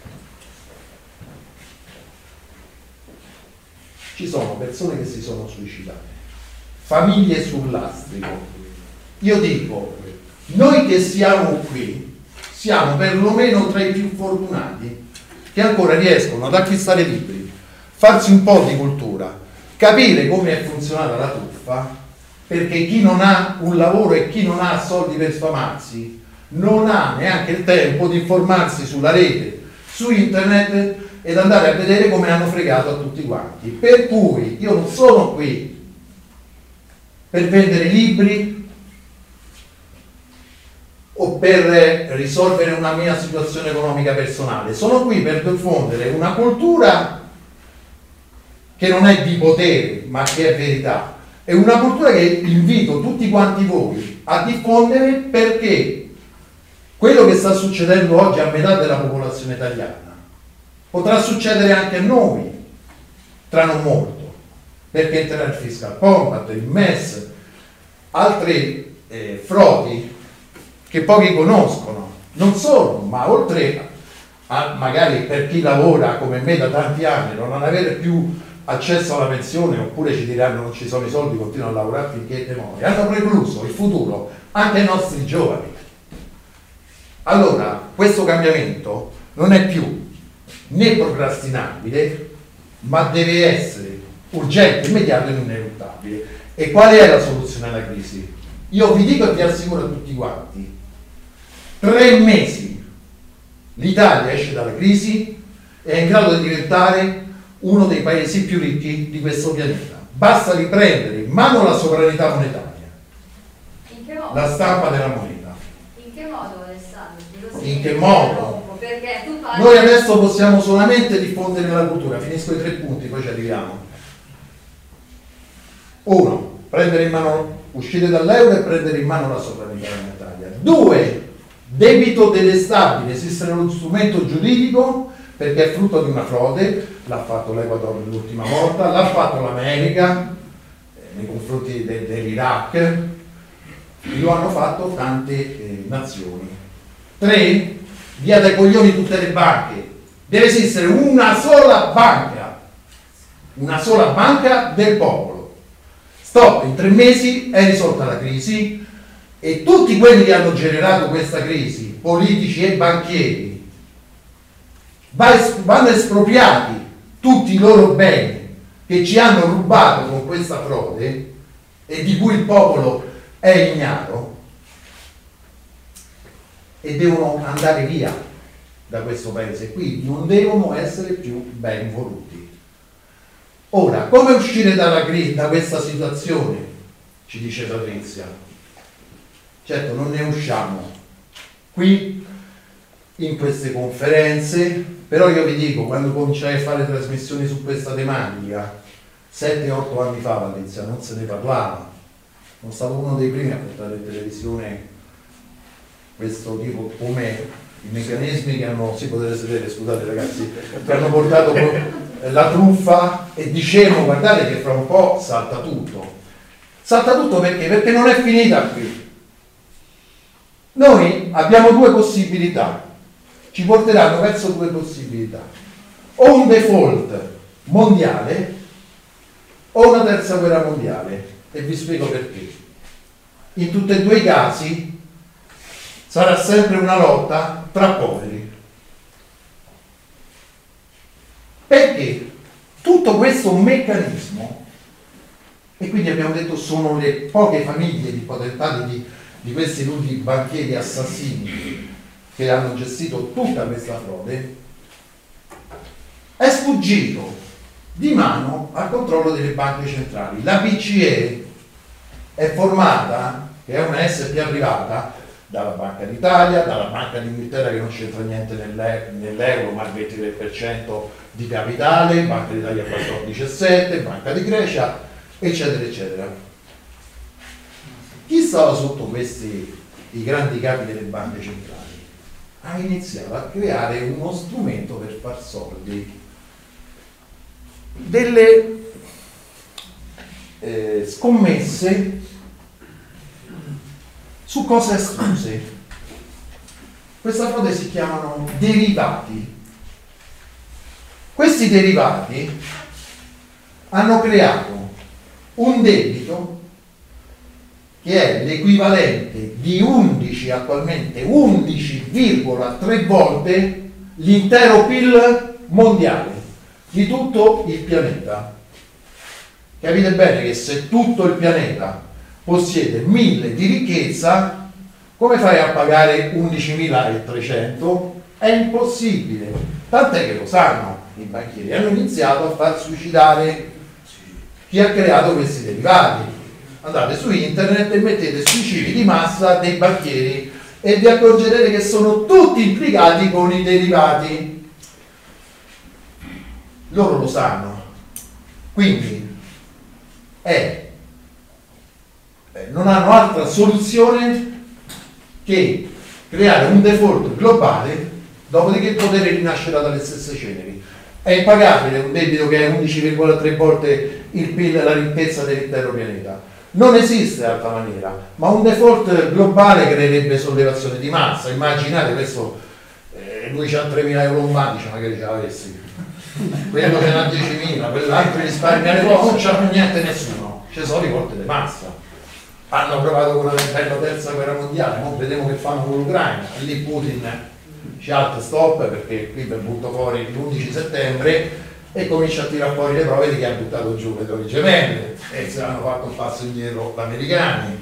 Ci sono persone che si sono suicidate, famiglie sul lastrico. Io dico, noi che siamo qui siamo perlomeno tra i più fortunati che ancora riescono ad acquistare libri, farsi un po' di cultura, capire come è funzionata la truffa, perché chi non ha un lavoro e chi non ha soldi per sfamarsi non ha neanche il tempo di informarsi sulla rete, su internet, ed andare a vedere come hanno fregato a tutti quanti. Per cui io non sono qui per vendere libri o per risolvere una mia situazione economica personale, sono qui per diffondere una cultura che non è di potere ma che è verità, è una cultura che invito tutti quanti voi a diffondere, perché quello che sta succedendo oggi a metà della popolazione italiana potrà succedere anche a noi tra non molto, perché entrerà il Fiscal Compact, il MES, altre frodi che pochi conoscono. Non solo, ma oltre a magari per chi lavora come me da tanti anni non avere più accesso alla pensione, oppure ci diranno non ci sono i soldi, continuano a lavorare finché te muori, hanno precluso il futuro anche ai nostri giovani. Allora questo cambiamento non è più né procrastinabile, ma deve essere urgente, immediato e ineluttabile. E qual è la soluzione alla crisi? Io vi dico e vi assicuro a tutti quanti, 3 mesi l'Italia esce dalla crisi e è in grado di diventare uno dei paesi più ricchi di questo pianeta. Basta riprendere in mano la sovranità monetaria, la stampa della moneta. In che modo, Alessandro? In che modo? Perché tu parli... Noi adesso possiamo solamente diffondere la cultura, finisco i 3 punti, poi ci arriviamo. 1. Prendere in mano, uscire dall'euro e prendere in mano la sovranità monetaria. 2. Debito dell'estabile, esiste uno strumento giuridico perché è frutto di una frode, l'ha fatto l'Ecuador l'ultima volta, l'ha fatto l'America nei confronti dell'Iraq, lo hanno fatto tante nazioni. 3. Via dai coglioni tutte le banche, deve esistere una sola banca del popolo. Stop, in 3 mesi è risolta la crisi e tutti quelli che hanno generato questa crisi, politici e banchieri, vanno espropriati tutti i loro beni che ci hanno rubato con questa frode e di cui il popolo è ignaro, e devono andare via da questo paese, qui non devono essere più ben voluti. Ora, come uscire dalla crisi, da questa situazione? Ci dice Patrizia. Certo, non ne usciamo qui in queste conferenze, però io vi dico, quando cominciai a fare trasmissioni su questa tematica 7-8 anni fa, Patrizia, non se ne parlava. Sono stato uno dei primi a portare in televisione questo tipo, come i meccanismi che hanno, si potete sedere, scusate ragazzi, che hanno portato la truffa, e dicevo guardate che fra un po' salta tutto. Salta tutto perché? Perché non è finita qui. Noi abbiamo due possibilità, ci porteranno verso due possibilità, o un default mondiale o una terza guerra mondiale, e vi spiego perché. In tutti e due i casi sarà sempre una lotta tra poveri. Perché tutto questo meccanismo, e quindi abbiamo detto sono le poche famiglie di potentati di questi nudi banchieri assassini che hanno gestito tutta questa frode, è sfuggito di mano al controllo delle banche centrali. La BCE è formata, che è una SpA privata, dalla Banca d'Italia, dalla Banca d'Inghilterra che non c'entra niente nell'euro ma il 23% di capitale, Banca d'Italia 14,7%, Banca di Grecia, eccetera eccetera. Chi stava sotto questi i grandi capi delle banche centrali? Ha iniziato a creare uno strumento per far soldi, delle scommesse su cose astruse. Questa frode si chiamano derivati. Questi derivati hanno creato un debito che è l'equivalente di 11, attualmente 11,3 volte l'intero PIL mondiale di tutto il pianeta. Capite bene che se tutto il pianeta possiede 1000 di ricchezza, come fai a pagare 11.300? È impossibile. Tant'è che lo sanno i banchieri, hanno iniziato a far suicidare chi ha creato questi derivati. Andate su internet e mettete suicidi di massa dei banchieri e vi accorgerete che sono tutti implicati con i derivati. Loro lo sanno. Quindi non hanno altra soluzione che creare un default globale, dopodiché il potere rinascerà dalle stesse ceneri. È impagabile un debito che è 11,3 volte il PIL, la ricchezza dell'intero pianeta. Non esiste altra maniera, ma un default globale creerebbe sollevazione di massa. Immaginate questo, lui c'ha 3.000 euro un dice magari ce l'avessi, quello che ne ha 10.000, quell'altro risparmiare poco, non c'ha più niente nessuno, ci sono rivolte di massa. Hanno provato con la terza guerra mondiale, ora vediamo che fanno con l'Ucraina, e lì Putin ci alza stop perché qui per butto fuori l'11 settembre e comincia a tirare fuori le prove di chi ha buttato giù le torri gemelle e se hanno fatto un passo indietro gli americani.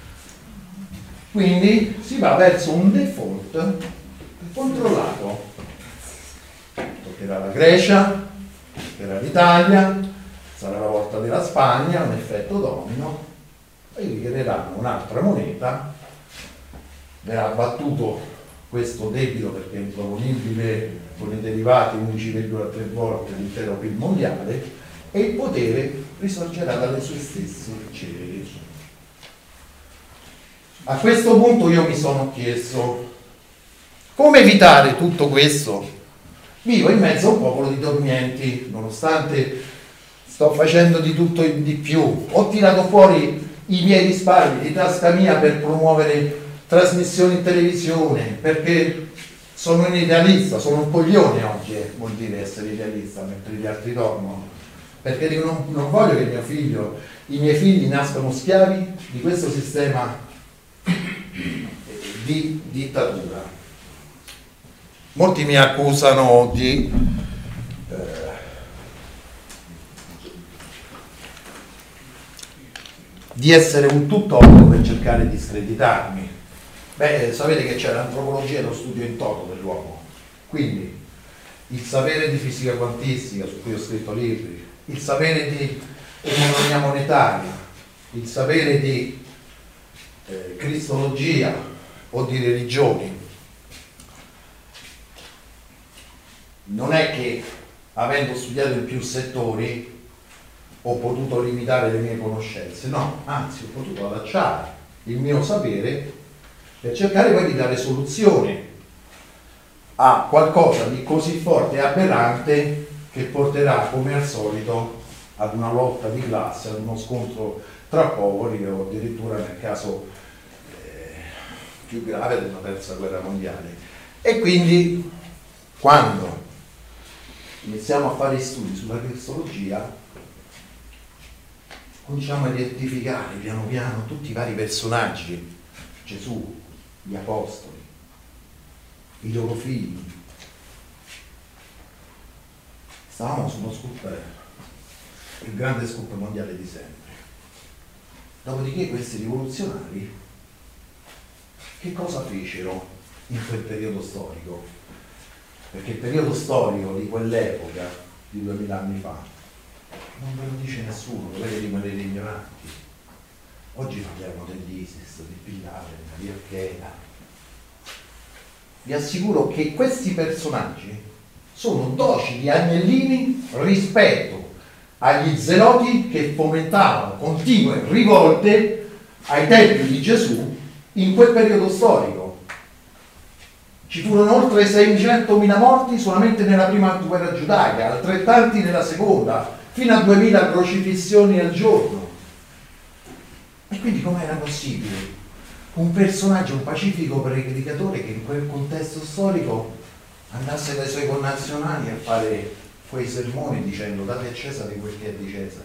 Quindi si va verso un default controllato. Toccherà la Grecia, toccherà l'Italia, sarà la volta della Spagna, un effetto domino, e gli creeranno un'altra moneta, verrà abbattuto questo debito perché è improponibile con i derivati 11,3 volte l'intero PIL mondiale e il potere risorgerà dalle sue stesse ceneri. A questo punto io mi sono chiesto come evitare tutto questo. Vivo in mezzo a un popolo di dormienti, nonostante sto facendo di tutto e di più. Ho tirato fuori i miei risparmi di tasca mia per promuovere trasmissioni in televisione, perché sono un idealista, sono un coglione oggi, vuol dire essere idealista, mentre gli altri dormono, perché dico, non voglio che i miei figli nascano schiavi di questo sistema di dittatura. Molti mi accusano di essere un tuttologo per cercare di screditarmi. Beh, sapete che c'è l'antropologia e lo studio in toto dell'uomo, quindi il sapere di fisica quantistica, su cui ho scritto libri, il sapere di economia monetaria, il sapere di cristologia o di religioni. Non è che avendo studiato in più settori ho potuto limitare le mie conoscenze, no, anzi ho potuto allacciare il mio sapere per cercare poi di dare soluzione a qualcosa di così forte e aberrante che porterà come al solito ad una lotta di classe, ad uno scontro tra poveri o addirittura nel caso più grave della terza guerra mondiale. E quindi quando iniziamo a fare studi sulla cristologia cominciamo a identificare piano piano tutti i vari personaggi, Gesù, gli apostoli, i loro figli. Stavamo su uno scoop, il più grande scoop mondiale di sempre. Dopodiché questi rivoluzionari che cosa fecero in quel periodo storico? Perché il periodo storico di quell'epoca, di 2000 anni fa, non ve lo dice nessuno, dovete rimanere ignoranti. Oggi parliamo dell'ISIS, di Bin Laden, di Al-Qaeda. Vi assicuro che questi personaggi sono docili agnellini rispetto agli zeloti che fomentavano continue rivolte ai tempi di Gesù in quel periodo storico. Ci furono oltre 600.000 morti solamente nella prima guerra giudaica, altrettanti nella seconda, fino a 2000 crocifissioni al giorno. E quindi com'era possibile un personaggio, un pacifico predicatore che in quel contesto storico andasse dai suoi connazionali a fare quei sermoni dicendo date a Cesare quel che è di Cesare,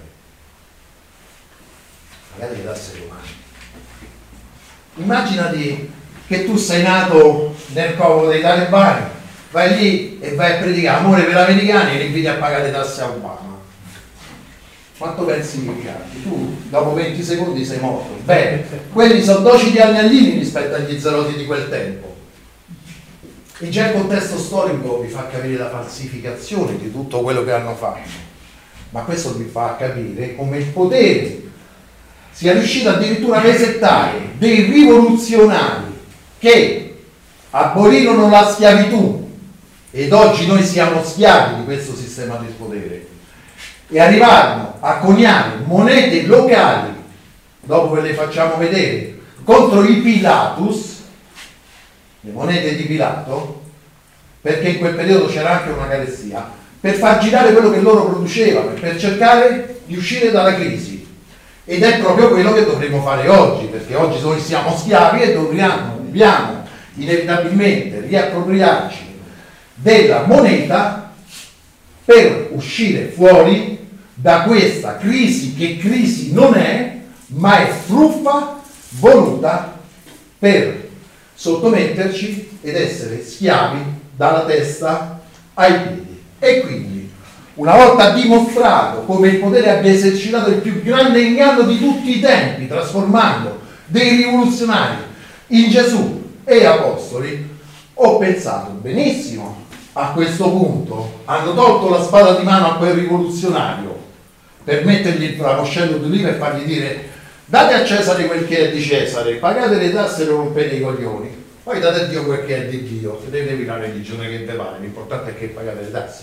magari le dasse domani. Immaginati che tu sei nato nel covo dei talebani, vai lì e vai a predicare amore per gli americani e li inviti a pagare tasse a Obama. Quanto pensi di cambi? Tu dopo 20 secondi sei morto. Beh, quelli sono docili agnellini rispetto agli zeloti di quel tempo. E già il contesto storico vi fa capire la falsificazione di tutto quello che hanno fatto, ma questo vi fa capire come il potere sia riuscito addirittura a resettare dei rivoluzionari che abolirono la schiavitù, ed oggi noi siamo schiavi di questo sistema del potere, e arrivarono a coniare monete locali, dopo ve le facciamo vedere, contro i Pilatus, le monete di Pilato, perché in quel periodo c'era anche una carestia, per far girare quello che loro producevano, per cercare di uscire dalla crisi. Ed è proprio quello che dovremmo fare oggi, perché oggi noi siamo schiavi e dobbiamo inevitabilmente riappropriarci della moneta per uscire fuori da questa crisi, che crisi non è, ma è truffa voluta per sottometterci ed essere schiavi dalla testa ai piedi. E quindi, una volta dimostrato come il potere abbia esercitato il più grande inganno di tutti i tempi, trasformando dei rivoluzionari in Gesù e apostoli, ho pensato benissimo, a questo punto hanno tolto la spada di mano a quel rivoluzionario per mettergli il ramoscello d'oliva e fargli dire date a Cesare quel che è di Cesare, pagate le tasse e rompete i coglioni, poi date a Dio quel che è di Dio, vedetevi la religione che vi pare, l'importante è che pagate le tasse.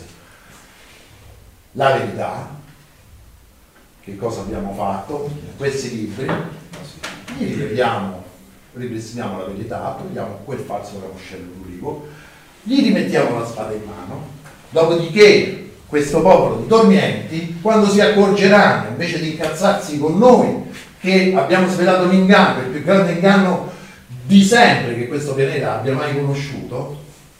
La verità, che cosa abbiamo fatto? Questi libri, li rivediamo, ripristiniamo la verità, togliamo quel falso ramoscello d'ulivo, gli rimettiamo la spada in mano, dopodiché questo popolo di dormienti, quando si accorgeranno, invece di incazzarsi con noi, che abbiamo svelato l'inganno, il più grande inganno di sempre che questo pianeta abbia mai conosciuto,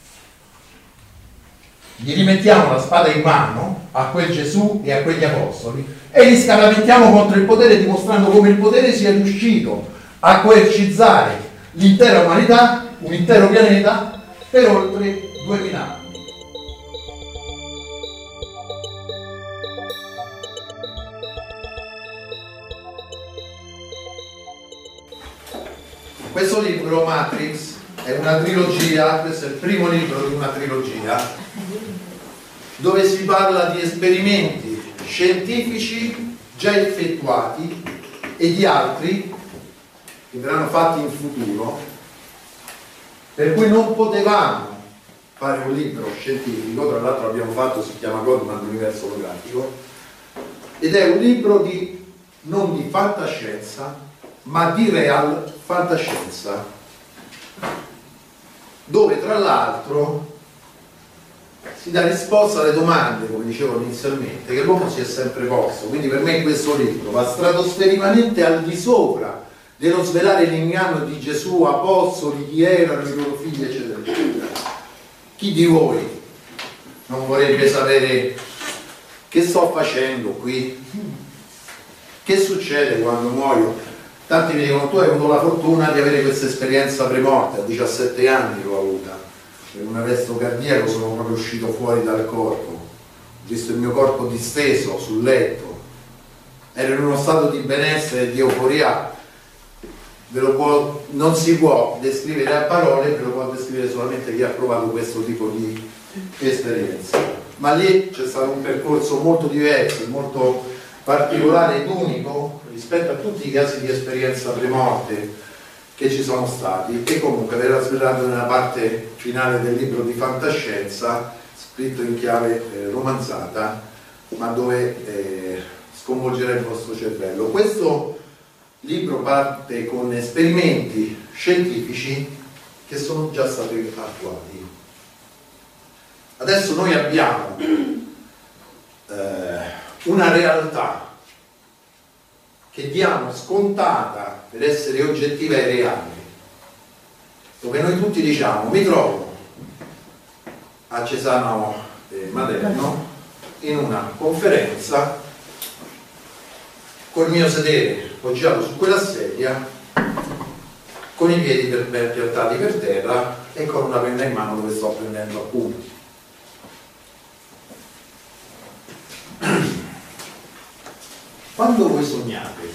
gli rimettiamo la spada in mano a quel Gesù e a quegli apostoli e li scaraventiamo contro il potere, dimostrando come il potere sia riuscito a coercizzare l'intera umanità, un intero pianeta, per oltre 2000 anni. Questo libro, Matrix, è una trilogia, questo è il primo libro di una trilogia, dove si parla di esperimenti scientifici già effettuati e di altri che verranno fatti in futuro, per cui non potevamo fare un libro scientifico, tra l'altro l'abbiamo fatto, si chiama Goldman l'universo olografico, ed è un libro non di fantascienza, ma di real fantascienza, dove tra l'altro si dà risposta alle domande, come dicevo inizialmente, che l'uomo si è sempre posto. Quindi per me questo libro va stratosfericamente al di sopra dello svelare l'inganno di Gesù, apostoli, chi erano i loro figli, eccetera, eccetera. Chi di voi non vorrebbe sapere che sto facendo qui? Che succede quando muoio? Tanti mi dicono: tu hai avuto la fortuna di avere questa esperienza premorte, a 17 anni l'ho avuta, per un arresto cardiaco sono proprio uscito fuori dal corpo, ho visto il mio corpo disteso sul letto, ero in uno stato di benessere e di euforia, non si può descrivere a parole, ve lo può descrivere solamente chi ha provato questo tipo di esperienza. Ma lì c'è stato un percorso molto diverso, molto particolare ed unico rispetto a tutti i casi di esperienza premorte che ci sono stati, che comunque verrà svelato nella parte finale del libro di fantascienza, scritto in chiave romanzata, ma dove sconvolgerà il vostro cervello. Questo libro parte con esperimenti scientifici che sono già stati attuati. Adesso noi abbiamo una realtà che diamo scontata per essere oggettiva e reale, dove noi tutti diciamo: mi trovo a Cesano Maderno in una conferenza col mio sedere poggiato su quella sedia, con i piedi ben piantati per terra e con una penna in mano dove sto prendendo appunti. Quando voi sognate,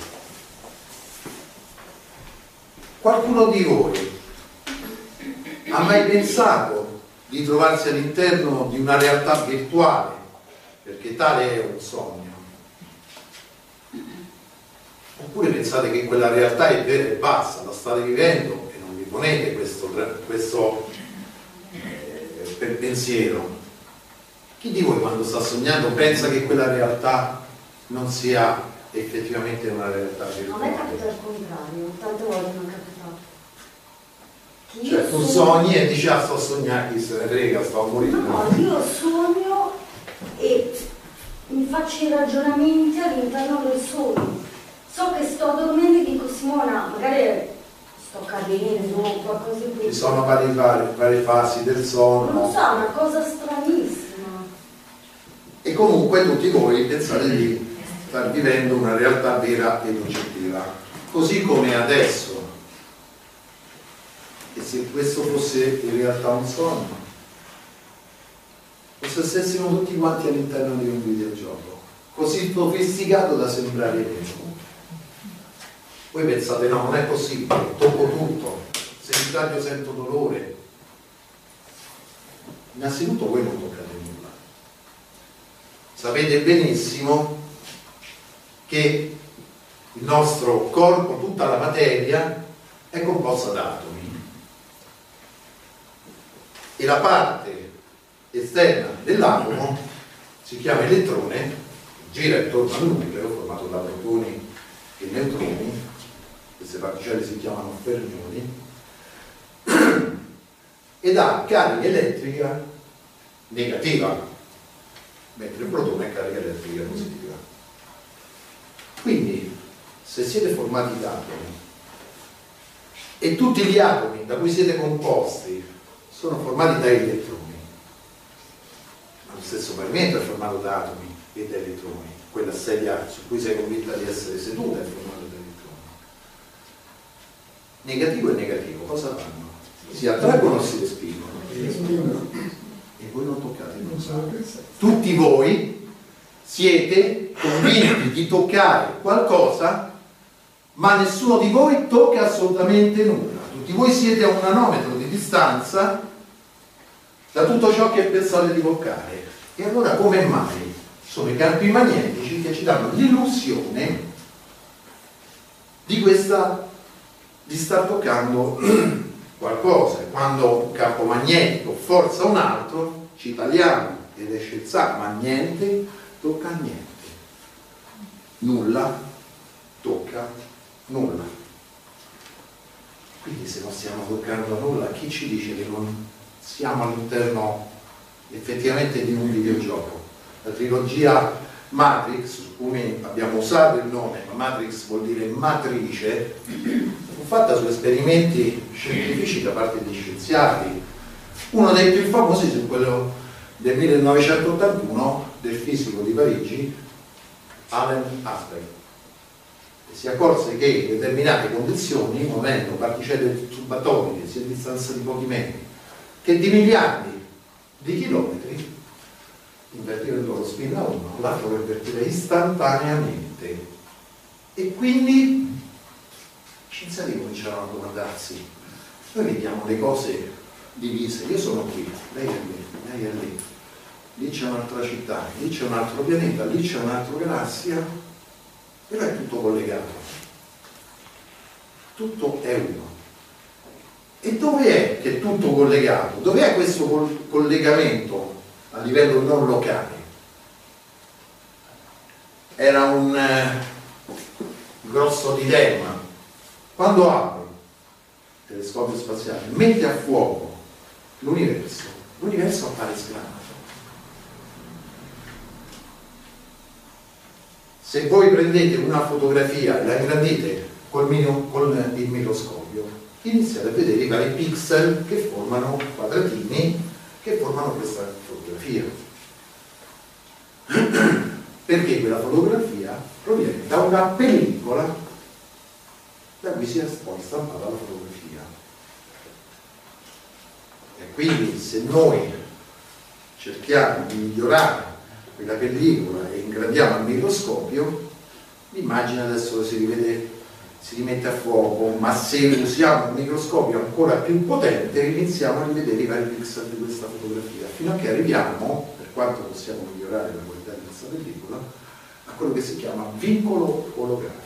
qualcuno di voi ha mai pensato di trovarsi all'interno di una realtà virtuale? Perché tale è un sogno. Oppure pensate che quella realtà è vera e basta, la state vivendo e non vi ponete questo pensiero? Chi di voi quando sta sognando pensa che quella realtà non sia effettivamente una realtà virtuale? A me capita il contrario, tante volte non è capitato. Cioè tu sogni e dici: ah, sto a sognare, chi se ne frega, sto a morire. No, io sogno e mi faccio i ragionamenti all'interno del sogno. So che sto dormendo e dico: Simona, magari sto cadendo o qualcosa di più. Ci sono varie fasi del sonno. Non lo so, è una cosa stranissima. E comunque tutti voi pensate di star vivendo una realtà vera ed oggettiva, così come adesso. E se questo fosse in realtà un sogno, o se stessimo tutti quanti all'interno di un videogioco così sofisticato da sembrare vero, voi pensate: no, non è possibile, tocco tutto, se mi taglio sento dolore. Innanzitutto voi non toccate nulla, sapete benissimo che il nostro corpo, tutta la materia, è composta da atomi, e la parte esterna dell'atomo si chiama elettrone, gira intorno al nucleo formato da protoni e neutroni, queste particelle si chiamano fermioni, ed ha carica elettrica negativa, mentre il protone ha carica elettrica positiva. Quindi, se siete formati da atomi e tutti gli atomi da cui siete composti sono formati da elettroni, ma lo stesso pavimento è formato da atomi e da elettroni, quella sedia su cui sei convinta di essere seduta è formata da elettroni. Negativo e negativo cosa fanno? Si attraggono o si respingono? E voi non toccate nulla. Tutti voi siete convinti di toccare qualcosa, ma nessuno di voi tocca assolutamente nulla. Tutti voi siete a un nanometro di distanza da tutto ciò che pensate di toccare. E allora come mai? Sono i campi magnetici che ci danno l'illusione di star toccando qualcosa. Quando un campo magnetico forza un altro, ci tagliamo ed esce il sacco, ma niente tocca niente. Nulla tocca nulla. Quindi se non stiamo toccando nulla, chi ci dice che non siamo all'interno effettivamente di un videogioco. La trilogia Matrix, su cui abbiamo usato il nome, ma Matrix vuol dire matrice, fu fatta su esperimenti scientifici da parte di scienziati. Uno dei più famosi è quello del 1981 del fisico di Parigi Alan Aspect, e si accorse che in determinate condizioni, muovendo particelle subatomiche sia a distanza di pochi metri che di miliardi di chilometri, invertire il loro spin a uno, l'altro lo invertire istantaneamente. E quindi i scienziati cominciarono a domandarsi: noi vediamo le cose divise, io sono qui, lei è lì, lei è lì c'è un'altra città, lì c'è un altro pianeta, lì c'è un'altra galassia, però è tutto collegato, tutto è uno. E dove è che è tutto collegato? Dov'è questo collegamento a livello non locale? Era un grosso dilemma. Quando apri il telescopio spaziale, mette a fuoco l'universo appare sgranato. Se voi prendete una fotografia e la ingrandite con il microscopio, iniziate a vedere i vari pixel che formano quadratini che formano questa fotografia. Perché quella fotografia proviene da una pellicola da cui si è poi stampata la fotografia. E quindi se noi cerchiamo di migliorare quella pellicola e ingrandiamo al microscopio, l'immagine adesso si rimette a fuoco, ma se usiamo un microscopio ancora più potente iniziamo a rivedere i vari pixel di questa fotografia, fino a che arriviamo, per quanto possiamo migliorare la qualità di questa pellicola, a quello che si chiama vincolo olografico.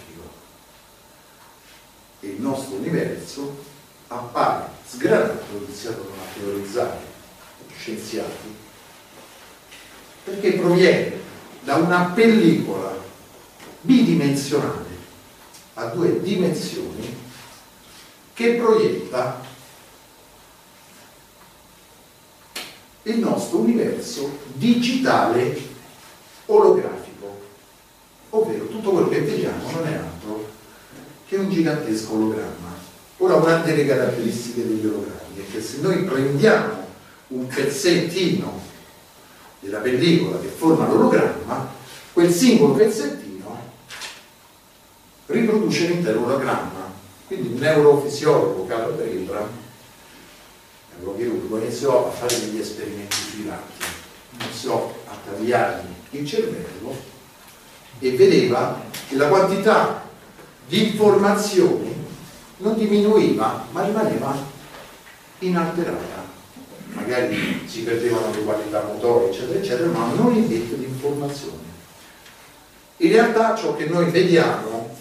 E il nostro universo appare sgranato, iniziato a teorizzare scienziati, perché proviene da una pellicola bidimensionale a 2 dimensioni che proietta il nostro universo digitale olografico, ovvero tutto quello che vediamo non è altro che un gigantesco ologramma. Ora, una delle caratteristiche degli ologrammi è che se noi prendiamo un pezzettino della pellicola che forma l'ologramma, quel singolo pezzettino riproduce l'intero ologramma. Quindi un neurofisiologo, Carlo Brebra, neurochirurgo, iniziò a fare degli esperimenti sui ratti, iniziò a tagliargli il cervello e vedeva che la quantità di informazioni non diminuiva ma rimaneva inalterata. Magari si perdevano le qualità motorie eccetera eccetera, ma non il bit di informazione. In realtà ciò che noi vediamo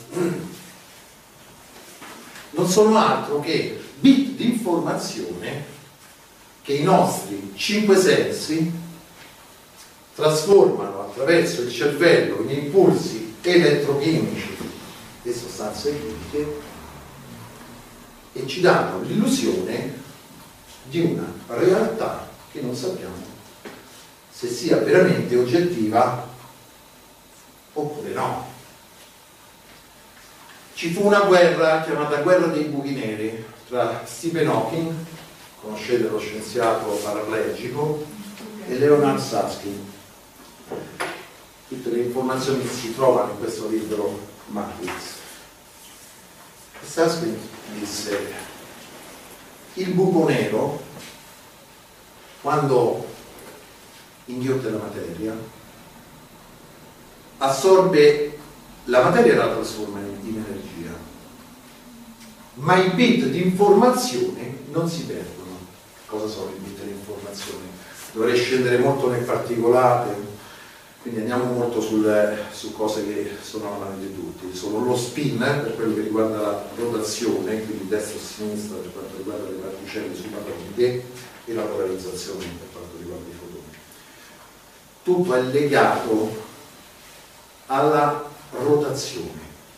non sono altro che bit di informazione che i nostri 5 sensi trasformano attraverso il cervello in impulsi elettrochimici e sostanze chimiche e ci danno l'illusione di una realtà che non sappiamo se sia veramente oggettiva oppure no. Ci fu una guerra chiamata guerra dei buchi neri tra Stephen Hawking, conoscete lo scienziato paraplegico, e Leonard Susskind. Tutte le informazioni si trovano in questo libro Matrix. Susskind disse: il buco nero, quando inghiotte la materia, assorbe la materia e la trasforma in energia, ma i bit di informazione non si perdono. Cosa sono i bit di informazione? Dovrei scendere molto nel particolare, quindi andiamo molto su cose che sono alla mente di tutti. Sono lo spin per quello che riguarda la rotazione, quindi destra e sinistra per quanto riguarda le particelle subatomiche, e la polarizzazione per quanto riguarda i fotoni. Tutto è legato alla rotazione.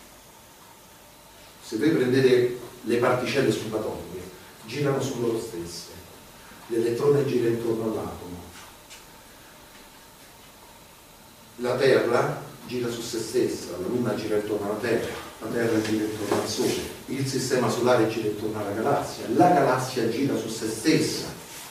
Se voi prendete le particelle subatomiche, girano su loro stesse, l'elettrone gira intorno all'atomo, la Terra gira su se stessa, la Luna gira intorno alla Terra, la Terra gira intorno al Sole, il sistema solare gira intorno alla galassia, la galassia gira su se stessa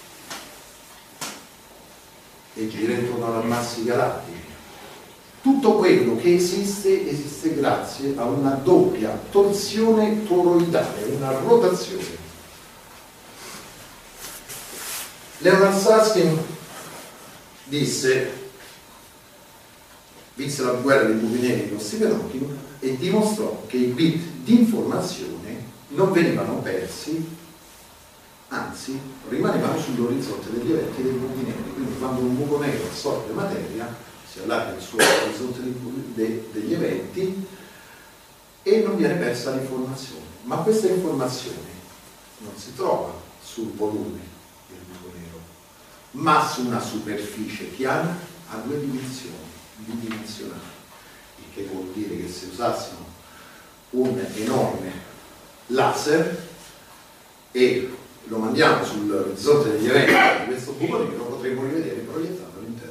e gira intorno alla massi galattici. Tutto quello che esiste grazie a una doppia torsione toroidale, una rotazione. Leonard Susskind vinse la guerra dei buchi neri con Stephen Hawking e dimostrò che i bit di informazione non venivano persi, anzi rimanevano sull'orizzonte degli eventi dei buchi neri. Quindi quando un buco nero assorbe materia si allarga il suo orizzonte degli eventi e non viene persa l'informazione. Ma questa informazione non si trova sul volume del buco nero, ma su una superficie piana a 2 dimensioni, bidimensionale, il che vuol dire che se usassimo un enorme laser e lo mandiamo sull'orizzonte degli eventi di questo buco nero, potremmo rivedere proiettato l'intero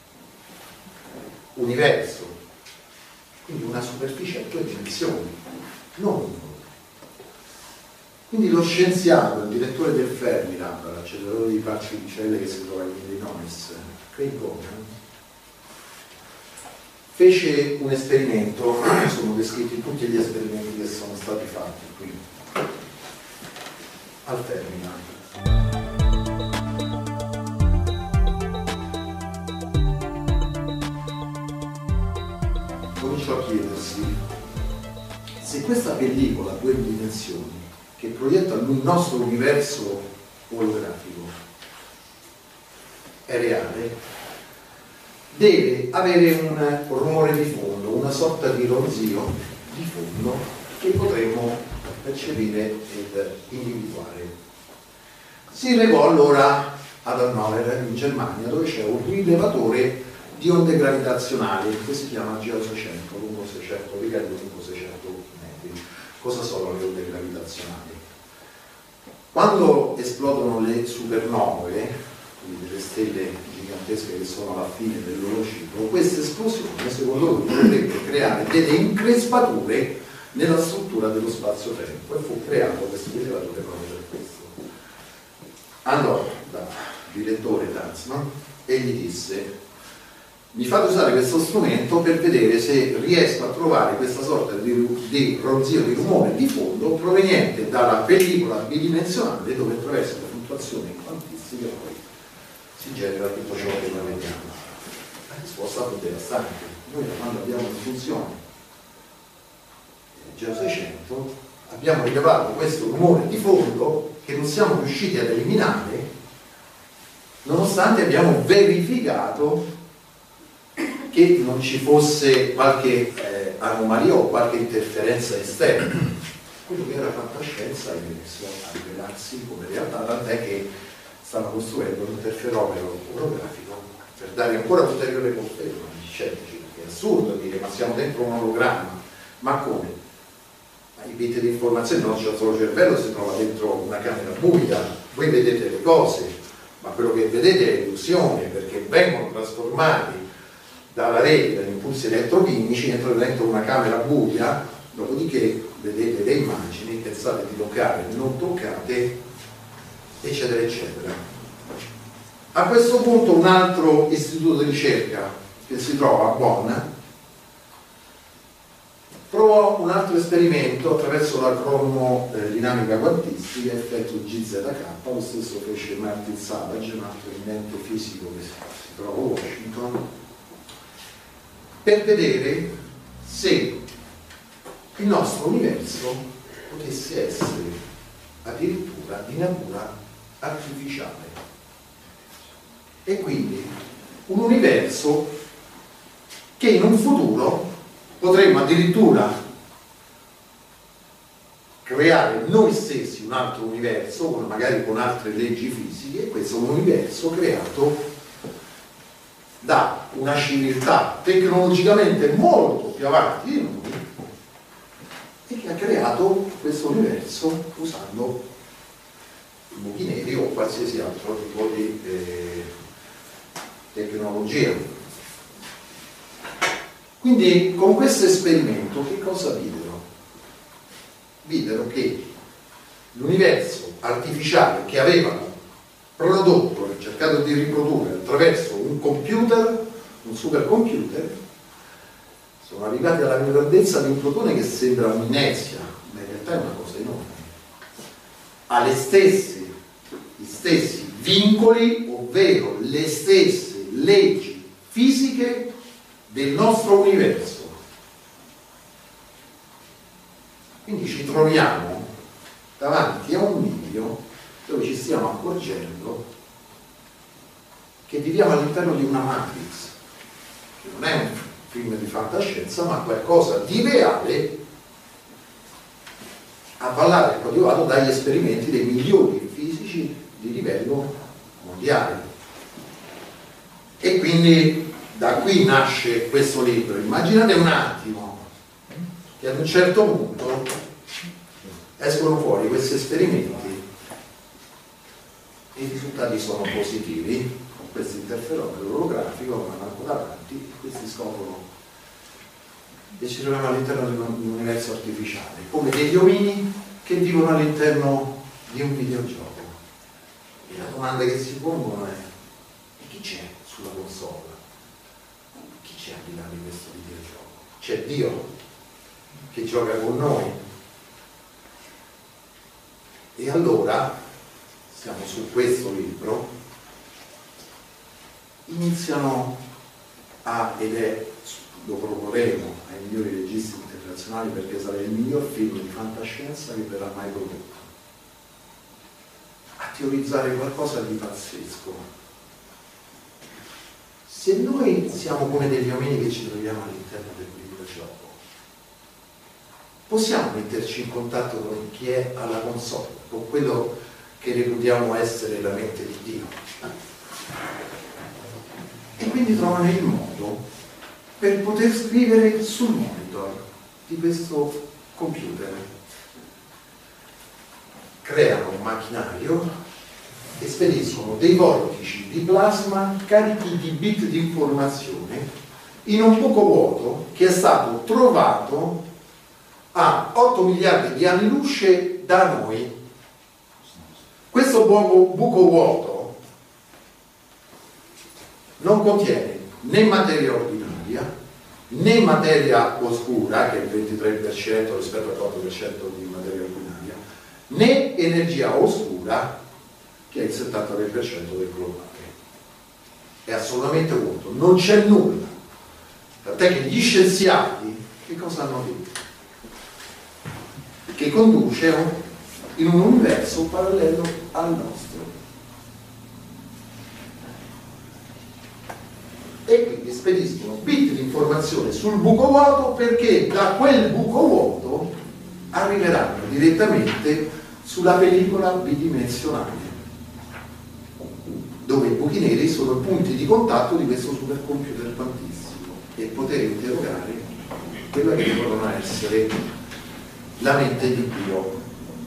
universo, quindi una superficie a 2 dimensioni, non un. Quindi lo scienziato, il direttore del Fermilab, l'acceleratore di particelle che si trova in Illinois, Craig Bogan, fece un esperimento, sono descritti tutti gli esperimenti che sono stati fatti qui al Fermilab. Cominciò a chiedersi se questa pellicola a 2 dimensioni che proietta il nostro universo olografico è reale, deve avere un rumore di fondo, una sorta di ronzio di fondo che potremmo percepire ed individuare. Si recò allora ad Hannover in Germania, dove c'è un rilevatore di onde gravitazionali che si chiama G800, lungo 600 righe, lungo 600 metri. Cosa sono le onde gravitazionali? Quando esplodono le supernove, quindi delle stelle gigantesche che sono alla fine del loro ciclo, questa esplosione secondo lui potrebbe creare delle increspature nella struttura dello spazio-tempo, e fu creato questo rilevatore proprio per questo. Andò dal direttore Tansman e gli disse: mi fate usare questo strumento per vedere se riesco a trovare questa sorta di ronzio di rumore di fondo proveniente dalla pellicola bidimensionale dove attraverso le fluttuazioni quantistiche poi si genera tutto ciò che noi vediamo. La risposta fu devastante. Noi quando abbiamo in funzione Geo 600 abbiamo rilevato questo rumore di fondo che non siamo riusciti ad eliminare, nonostante abbiamo verificato che non ci fosse qualche anomalia o qualche interferenza esterna. Quello che era fantascienza è messo a rivelarsi come realtà, tant'è che stanno costruendo un interferometro orografico per dare ancora ulteriore conferma agli scientifici. È assurdo dire ma siamo dentro un ologramma, ma come? I bit di informazione, il nostro cervello si trova dentro una camera buia, voi vedete le cose, ma quello che vedete è illusione, perché vengono trasformati dalla rete, dagli impulsi elettrochimici, entrano dentro una camera buia, dopodiché vedete le immagini, pensate di toccare, non toccate, eccetera eccetera. A questo punto un altro istituto di ricerca che si trova a Bonn provò un altro esperimento attraverso l'acronimo dinamica quantistica, effetto GZK, lo stesso fece Martin Savage, un altro eminente fisico che si trova a Washington, per vedere se il nostro universo potesse essere addirittura di natura artificiale. E quindi un universo che in un futuro potremmo addirittura creare noi stessi un altro universo, magari con altre leggi fisiche, e questo è un universo creato da una civiltà tecnologicamente molto più avanti di noi e che ha creato questo universo usando i buchi neri o qualsiasi altro tipo di tecnologia. Quindi con questo esperimento che cosa videro? Videro che l'universo artificiale che avevano prodotto e cercato di riprodurre attraverso un computer, un supercomputer, sono arrivati alla grandezza di un protone che sembra un'inerzia, ma in realtà è una cosa enorme. Ha gli stessi vincoli, ovvero le stesse leggi fisiche del nostro universo. Quindi ci troviamo davanti a un video dove ci stiamo accorgendo che viviamo all'interno di una Matrix, che non è un film di fantascienza, ma qualcosa di reale, avvallato e coadiuvato dagli esperimenti dei migliori fisici di livello mondiale. E quindi da qui nasce questo libro. Immaginate un attimo che ad un certo punto escono fuori questi esperimenti e i risultati sono positivi, con questo interferometro olografico vanno davanti e questi scoprono che ci troviamo all'interno di un universo artificiale, come degli omini che vivono all'interno di un videogioco. E la domanda che si pongono è: e chi c'è sulla console? Chi c'è al di là di questo videogioco? C'è Dio che gioca con noi. E allora, siamo su questo libro, iniziano lo proporremo ai migliori registi internazionali perché sarà il miglior film di fantascienza che verrà mai prodotto, a teorizzare qualcosa di pazzesco. Se noi siamo come degli omini che ci troviamo all'interno del videogioco, possiamo metterci in contatto con chi è alla console, con quello che reputiamo essere la mente di Dio, e quindi trovano il modo per poter scrivere sul monitor di questo computer. Creano un macchinario e spediscono dei vortici di plasma carichi di bit di informazione in un buco vuoto che è stato trovato a 8 miliardi di anni luce da noi. Questo buco vuoto non contiene né materia ordinaria né materia oscura, che è il 23% rispetto al 4% di materia ordinaria, né energia oscura, che è il 73% del globale. È assolutamente vuoto, non c'è nulla. Tant'è che gli scienziati che cosa hanno detto? Che conduce in un universo parallelo al nostro. E quindi spediscono bit di informazione sul buco vuoto, perché da quel buco vuoto arriveranno direttamente sulla pellicola bidimensionale, dove i buchi neri sono punti di contatto di questo supercomputer quantissimo, e poter interrogare quella che devono essere la mente di Dio.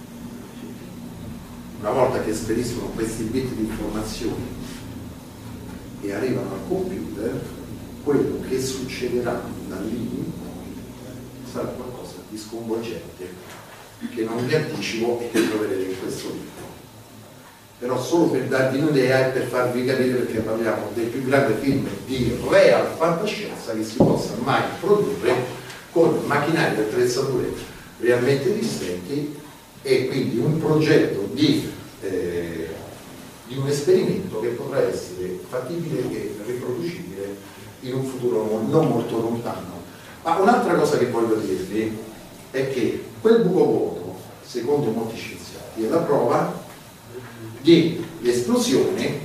Una volta che spediscono questi bit di informazioni e arrivano al computer, quello che succederà da lì in poi sarà qualcosa di sconvolgente, che non vi anticipo e che troverete in questo libro. Però solo per darvi un'idea e per farvi capire, perché parliamo del più grande film di real fantascienza che si possa mai produrre, con macchinari e attrezzature realmente esistenti, e quindi un progetto di un esperimento che potrà essere fattibile e riproducibile in un futuro non molto lontano. Ma un'altra cosa che voglio dirvi è che quel buco vuoto, secondo molti scienziati, è la prova di l'esplosione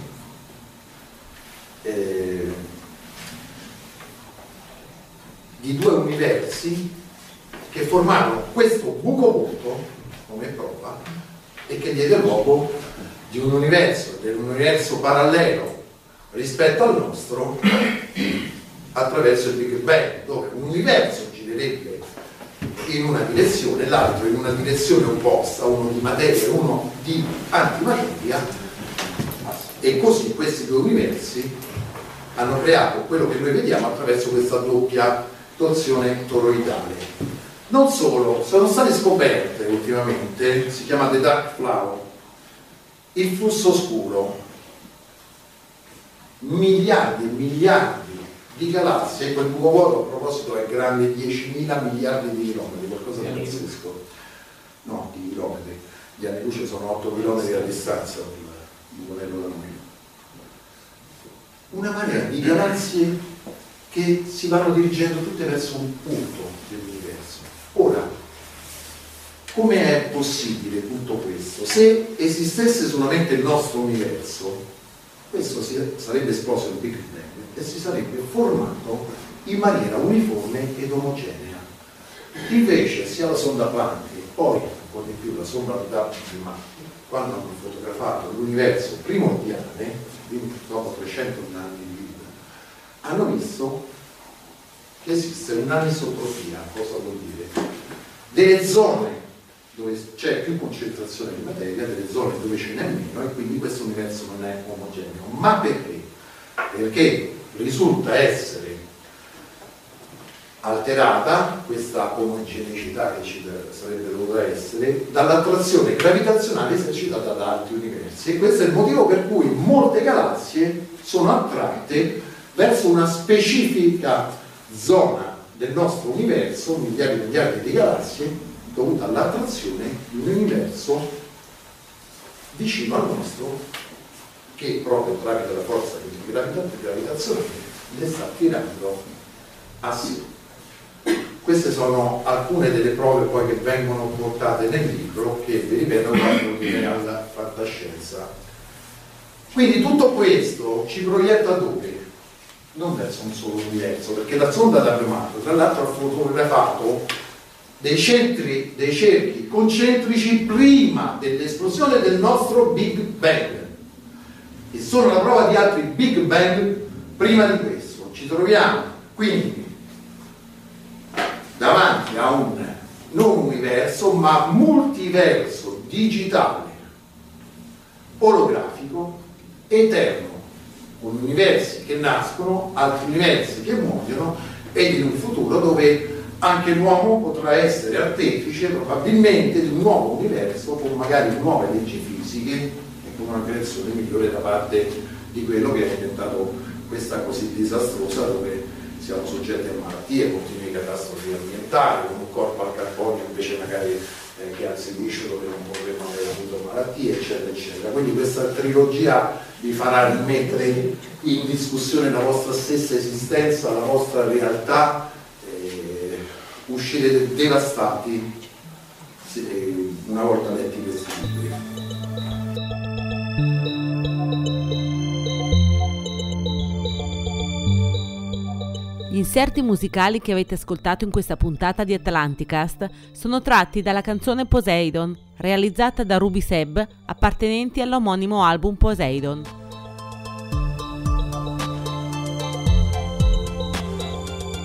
di due universi che formarono questo buco vuoto come prova, e che diede luogo di un universo parallelo rispetto al nostro attraverso il Big Bang, dove un universo girerebbe in una direzione, l'altro in una direzione opposta, uno di materia e uno di antimateria, e così questi due universi hanno creato quello che noi vediamo attraverso questa doppia torsione toroidale. Non solo, sono state scoperte ultimamente, si chiama The Dark Flow, il flusso oscuro, miliardi e miliardi di galassie. Quel buco vuoto, a proposito, è grande 10.000 miliardi di chilometri, qualcosa di pazzesco. No, di chilometri. Gli anni luce sono 8 chilometri a distanza il buconello da noi. Una marea di galassie che si vanno dirigendo tutte verso un punto dell'universo. Ora, come è possibile tutto questo? Se esistesse solamente il nostro universo, questo sarebbe esploso il Big Bang e si sarebbe formato in maniera uniforme ed omogenea. Invece sia la sonda Planck, poi un po' di più la sonda WMAP, quando hanno fotografato l'universo primordiale, quindi dopo 300 anni di vita, hanno visto che esiste un'anisotropia. Cosa vuol dire? Delle zone dove c'è più concentrazione di materia, delle zone dove ce n'è meno, e quindi questo universo non è omogeneo. Ma perché? Perché risulta essere alterata questa omogeneità che ci sarebbe dovuta essere dall'attrazione gravitazionale esercitata da altri universi, e questo è il motivo per cui molte galassie sono attratte verso una specifica zona del nostro universo, migliaia di miliardi di galassie, dovuta all'attrazione di un universo vicino al nostro, che proprio tramite la forza gravitazionale le sta tirando a sé. Queste sono alcune delle prove poi che vengono portate nel libro, che vi ripeto vanno alla fantascienza. Quindi tutto questo ci proietta dove? Non verso un solo universo, perché la sonda WMAP tra l'altro ha fotografato dei cerchi concentrici prima dell'esplosione del nostro Big Bang, e sono la prova di altri Big Bang prima di questo. Ci troviamo quindi davanti a un non universo ma multiverso digitale, olografico, eterno, con universi che nascono, altri universi che muoiono, e in un futuro dove anche l'uomo potrà essere artefice probabilmente di un nuovo universo, con magari nuove leggi fisiche e con una creazione migliore da parte di quello che ha inventato questa così disastrosa, dove siamo soggetti a malattie, continue catastrofi ambientali, con un corpo al carbonio invece magari che al silicio, dove non potremmo aver avuto malattie, eccetera eccetera. Quindi questa trilogia vi farà rimettere in discussione la vostra stessa esistenza, la vostra realtà, uscirete devastati una volta letti questi libri. Gli inserti musicali che avete ascoltato in questa puntata di Atlanticast sono tratti dalla canzone Poseidon, realizzata da Ruby Seb, appartenenti all'omonimo album Poseidon.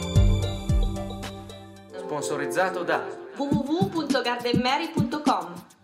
Sponsorizzato da www.gardenmary.com